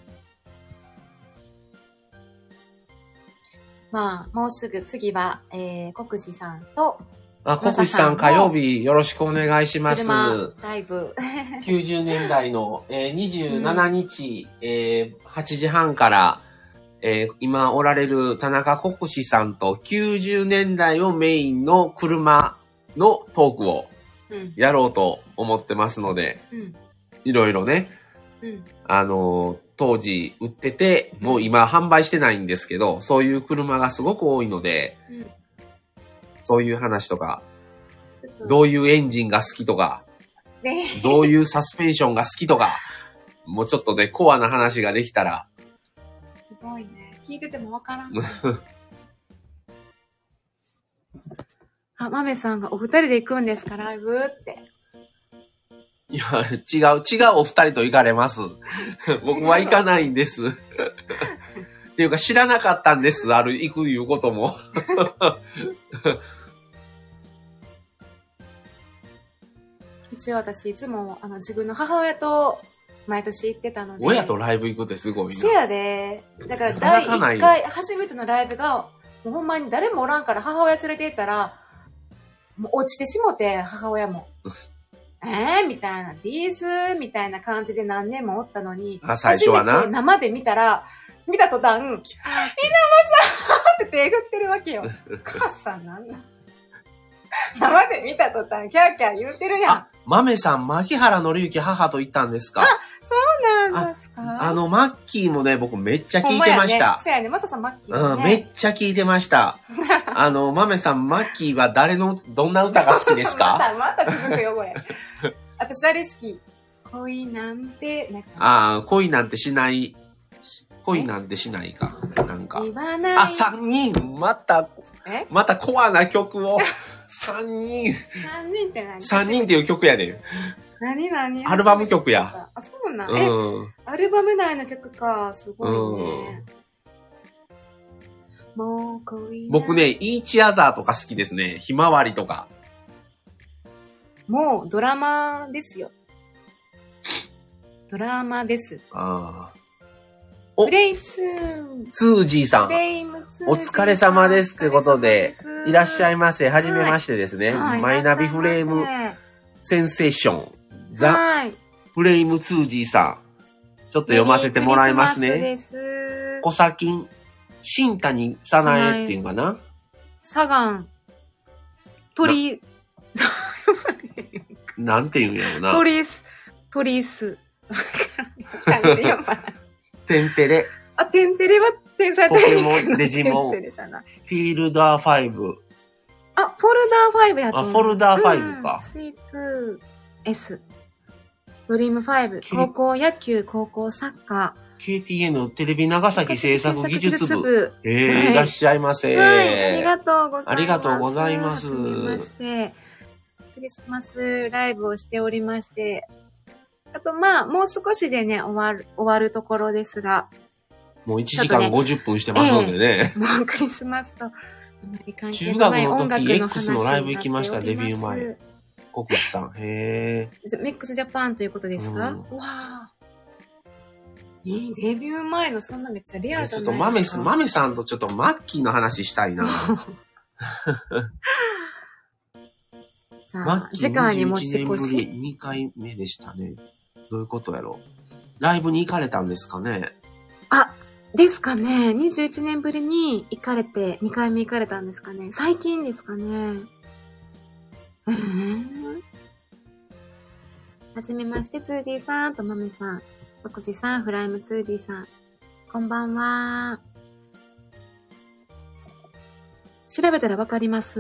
まあ、もうすぐ次は、えー、国士さんと、 あ、国士さん火曜日よろしくお願いします。 ライブ。 きゅうじゅうねんだいの、えー、にじゅうしちにち、うん、えー、はちじはんから、えー、今おられる田中国士さんときゅうじゅうねんだいをメインの車のトークをやろうと思ってますので、うん、いろいろね、うん、あのー、当時売ってて、もう今販売してないんですけど、そういう車がすごく多いので、うん、そういう話とか、どういうエンジンが好きとか、ね、どういうサスペンションが好きとか、もうちょっとね、コアな話ができたら、 すごいね。聞いててもわからん。あ、まめさんがお二人で行くんですか、ライブって。 いや、違う、違うお二人と行かれます。僕は行かないんです。っていうか知らなかったんです。ある、行くいうことも。 一応私いつもあの自分の母親と毎年行ってたので。 親とライブ行くってすごいな。 せやで。だから第いっかい、初めてのライブが、もうほんまに誰もおらんから母親連れて行ったら、もう落ちてしもて、母親も。えーみたいな、ビーズみたいな感じで何年もおったのに、 あ、最初はな。 初めて生で見たら、見た途端、稲間さんって手振ってるわけよ。母さんなんだ。生で見た途端、キャーキャー言うてるやん。 あ、豆さん、牧原紀之母と言ったんですか？ あ、そうなんですか？ あ, あの、マッキーもね、僕めっちゃ聞いてました。 そうやね。まささん、マッキーもね。 うん、めっちゃ聞いてました。あの、豆さん、マッキーは誰の、どんな歌が好きですか？ また、また続くよ、これ。私、あれ好き。恋なんて、なんか。 ああ、恋なんてしない。恋なんてしないか。なんか。 言わない。 あ、三人また、 えまたコアな曲を。三人。 三人って何？ 三人っていう曲やで。 何何？ アルバム曲や。 あ、そうなん、 うん、 え、アルバム内の曲か。すごいね。うん、もう恋僕ね、イーチアザーとか好きですね。ひまわりとか。 もうドラマですよ。ドラマです。 ああ。 お、プレイツー。 ツージーさん。お疲れ様ですってことで、いらっしゃいませ。はじめましてですね。はい、マイナビフレームセンセーション。ザ・フレームツージーさん。ちょっと読ませてもらいますね。コサキン、新谷さなえっていうかな。 サガン、鳥、 なんていうんやろうな。 トリス、トリス。感じよ、まだ。 テンペレ。 あ、テンテレは天才ポケモン、デジモン。フィールダーファイブ。 あ、フォルダーファイブやった。 あ、フォルダーファイブか。 シーツーエス。ドリームファイブ。高校野球、高校サッカー。ケーティーエヌ テレビ長崎制作技術部。えー、はい、いらっしゃいませ。 はい、ありがとうございます。 ありがとうございます。 はじめまして。クリスマスライブをしておりまして、あとまあ、もう少しでね、終わる、終わるところですが。 もういちじかんごじゅっぷんしてますのでね。 えー、もうクリスマスと、あまり関係のない音楽の話になっております。中学の時 X のライブ行きました、デビュー前。コクスさん、へー。メックスジャパンということですか？うん、わあ。えー、デビュー前のそんなめっちゃレアじゃないですか。 ちょっとマメス、マメさんとちょっとマッキーの話したいな。 マッキー時間に持ち越し。 にかいめでしたね。どういうことやろう。ライブに行かれたんですかね。 あ、ですかね。にじゅういちねんぶりに行かれて、にかいめ行かれたんですかね。最近ですかね。うーん。はじめまして、ツージーさんとマメさん。徳次さん、フライムツージーさん。こんばんは。調べたらわかります。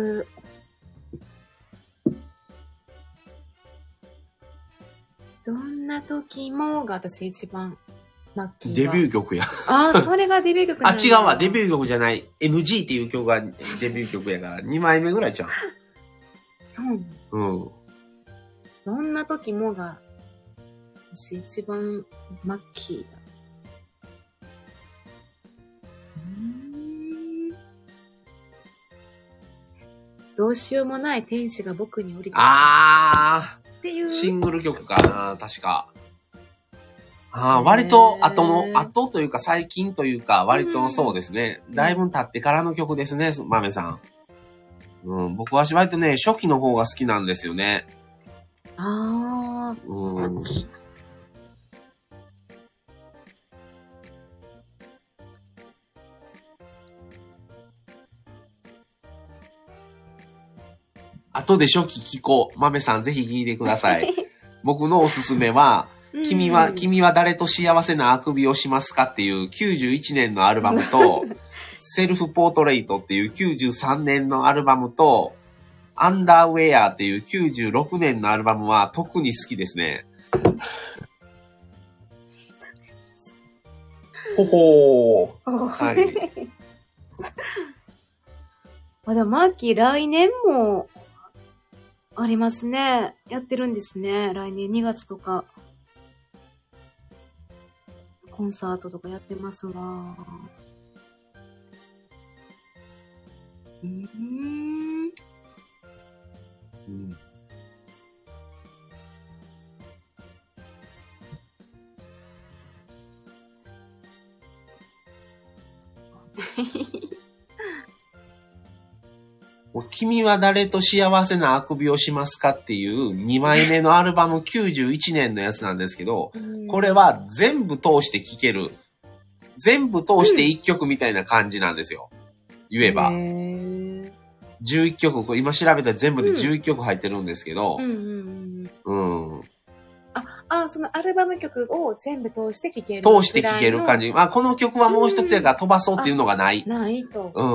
どんな時もが私一番マッキーデビュー曲や。 ああ、それがデビュー曲なんだ。 あ、違うわ。デビュー曲じゃない。エヌジー っていう曲がデビュー曲やから、にまいめぐらいじゃん。 そう。 うん。 どんな時もが、私一番マッキーだ。うーん。どうしようもない天使が僕に降りてくる。 あー。 っていうシングル曲かな、確か。ああ、割と後の、後というか最近というか、割とそうですね。だいぶ経ってからの曲ですね、豆さん。うん、僕は割とね、初期の方が好きなんですよね。 ああ。 うん。後で初期聞こう。豆さんぜひ聞いてください。僕のおすすめは、君は、君は誰と幸せなあくびをしますかっていうきゅうじゅういちねんのアルバムと、セルフポートレイトっていうきゅうじゅうさんねんのアルバムと、アンダーウェアっていうきゅうじゅうろくねんのアルバムは特に好きですね。ほほー。はい。 あ、でもマーキー来年もありますね。やってるんですね。来年にがつとか。コンサートとかやってますわ。うーん。うん。 君は誰と幸せなあくびをしますかっていうにまいめのアルバムきゅうじゅういちねんのやつなんですけど、これは全部通して聴ける。全部通していっきょくみたいな感じなんですよ。言えば。じゅういっきょく、今調べたら全部でじゅういっきょく入ってるんですけど、うん。うんうん、 あ、あ、そのアルバム曲を全部通して聴ける。 通して聴ける感じ。まあ、この曲はもう一つやから飛ばそうっていうのがない。 ないと。 うん。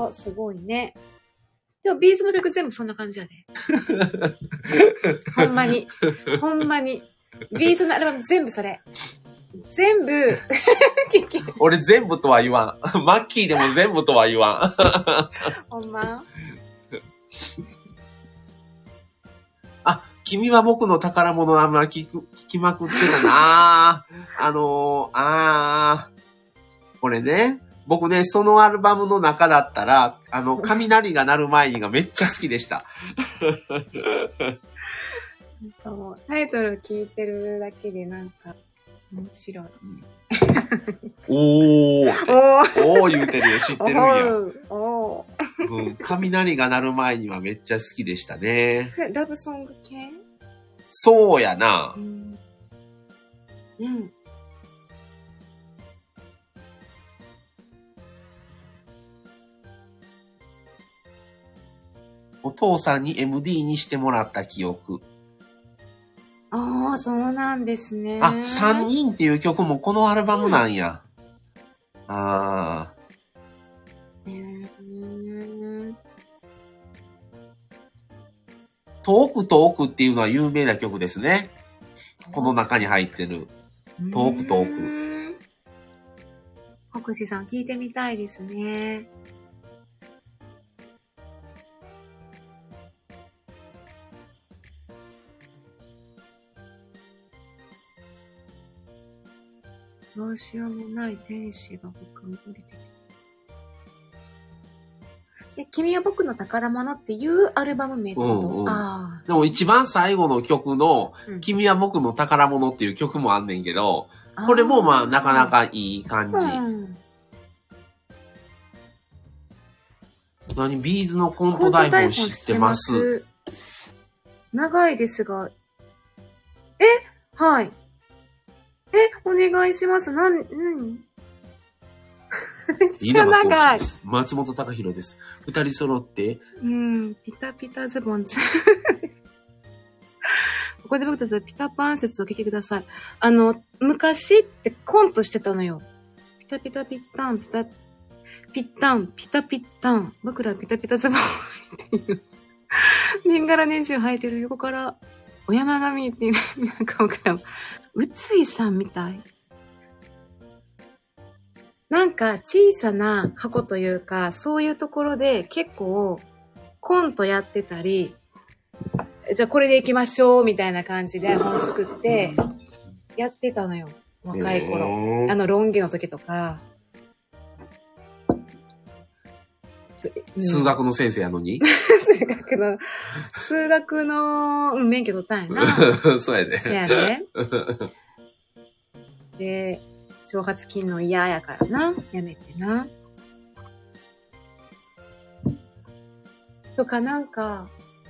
あ、すごいね。でもビーズの曲全部そんな感じやね。ほんまに。ほんまに。ビーズのアルバム全部それ。全部。 俺全部とは言わん。マッキーでも全部とは言わん。ほんまあ、君は僕の宝物あんま聞く、聞きまくってたなあのー、あー。これね。僕ね、そのアルバムの中だったら、あの、雷が鳴る前にがめっちゃ好きでした。 タイトル聞いてるだけでなんか、面白い。 おーって。おー言うてるよ。知ってるんや。 おー、 うん。雷が鳴る前にはめっちゃ好きでしたね。 それラブソング系？ そうやな。うん。 うん。 お父さんに エムディー にしてもらった記憶。 ああ、そうなんですね。 あ、さんにんっていう曲もこのアルバムなんや。うん、ああ。へー。遠く遠くっていうのは有名な曲ですね。この中に入ってる。遠く遠く。 国士さん聞いてみたいですね。どうしようもない天使が僕に降りてきた。え、君は僕の宝物っていうアルバム名ってこと？うんうん、あでも一番最後の曲の、うん、君は僕の宝物っていう曲もあんねんけど、これもまあなかなかいい感じ。うん、何ビーズのコント台本知ってます？ 長いですが。え？はい。え、お願いします。なん、なにめっちゃ長い。 松本隆弘です。二人揃って。 うん、ピタピタズボンツ。ここで僕たちはピタパン説をお聞きください。あの、昔ってコントしてたのよ。ピタピタピッタン、ピタ、ピッタン、ピタピッタン。僕らピタピタズボンっていう。年がら年中生えてる横から、お山神っていう、なんか僕ら、うついさんみたい。なんか小さな箱というか、そういうところで結構コントやってたり、じゃあこれで行きましょうみたいな感じで本作ってやってたのよ。若い頃。あのロン毛の時とか。 うん、数学の先生やのに数学の、数学の、うん、免許取ったんやな。 そうやで。 そうやで。で、長髪切るの嫌やからな。やめてな。とかなんか、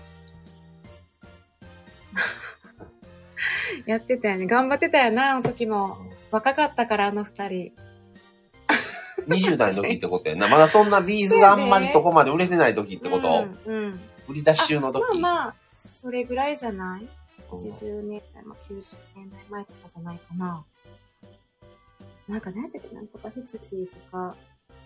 やってたよね。頑張ってたよな、あの時も。若かったから、あの二人。 にじゅう代の時ってことやな。まだそんなビーズがあんまりそこまで売れてない時ってこと、うんうん、売り出し中の時。 まあまあ、それぐらいじゃない ?はちじゅうねんだい、まあ、きゅうじゅうねんだいまえとかじゃないかな。なんか何やったっけ、なんとか羊とか。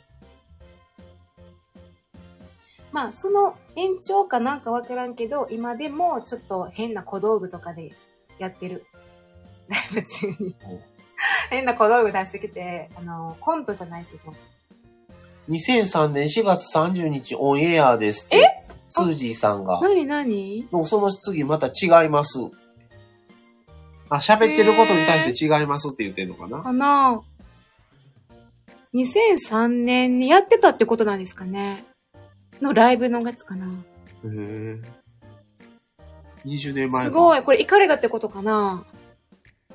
まあ、その延長かなんかわからんけど、今でもちょっと変な小道具とかでやってる。ライブ中に。変な小道具出してきて、あの、コントじゃないけど。 にせんさんねんしがつさんじゅうにちオンエアですって。え？スージーさんが。 なになに？ もうその次また違います。あ、喋ってることに対して違いますって言ってんのかな？ かな？にせんさんねんにやってたってことなんですかね。のライブのやつかな。へぇにじゅうねんまえ。 すごい。これ、イカレだってことかな。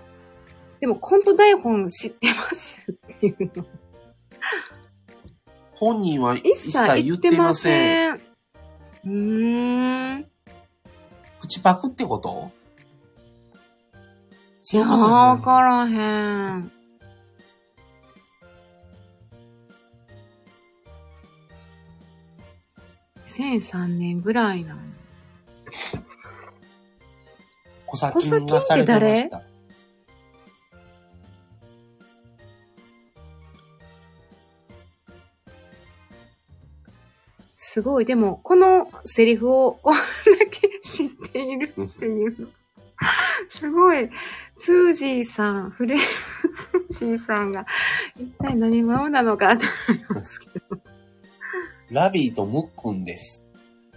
でも、コント台本知ってますっていうの。 本人は一切言ってません。 うーん。 口パクってこと？ いや、わからへん。にせんさんねんぐらいなの。 コサキンがされてました。 すごい。でも、このセリフをこんだけ知っているっていうの。すごい。ツージーさん、フレームツージーさんが一体何者なのかと思いますけど。 ラビーとムックンです。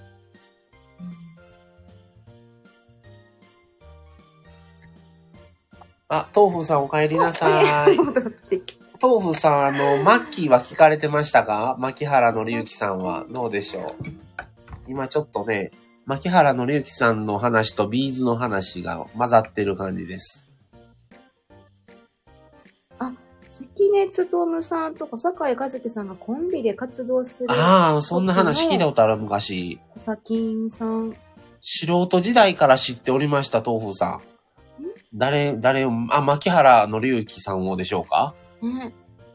あ、豆腐さんお帰りなさい。 戻ってきた。 豆腐さん、あの、マッキーは聞かれてましたか？牧原の之さんはどうでしょう？今ちょっとね、牧原の之さんの話とビーズの話が混ざってる感じです。 あ、関根勤さんとか坂井和樹さんがコンビで活動する。 ああ、そんな話聞いたことある昔。 コサキンさん。 素人時代から知っておりました、豆腐さん。誰、誰、あ、牧原の之さんをでしょうか？ ね。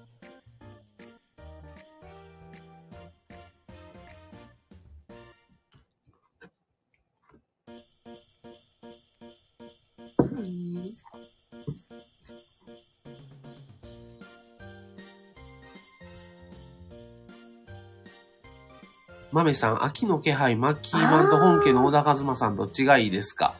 豆さん、秋の気配、マッキーマンと本家の小田和馬さんどっちがいいですか？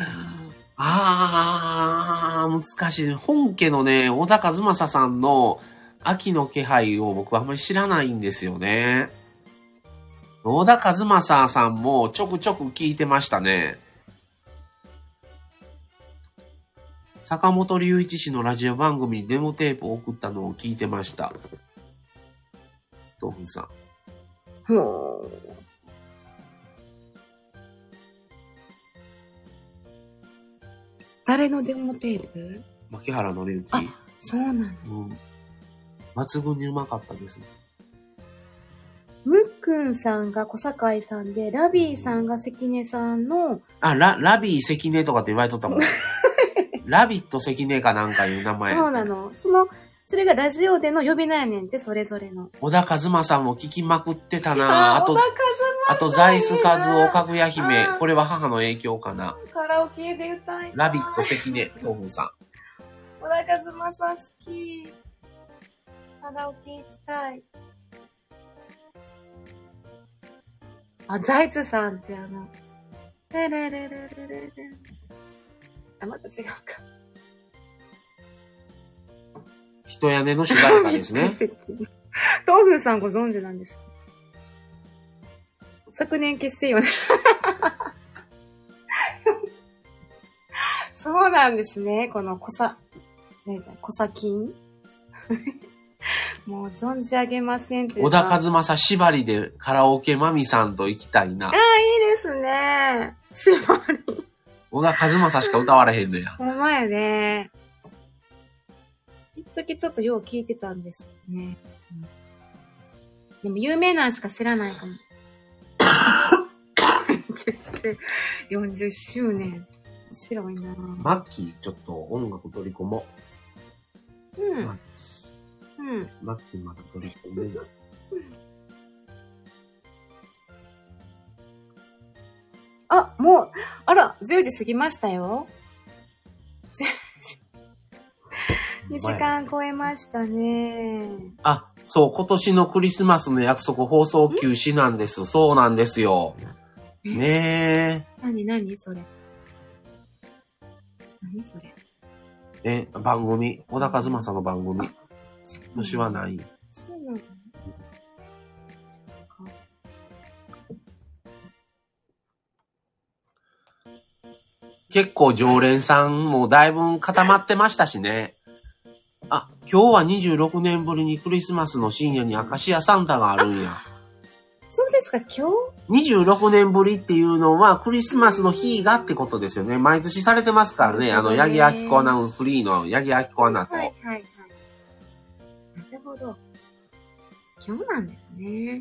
あー、難しい。本家のね、小田和正さんの秋の気配を僕はあんまり知らないんですよね。小田和正さんもちょくちょく聞いてましたね。坂本龍一氏のラジオ番組にデモテープを送ったのを聞いてました。豆腐さん。 ほう。誰のデモテープ？ 牧原の之。 あ、そうなの。 うん。抜群にうまかったですね。 ムックンさんが小堺さんで、ラビーさんが関根さんの。 あ、ラ、ラビー関根とかって言われとったもん。ラビット関根かなんかいう名前、 ね。そうなの。その、それがラジオでの呼び名やねんって、それぞれの。 小田和正さんも聞きまくってたな。あと、あと、ザイスカズオ、かぐや姫。これは母の影響かな。 カラオケで歌いたい。 ラビット関根、豆腐さん。 小田和正好き。カラオケ行きたい。あ、ザイツさんってあの、レレレレレレレ。あ、また違うか。 人屋根の主題歌ですね。 豆腐さんご存知なんです。昨年結成よね。そうなんですね。このコサ、コサキンもう存じ上げませんというか。 小田和正縛りでカラオケマミさんと行きたいな。 ああ、いいですね。縛り。 小田和正しか歌われへんのや。 ほんまやね。一時ちょっとよう聞いてたんですよね。でも有名なんしか知らないかも。結成よんじゅっしゅうねん。面白いな。 マッキー、ちょっと音楽取り込もう。うん。 マッキー。 うん。 マッキーまだ取り込めない。 あ、もう、あら、じゅうじ過ぎましたよ。じゅうじ。にじかん超えましたね。 あ、そう、今年のクリスマスの約束放送休止なんです。そうなんですよ。ねえ。 なになにそれ。なにそれ。 え、番組。小田和正の番組。今年はない。 そうなの？ 結構常連さんもだいぶ固まってましたしね。あ、今日はにじゅうろくねんぶりにクリスマスの深夜にアカシアサンタがあるんや。 そうですか、今日 ? にじゅうろくねんぶりっていうのはクリスマスの日がってことですよね。毎年されてますからね。あの、八木亜希子アナウンフリーの八木亜希子アナと。 はいはいはい。なるほど。 今日なんですね。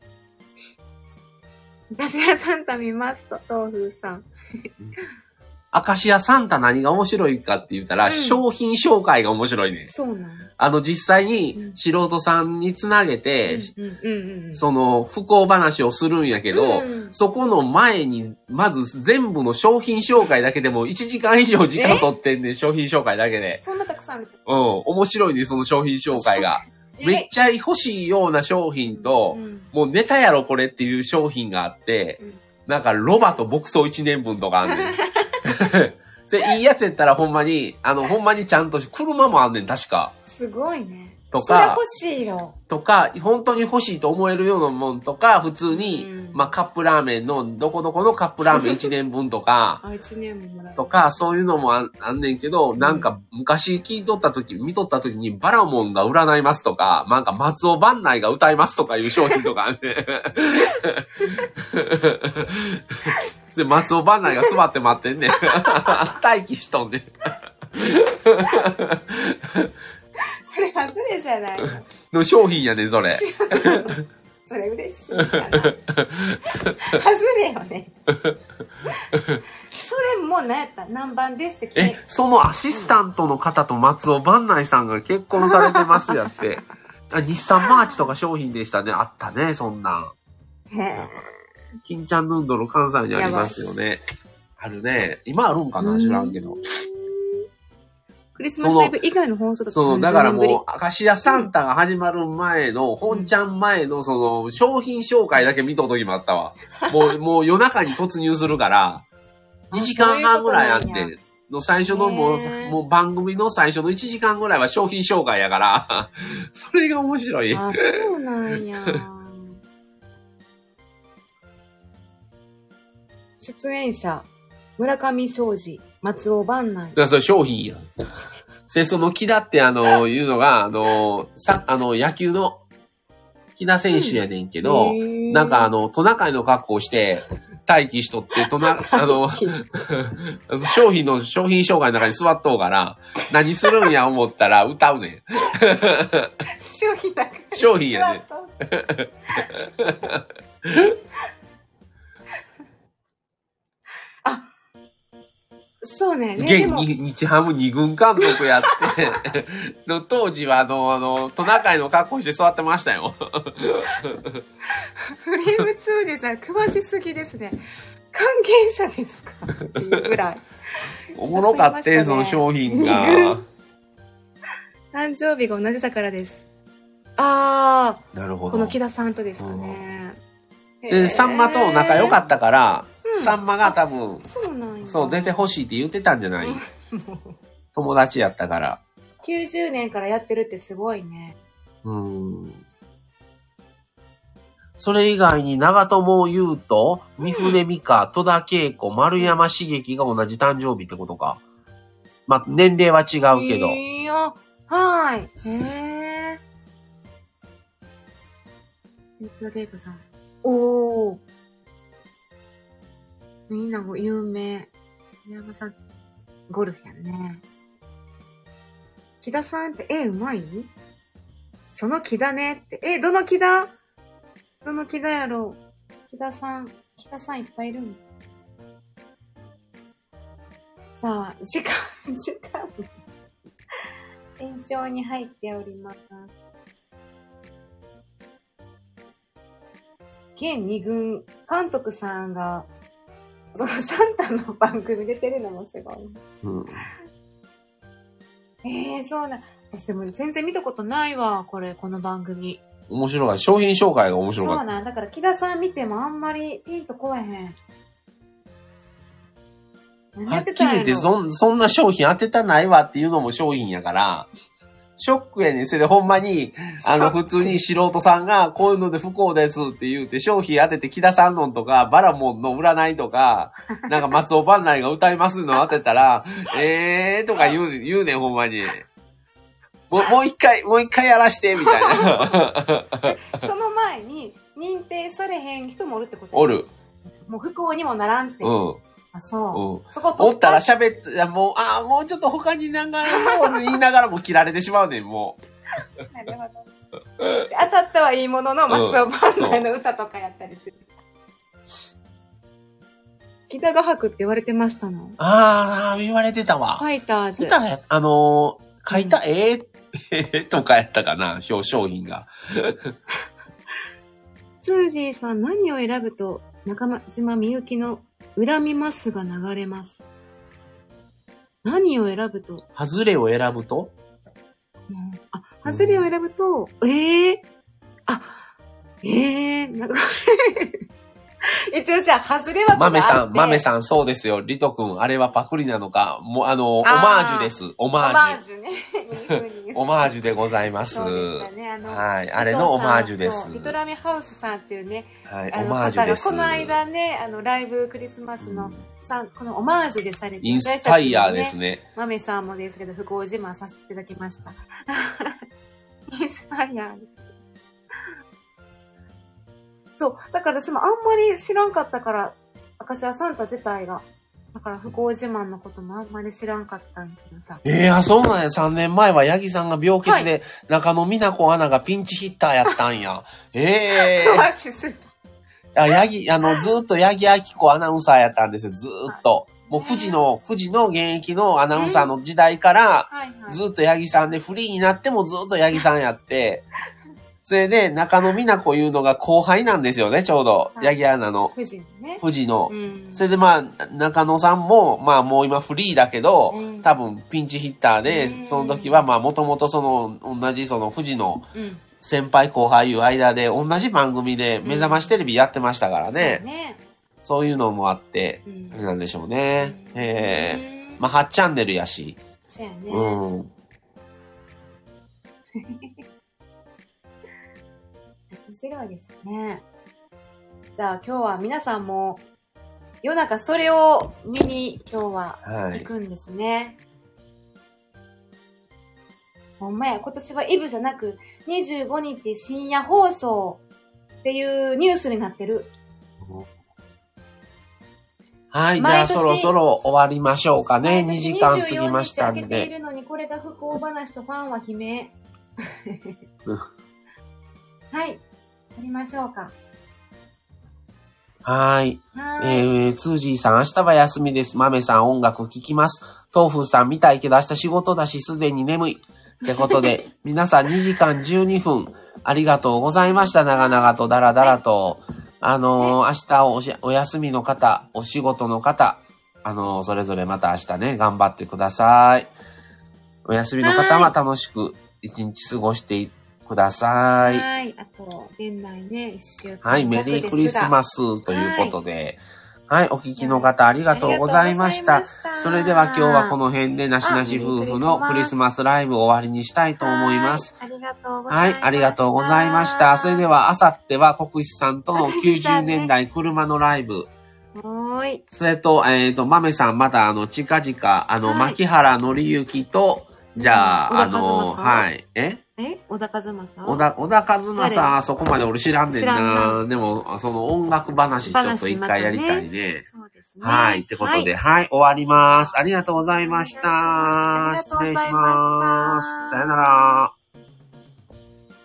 アカシアサンタ見ますと、豆腐さん。 アカシアサンタ何が面白いかって言ったら、うん、商品紹介が面白いね。 そうなの。 あの、実際に素人さんにつなげて、その、不幸話をするんやけど、うん、そこの前に、まず全部の商品紹介だけでもいちじかん以上時間取ってんねん、商品紹介だけで。 そんなたくさんある。 うん、面白いね、その商品紹介が。めっちゃ欲しいような商品と、うん、もうネタやろこれっていう商品があって、うん、なんかロバと牧草いちねんぶんとかあんねん。それいいやつやったらほんまに、あの、ほんまにちゃんと車もあんねん、確か。 すごいね。 とか、 それ欲しいよ。 とか、本当に欲しいと思えるようなもんとか、普通に、うん、まあカップラーメンの、どこどこのカップラーメンいちねんぶんとか、 あ、いちねんぶんもらう。 とか、そういうのも あ, あんねんけど、うん、なんか昔聞いとった時、見とった時にバラモンが占いますとか、なんか松尾伴内が歌いますとかいう商品とかあんねん。で、松尾伴内が座って待ってんねん。待機しとんねん。 それ外れじゃないの。 の商品やねん、それ。 それ嬉しいかな。外れよね。それも何やった何番ですって聞いて。 え、そのアシスタントの方と松尾伴内さんが結婚されてますやって。あ、日産マーチとか商品でしたね。あったね、そんなん。へぇ。金ちゃんヌードル関西にありますよね。あるね。今あるんかな知らんけど。 クリスマスイブ以外の放送だとそう、だからもう、アカシアサンタが始まる前の、うん、本ちゃん前のその、商品紹介だけ見とる時もあったわ。もう、もう夜中に突入するから、にじかんはんぐらいあって、の最初のもう、もう番組の最初のいちじかんぐらいは商品紹介やから、それが面白い。 あ、そうなんや。出演者、村上昌司、松尾伴内。 いや、それ商品や。で、その木田ってあの、いうのが、あの、さ、あの、野球の木田選手やねんけど、うん、なんかあの、トナカイの格好して、待機しとって、トナ、あの、商品の、商品紹介の中に座っとうから、何するんや思ったら歌うねん。 商品だから。 商品やねん。 そうね。 現に日ハム二軍監督やって、の当時はあの、あの、トナカイの格好して座ってましたよ。 フレームツーでさ、詳しすぎですね。関係者ですかっていうぐらい。 おもろかって、ね、その商品が。 誕生日が同じだからです。ああ。 なるほど。 この木田さんとですかね。 で、さんまと仲良かったから、さんまが多分、 そうなんや。 そう、出てほしいって言ってたんじゃない友達やったから。 きゅうじゅうねんからやってるってすごいね。 うん。それ以外に長友佑都、三船美佳、戸田恵子、丸山茂樹が同じ誕生日ってことか。まあ、年齢は違うけど。 いや、はい。へぇー。戸田恵子さん。おー。みんなも有名。宮川さん、ゴルフやね。木田さんって絵うまい？その木だねって。え、どの木だ？どの木だやろう？木田さん、木田さんいっぱいいるの？さあ、時間、時間。延長に入っております。現二軍監督さんが、そのサンタの番組出てるのもすごい。うん、ええー、そうな。私でも全然見たことないわ、これ、この番組。 面白かった。商品紹介が面白かった。 そうなん。だから、木田さん見てもあんまりピンとこえへん。 はっきり言ってそ、そんな商品当てたないわっていうのも商品やから、ショックやねん。それでほんまに、あの、普通に素人さんが、こういうので不幸ですって言うて、商品当てて、木田さんのとか、バラモンの占いとか、なんか松尾伴内が歌いますの当てたら、えーとか言う、言うねん、ほんまに。もう、もう一回、もう一回やらして、みたいな。 その前に、認定されへん人もおるってことおる。 もう不幸にもならんって。うん。あ、そう。うん、そこおったら喋って、もう、ああ、もうちょっと他になんか、もう言いながらも切られてしまうねん、もう。 なるほど。 当たったはいいものの、松尾伴内の歌とかやったりする。北画伯って言われてましたの？ ああ、言われてたわ。 ファイターズ。 歌や、あのー、書いた絵、うん、とかやったかな、表商品が。 スージーさん、何を選ぶと中島みゆきの恨みますが流れます。何を選ぶと？ 外れを選ぶと、 うん、あ、外れを選ぶと、うん、ええー、あ、ええー、なんか一応じゃあ、外れは豆さん、豆さん、そうですよ。リト君、あれはパクリなのか、もう、あの、オマージュです。オマージュ。オマージュね。オマージュでございます。そうでしたね。あの、はい。あれのオマージュです。 リトラミハウスさんっていうね、 はい、オマージュです。 この間ね、あの、ライブクリスマスの、さん、このオマージュでされて、 インスパイアーですね。 豆さんもですけど、不幸自慢させていただきました。インスパイアーです。そう。だから私もあんまり知らんかったから、明石家サンタ自体が。だから不幸自慢のこともあんまり知らんかったんだけどさ。 ええー、あ、そうなんや。さんねんまえはヤギさんが病欠で、はい、中野美奈子アナがピンチヒッターやったんや。ええー。 マジすぎ。 あ、ヤギ、あの、ずーっとヤギアキコアナウンサーやったんですよ。ずーっと。もう富士の、富士の現役のアナウンサーの時代から、ずーっとヤギさんでフリーになってもずーっとヤギさんやって、それで、中野美奈子いうのが後輩なんですよね、ちょうど。はい、ヤギアナの。 富士のね。 富士の。うん、それでまあ、中野さんも、まあもう今フリーだけど、うん、多分ピンチヒッターで、うん、その時はまあもともとその、同じその富士の先輩後輩いう間で、同じ番組で目覚ましテレビやってましたからね。うん、そうね、そういうのもあって、あれなんでしょうね。うん、ええー、まあはちチャンネルやし。 そうやね。 うん。 面白いですね。じゃあ今日は皆さんも夜中それを見に今日は行くんですね。はい、ほんまや、今年はイブじゃなくにじゅうごにち深夜放送っていうニュースになってる。 はい、じゃあそろそろ終わりましょうかね。にじかん過ぎましたんで。にじゅうよっかけているのにこれが不幸話とファンは悲鳴。はい。やりましょうか。はい。はい。えー、ツージーさん、明日は休みです。豆さん、音楽聴きます。豆腐さん、見たいけど明日仕事だし、すでに眠い。ってことで、皆さんにじかんじゅうにふん、ありがとうございました。長々と、だらだらと。あのー、明日おしお休みの方、お仕事の方、あのー、それぞれまた明日ね、頑張ってください。お休みの方は楽しく一日過ごしていってください。 はい。あと、年内ね、一週間。 はい。メリークリスマスということで。はい、はい。お聞きの方ありがとうございました。それでは今日はこの辺でなしなし夫婦のクリスマスライブを終わりにしたいと思います。 はい。ありがとうございました。はい。 ありがとうございました。それでは、あさっては国士さんとのきゅうじゅうねんだい車のライブ。 はい。 それと、えっと、豆さんまたあの、近々、あの、はい、牧原紀之と、じゃあ、あの、はい。ええ小田和正小田、小田和正、そこまで俺知らんねんな。でも、その音楽話ちょっと一回やりたいね。 そうですね。 はい。ってことで、はい、終わります。ありがとうございました。失礼します。さよなら。